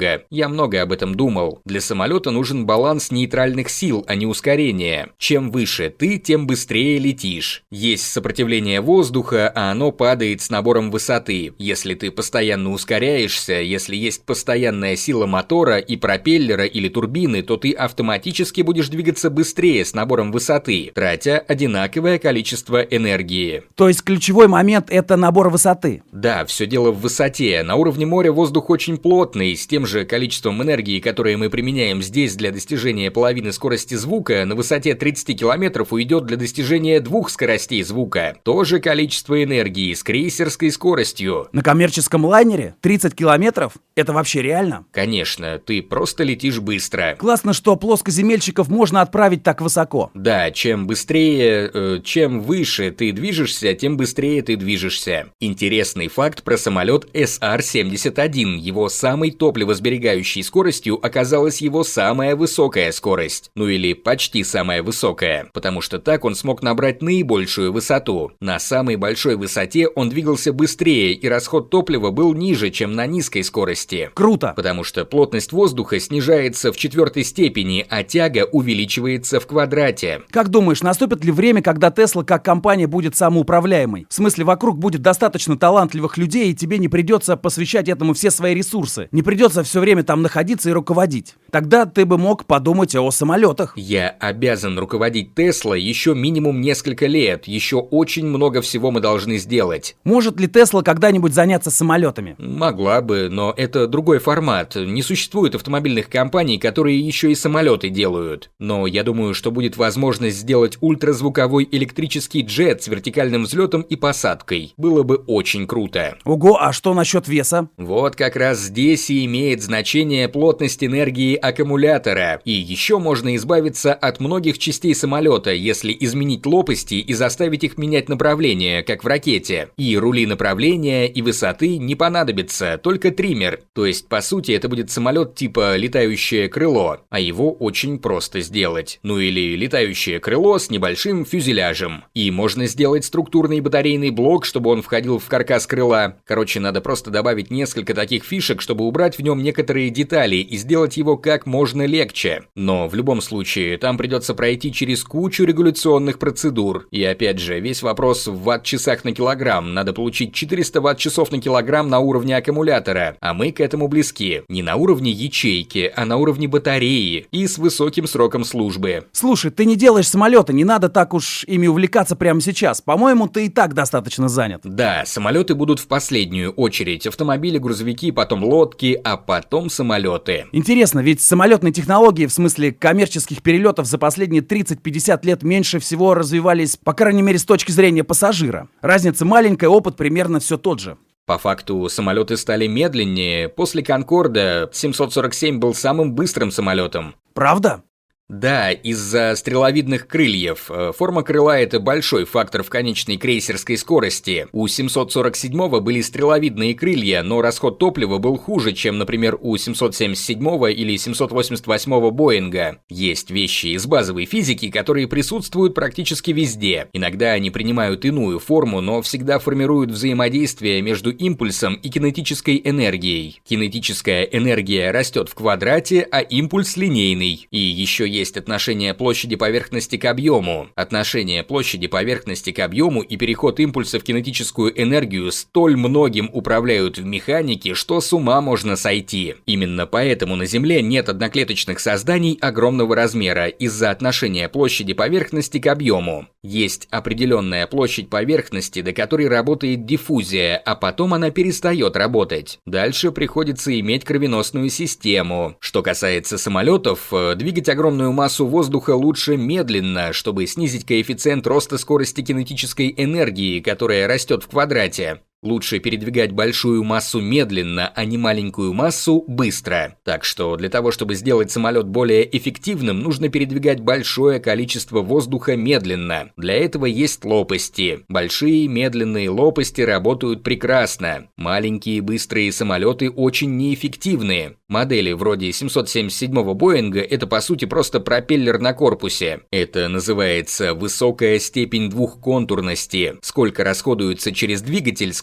немного. Я много об этом думал. Для самолета нужен баланс нейтральных сил, а не ускорения. Чем выше ты, тем быстрее летишь. Есть сопротивление воздуха, а оно падает с набором высоты. Если ты постоянно ускоряешься, если есть постоянная сила мотора и пропеллера или турбины, то ты автоматически будешь двигаться быстрее с набором высоты, тратя одинаковое количество энергии. То есть ключевой момент — это набор высоты? Да, все дело в высоте. На уровне моря воздух очень плотный, с тем же количеством энергии, которое мы применяем здесь для достижения половины скорости звука, на высоте тридцать километров уйдет для достижения двух скоростей звука. То же количество энергии с крейсерской скоростью. На коммерческом лайнере тридцать километров? Это вообще реально? Конечно, ты просто летишь быстро. Классно, что плоскоземельщиков можно отправить так высоко. Да, чем быстрее, э, чем выше ты движешься, тем быстрее ты движешься. Интересный факт про самолет эс ар семьдесят один. Его самой топливосберегающей скоростью оказалась его самая высокая скорость. Ну или почти самая высокая, потому что так он смог набрать наибольшую высоту. На самой большой высоте он двигался быстрее, и расход топлива был ниже, чем на низкой скорости. Круто! Потому что плотность воздуха снижается в четвертой степени, а тяга увеличивается в квадрате. Как думаешь, наступит ли время, когда Tesla как компания будет самоуправляемой? В смысле, вокруг будет достаточно талантливых людей, и тебе не придется посвящать этому все свои ресурсы. Не придется все время там находиться и руководить. Тогда ты бы мог подумать о самолетах. Я обязан руководить Tesla еще минимум несколько лет. Еще очень много всего мы должны сделать. Может ли Tesla когда-нибудь заняться самолетами? Могла бы, но это другой формат. Не существует автомобильных компаний, которые еще и самолеты делают. Но я думаю, что будет возможность сделать ультразвуковой электрический джет с вертикальным взлетом и посадкой. Было бы очень круто. Ого, а что насчет веса? Вот как раз здесь и имеет значение плотность энергии аккумулятора. И еще можно избавиться от многих частей самолета, если изменить лопасти и заставить их менять направление, как в ракете. И рули направления, и высоты не понадобится, только триммер. То есть, по сути, это будет самолет типа летающее крыло, а его очень просто сделать. Ну или летающее крыло с небольшим фюзеляжем. И можно сделать структурный батарейный блок, чтобы он входил в каркас крыла. Короче, надо просто добавить несколько таких фишек, чтобы убрать в нем некоторые детали и сделать его как можно легче. Но в любом случае, там придется пройти через кучу регуляционных процедур. И опять же, весь вопрос в ватт-часах на килограмм. Надо получить четыреста ватт-часов на килограмм на уровне аккумулятора. А мы к этому близки. Не на уровне ячейки, а на уровне батареи. И с высоким сроком службы. Слушай, ты не делаешь самолеты, не надо так уж ими увлекаться прямо сейчас. По-моему, ты и так достаточно занят. Да, самолеты будут в последнюю очередь. Автомобили, грузовики, потом лодки, а потом самолеты. Интересно, ведь самолетные технологии, в смысле коммерческих перелетов, за последние тридцать-пятьдесят лет меньше всего развивались, по крайней мере, с точки зрения пассажира. Разница маленькая, опыт примерно все тот же. По факту, самолеты стали медленнее. После Конкорда семьсот сорок семь был самым быстрым самолетом. Правда? Да, из-за стреловидных крыльев. Форма крыла – это большой фактор в конечной крейсерской скорости. У семьсот сорок седьмого были стреловидные крылья, но расход топлива был хуже, чем, например, у семьсот семьдесят седьмого или семьсот восемьдесят восьмого Боинга. Есть вещи из базовой физики, которые присутствуют практически везде. Иногда они принимают иную форму, но всегда формируют взаимодействие между импульсом и кинетической энергией. Кинетическая энергия растет в квадрате, а импульс линейный. И еще есть Есть отношение площади поверхности к объему. Отношение площади поверхности к объему и переход импульса в кинетическую энергию столь многим управляют в механике, что с ума можно сойти. Именно поэтому на Земле нет одноклеточных созданий огромного размера из-за отношения площади поверхности к объему. Есть определенная площадь поверхности, до которой работает диффузия, а потом она перестает работать. Дальше приходится иметь кровеносную систему. Что касается самолетов, двигать огромную массу воздуха лучше медленно, чтобы снизить коэффициент роста скорости кинетической энергии, которая растет в квадрате. Лучше передвигать большую массу медленно, а не маленькую массу быстро. Так что для того, чтобы сделать самолет более эффективным, нужно передвигать большое количество воздуха медленно. Для этого есть лопасти. Большие медленные лопасти работают прекрасно. Маленькие быстрые самолеты очень неэффективны. Модели вроде семьсот семьдесят седьмого Боинга – это по сути просто пропеллер на корпусе. Это называется высокая степень двухконтурности. Сколько расходуется через двигатель, сколько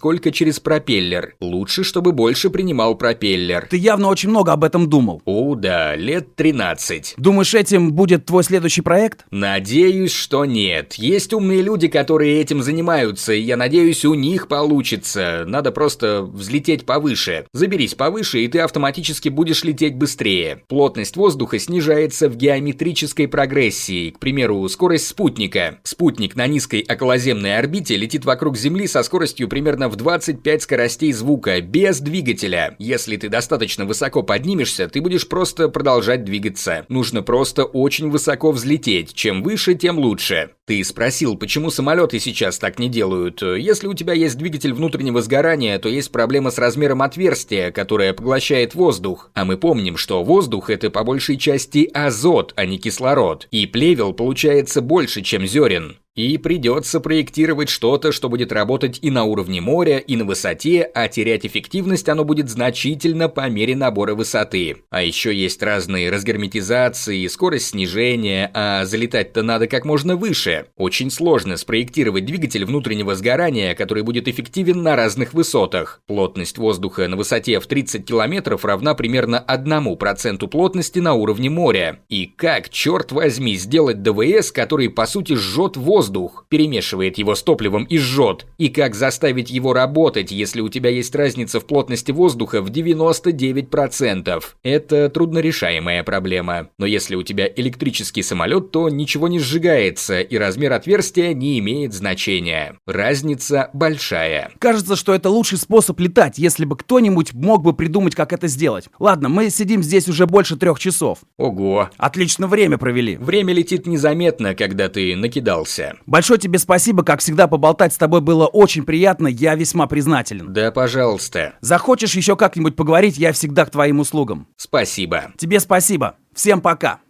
сколько через пропеллер. Лучше, чтобы больше принимал пропеллер. Ты явно очень много об этом думал. О, да, лет тринадцать. Думаешь, этим будет твой следующий проект? Надеюсь, что нет. Есть умные люди, которые этим занимаются, и я надеюсь, у них получится. Надо просто взлететь повыше. Заберись повыше, и ты автоматически будешь лететь быстрее. Плотность воздуха снижается в геометрической прогрессии. К примеру, скорость спутника. Спутник на низкой околоземной орбите летит вокруг Земли со скоростью примерно в двадцать пять скоростей звука, без двигателя. Если ты достаточно высоко поднимешься, ты будешь просто продолжать двигаться. Нужно просто очень высоко взлететь. Чем выше, тем лучше. Ты спросил, почему самолеты сейчас так не делают. Если у тебя есть двигатель внутреннего сгорания, то есть проблема с размером отверстия, которое поглощает воздух. А мы помним, что воздух — это по большей части азот, а не кислород. И плевел получается больше, чем зерен. И придется проектировать что-то, что будет работать и на уровне моря, и на высоте, а терять эффективность оно будет значительно по мере набора высоты. А еще есть разные разгерметизации, скорость снижения, а залетать-то надо как можно выше. Очень сложно спроектировать двигатель внутреннего сгорания, который будет эффективен на разных высотах. Плотность воздуха на высоте в тридцать километров равна примерно одному проценту плотности на уровне моря. И как, черт возьми, сделать ДВС, который по сути сжет воздух? Воздух, перемешивает его с топливом и жжет. И как заставить его работать, если у тебя есть разница в плотности воздуха в девяносто девять процентов? Это труднорешаемая проблема. Но если у тебя электрический самолет, то ничего не сжигается, и размер отверстия не имеет значения. Разница большая. Кажется, что это лучший способ летать, если бы кто-нибудь мог бы придумать, как это сделать. Ладно, мы сидим здесь уже больше трех часов. Ого. Отлично время провели. Время летит незаметно, когда ты накидался. Большое тебе спасибо, как всегда, поболтать с тобой было очень приятно, я весьма признателен. Да, пожалуйста. Захочешь еще как-нибудь поговорить, я всегда к твоим услугам. Спасибо. Тебе спасибо. Всем пока.